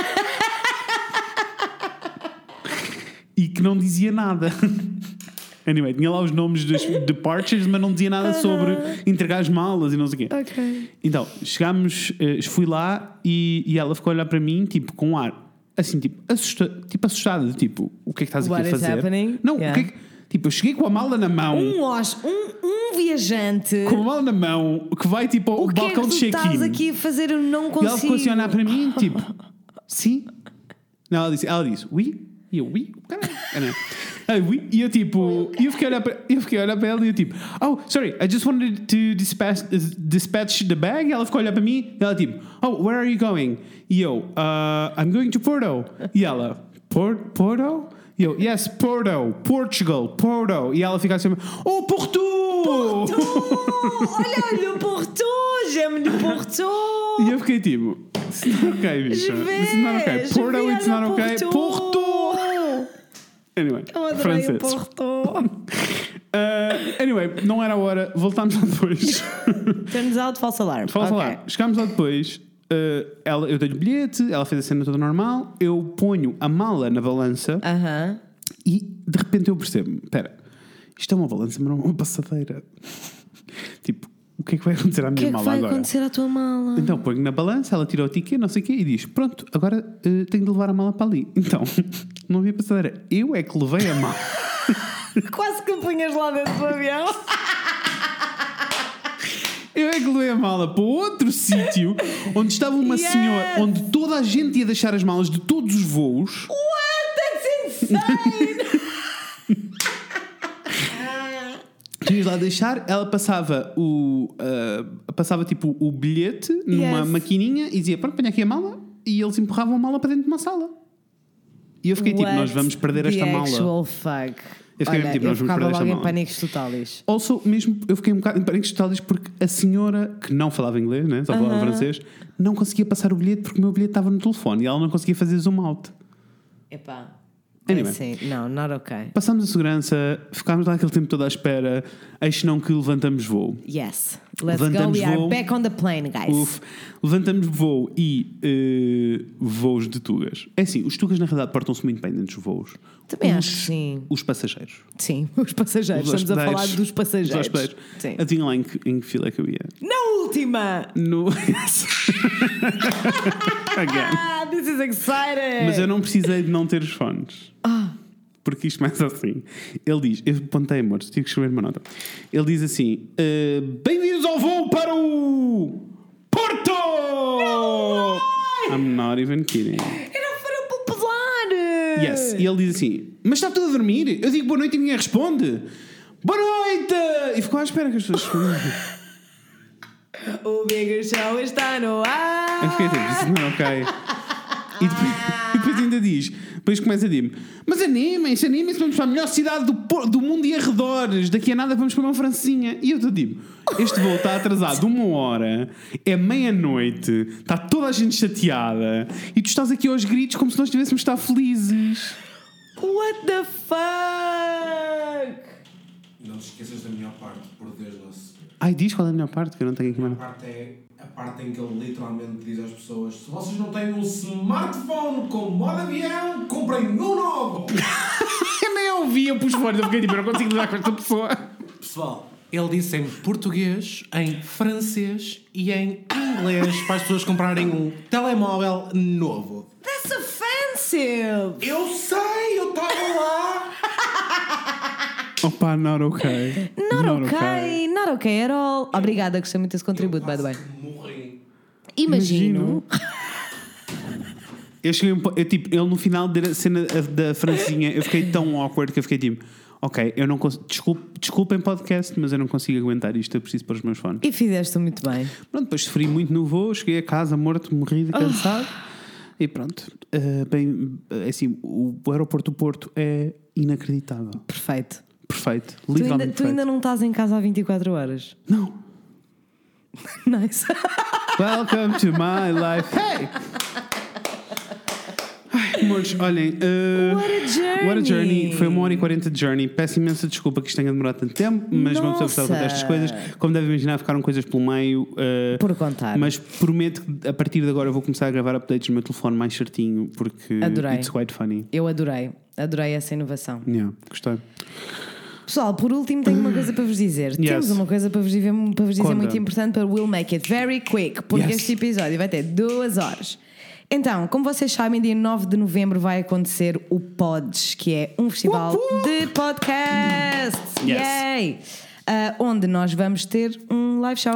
[SPEAKER 2] e que não dizia nada. Anyway, tinha lá os nomes dos departures, mas não dizia nada sobre entregar as malas e não sei o quê. Então, chegámos, fui lá e ela ficou a olhar para mim, tipo, com um ar, assim, tipo, assustada, tipo, o que é que estás aqui a fazer?
[SPEAKER 1] Happening?
[SPEAKER 2] Não, o que é que... Tipo, eu cheguei com a mala na mão.
[SPEAKER 1] Um viajante.
[SPEAKER 2] Com a mala na mão, que vai, tipo, ao balcão de check-in. O que é que
[SPEAKER 1] estás aqui a fazer? Eu não consigo.
[SPEAKER 2] E ela ficou assim a olhar para mim, tipo, sim? Não, ela disse, oui? E eu, oui? Caralho. E eu tipo, eu fiquei a olhar para ela e eu tipo, oh, sorry, I just wanted to dispatch the bag. E ela ficou a olhar para mim e ela tipo, oh, where are you going? E eu, I'm going to Porto. E ela, Porto? E eu, yes, Porto, Portugal, Porto. E ela fica assim, oh, Porto!
[SPEAKER 1] Olha o Porto! J'aime le Porto!
[SPEAKER 2] E eu fiquei tipo, it's not okay, bicha. It's not okay. Porto, it's not okay. Porto! Anyway,
[SPEAKER 1] eu adorei
[SPEAKER 2] francês.
[SPEAKER 1] o Porto.
[SPEAKER 2] Anyway, não era a hora, voltámos lá depois.
[SPEAKER 1] Turns out, false alarm.
[SPEAKER 2] False alarm. Chegámos lá depois, eu dei-lhe o bilhete, ela fez a cena toda normal, eu ponho a mala na balança e de repente eu percebo, espera, isto é uma balança, mas não é uma passadeira. Tipo, o que é que vai acontecer à minha mala agora? O que é que vai
[SPEAKER 1] acontecer à tua mala?
[SPEAKER 2] Então ponho na balança, ela tira o ticket, não sei o quê, e diz, pronto, agora tenho de levar a mala para ali. Então, não havia passadeira, eu é que levei a mala.
[SPEAKER 1] Quase que punhas lá dentro do avião.
[SPEAKER 2] Eu é que levei a mala para outro sítio onde estava uma senhora, onde toda a gente ia deixar as malas de todos os voos.
[SPEAKER 1] What? That's insane!
[SPEAKER 2] Tinhas lá a deixar, ela passava tipo o bilhete numa maquininha e dizia, pronto, põe aqui a mala, e eles empurravam a mala para dentro de uma sala. E eu fiquei tipo, nós vamos perder esta mala.
[SPEAKER 1] Actual fuck.
[SPEAKER 2] Eu fiquei tipo, nós vamos perder esta mala.
[SPEAKER 1] Em pânicos totais.
[SPEAKER 2] Also, mesmo, eu fiquei um bocado em pânicos totais porque a senhora, que não falava inglês, né, só falava francês, não conseguia passar o bilhete porque o meu bilhete estava no telefone e ela não conseguia fazer zoom out.
[SPEAKER 1] Epá.
[SPEAKER 2] Anyway,
[SPEAKER 1] sim, não, not okay.
[SPEAKER 2] passámos a segurança, ficámos lá aquele tempo todo à espera, eis não que levantamos voo.
[SPEAKER 1] Yes, let's go, we are back on the plane, guys.
[SPEAKER 2] Levantamos voo e voos de tugas. É assim, os tugas na realidade portam-se muito bem dentro dos voos.
[SPEAKER 1] Também acho que sim.
[SPEAKER 2] Os passageiros.
[SPEAKER 1] Sim, os passageiros, estamos a falar dos passageiros.
[SPEAKER 2] Sim. Adivinha lá em que fila é que eu ia?
[SPEAKER 1] Na última!
[SPEAKER 2] No...
[SPEAKER 1] Again. This is exciting!
[SPEAKER 2] Mas eu não precisei de não ter os fones. Porque isto mais assim. Ele diz, eu apontei, amor, tive que escrever uma nota. Ele diz assim: bem-vindos ao voo para o Porto! No I'm not even kidding.
[SPEAKER 1] Era para o popular!
[SPEAKER 2] Yes. E ele diz assim: mas está tudo a dormir? Eu digo boa noite e ninguém responde. Boa noite! E ficou à espera que as pessoas respondam.
[SPEAKER 1] O Big Show está no ar!
[SPEAKER 2] Eu fiquei tipo, isso não é ok. E depois ainda diz, depois começa a dizer-me, mas animem-se, vamos para a melhor cidade do mundo e arredores, daqui a nada vamos para uma francesinha. E eu te digo, este voo está atrasado 1 hora, é meia-noite, está toda a gente chateada e tu estás aqui aos gritos como se nós estivéssemos a estar felizes.
[SPEAKER 1] What the fuck?
[SPEAKER 3] Não te esqueças da melhor parte, por Deus nosso.
[SPEAKER 2] Ai, diz qual é a melhor parte, que eu não tenho aqui mais.
[SPEAKER 3] A parte é a parte em que ele literalmente diz às pessoas: se vocês não têm um smartphone com modo avião, comprem um novo!
[SPEAKER 2] Eu nem ouvi, eu pus fora, eu fiquei tipo, eu não consigo lidar com esta pessoa.
[SPEAKER 3] Pessoal, ele disse em português, em francês e em inglês para as pessoas comprarem um telemóvel novo.
[SPEAKER 1] That's offensive!
[SPEAKER 3] Eu sei, eu estava lá!
[SPEAKER 2] Opa, not okay.
[SPEAKER 1] Not okay at all. Obrigada, gostei muito desse contributo, by the way.
[SPEAKER 3] Morri.
[SPEAKER 1] Imagino.
[SPEAKER 2] Ele no final da cena da francesinha, eu fiquei tão awkward que eu fiquei tipo, ok, eu não consigo, desculpem podcast, mas eu não consigo aguentar isto, eu preciso pôr os meus fones.
[SPEAKER 1] E fizeste muito bem.
[SPEAKER 2] Pronto, depois sofri muito no voo, cheguei a casa morto, morrido, cansado. E pronto, assim, o aeroporto do Porto é inacreditável.
[SPEAKER 1] Perfeito.
[SPEAKER 2] Literalmente
[SPEAKER 1] tu ainda não estás em casa há 24 horas?
[SPEAKER 2] Não.
[SPEAKER 1] Nice.
[SPEAKER 2] Welcome to my life. Hey! Ai, amores, olhem. What a journey. Foi 1h40 de journey. Peço imensa desculpa que isto tenha demorado tanto tempo, mas uma pessoa gostava destas coisas. Como deve imaginar, ficaram coisas pelo meio.
[SPEAKER 1] Por contar.
[SPEAKER 2] Mas prometo que a partir de agora eu vou começar a gravar updates no meu telefone mais certinho, porque it's quite funny.
[SPEAKER 1] Eu adorei essa inovação.
[SPEAKER 2] Yeah, gostei.
[SPEAKER 1] Pessoal, por último tenho uma coisa para vos dizer. Temos uma coisa para vos dizer muito importante, para we'll make it very quick, porque este episódio vai ter 2 horas. Então, como vocês sabem, dia 9 de novembro vai acontecer o Pods, que é um festival de podcasts. Yay! Onde nós vamos ter um live show.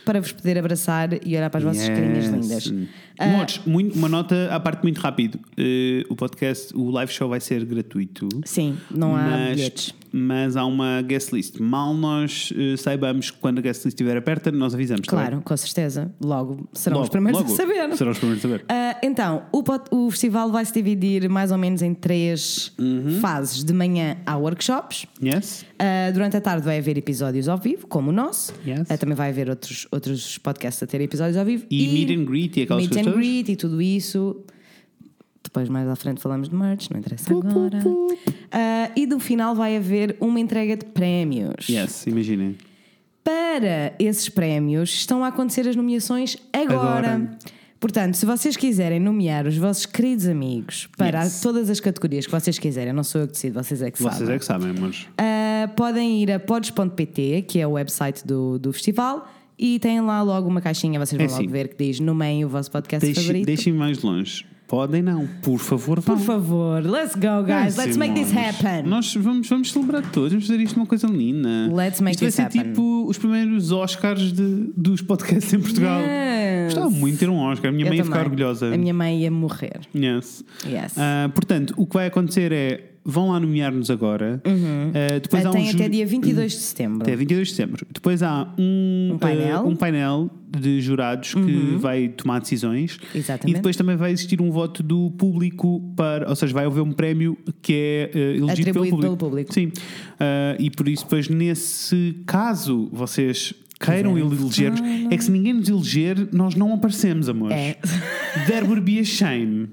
[SPEAKER 1] para vos poder abraçar e olhar para as vossas carinhas lindas.
[SPEAKER 2] Amores, uma nota à parte muito rápido. O podcast, o live show vai ser gratuito.
[SPEAKER 1] Sim, não há bilhetes.
[SPEAKER 2] Mas há uma guest list. Mal nós saibamos quando a guest list estiver aberta, nós avisamos.
[SPEAKER 1] Claro, com certeza. Logo serão os primeiros a saber.
[SPEAKER 2] Serão os primeiros a saber.
[SPEAKER 1] Então, o festival vai se dividir mais ou menos em 3 fases. De manhã há workshops.
[SPEAKER 2] Yes.
[SPEAKER 1] Durante a tarde vai haver episódios ao vivo, como o nosso.
[SPEAKER 2] Yes.
[SPEAKER 1] Também vai haver outros podcasts a ter episódios ao vivo.
[SPEAKER 2] E meet and greet e aquelas coisas.
[SPEAKER 1] Meet and greet e tudo isso. Depois mais à frente falamos de merch, não interessa agora. E no final vai haver uma entrega de prémios.
[SPEAKER 2] Yes, imaginem.
[SPEAKER 1] Para esses prémios estão a acontecer as nomeações agora. Portanto, se vocês quiserem nomear os vossos queridos amigos para todas as categorias que vocês quiserem, não sou eu que decido, vocês é que sabem.
[SPEAKER 2] Vocês é que sabem, amores.
[SPEAKER 1] Podem ir a pods.pt, que é o website do festival, e têm lá logo uma caixinha, vocês vão logo ver, que diz nomeiem o vosso podcast favorito.
[SPEAKER 2] Deixem mais longe. Podem não, por favor, vão.
[SPEAKER 1] Por favor, let's go, guys. Let's make this happen.
[SPEAKER 2] Nós vamos celebrar todos, vamos fazer isto uma coisa linda.
[SPEAKER 1] Let's make this happen.
[SPEAKER 2] Isto vai ser tipo os primeiros Oscars dos podcasts em Portugal. Gostava muito de ter um Oscar. A minha mãe ia ficar orgulhosa.
[SPEAKER 1] A minha mãe ia morrer.
[SPEAKER 2] Yes. Portanto, o que vai acontecer é, vão lá nomear-nos agora. Depois
[SPEAKER 1] tem até dia 22 de setembro.
[SPEAKER 2] Até 22 de setembro. Depois há um painel de jurados que vai tomar decisões.
[SPEAKER 1] Exatamente.
[SPEAKER 2] E depois também vai existir um voto do público ou seja, vai haver um prémio que é elegido pelo público. Sim. E por isso, depois, nesse caso, vocês queiram eleger-nos. É que se ninguém nos eleger, nós não aparecemos, amores. There would be a shame.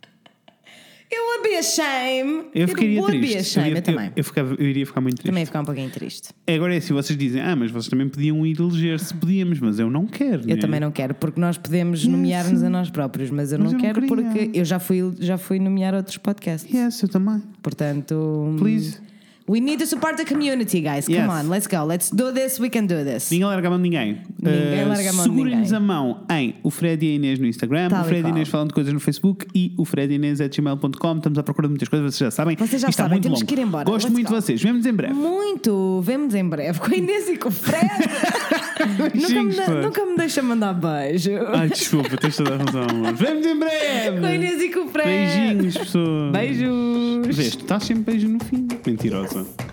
[SPEAKER 1] It would be a shame.
[SPEAKER 2] Eu ficaria triste.
[SPEAKER 1] Be a shame. Eu também.
[SPEAKER 2] Eu iria ficar muito triste.
[SPEAKER 1] Também ia ficar um pouquinho triste.
[SPEAKER 2] Agora é assim, vocês dizem, mas vocês também podiam ir eleger-se. Podíamos, mas eu não quero.
[SPEAKER 1] Eu também não quero, porque nós podemos nomear-nos a nós próprios, mas eu não quero porque eu já fui nomear outros podcasts.
[SPEAKER 2] Yes, eu também.
[SPEAKER 1] Portanto,
[SPEAKER 2] please.
[SPEAKER 1] We need to support the community, guys. Come on, let's go. Let's do this. We can do this.
[SPEAKER 2] Ninguém larga a mão de ninguém.
[SPEAKER 1] Ninguém larga a mão de ninguém.
[SPEAKER 2] Segurem-nos a mão em o Fred e a Inês no Instagram, o Fred e a Inês falando de coisas no Facebook e o fredinês@gmail.com. Estamos à procura de muitas coisas, vocês já sabem.
[SPEAKER 1] Vocês já sabem, temos que ir embora.
[SPEAKER 2] Gosto muito de vocês. Vemo-nos em breve.
[SPEAKER 1] Muito. Vemo-nos em breve. Com a Inês e com o Fred. Nunca me deixa mandar beijo.
[SPEAKER 2] Ai, desculpa, tens toda a razão, amor. Vemo-nos em breve.
[SPEAKER 1] Com a Inês e com o Fred.
[SPEAKER 2] Beijinhos, pessoas.
[SPEAKER 1] Beijos.
[SPEAKER 2] Vês, tu estás sempre beijo no fim. Mentirosa.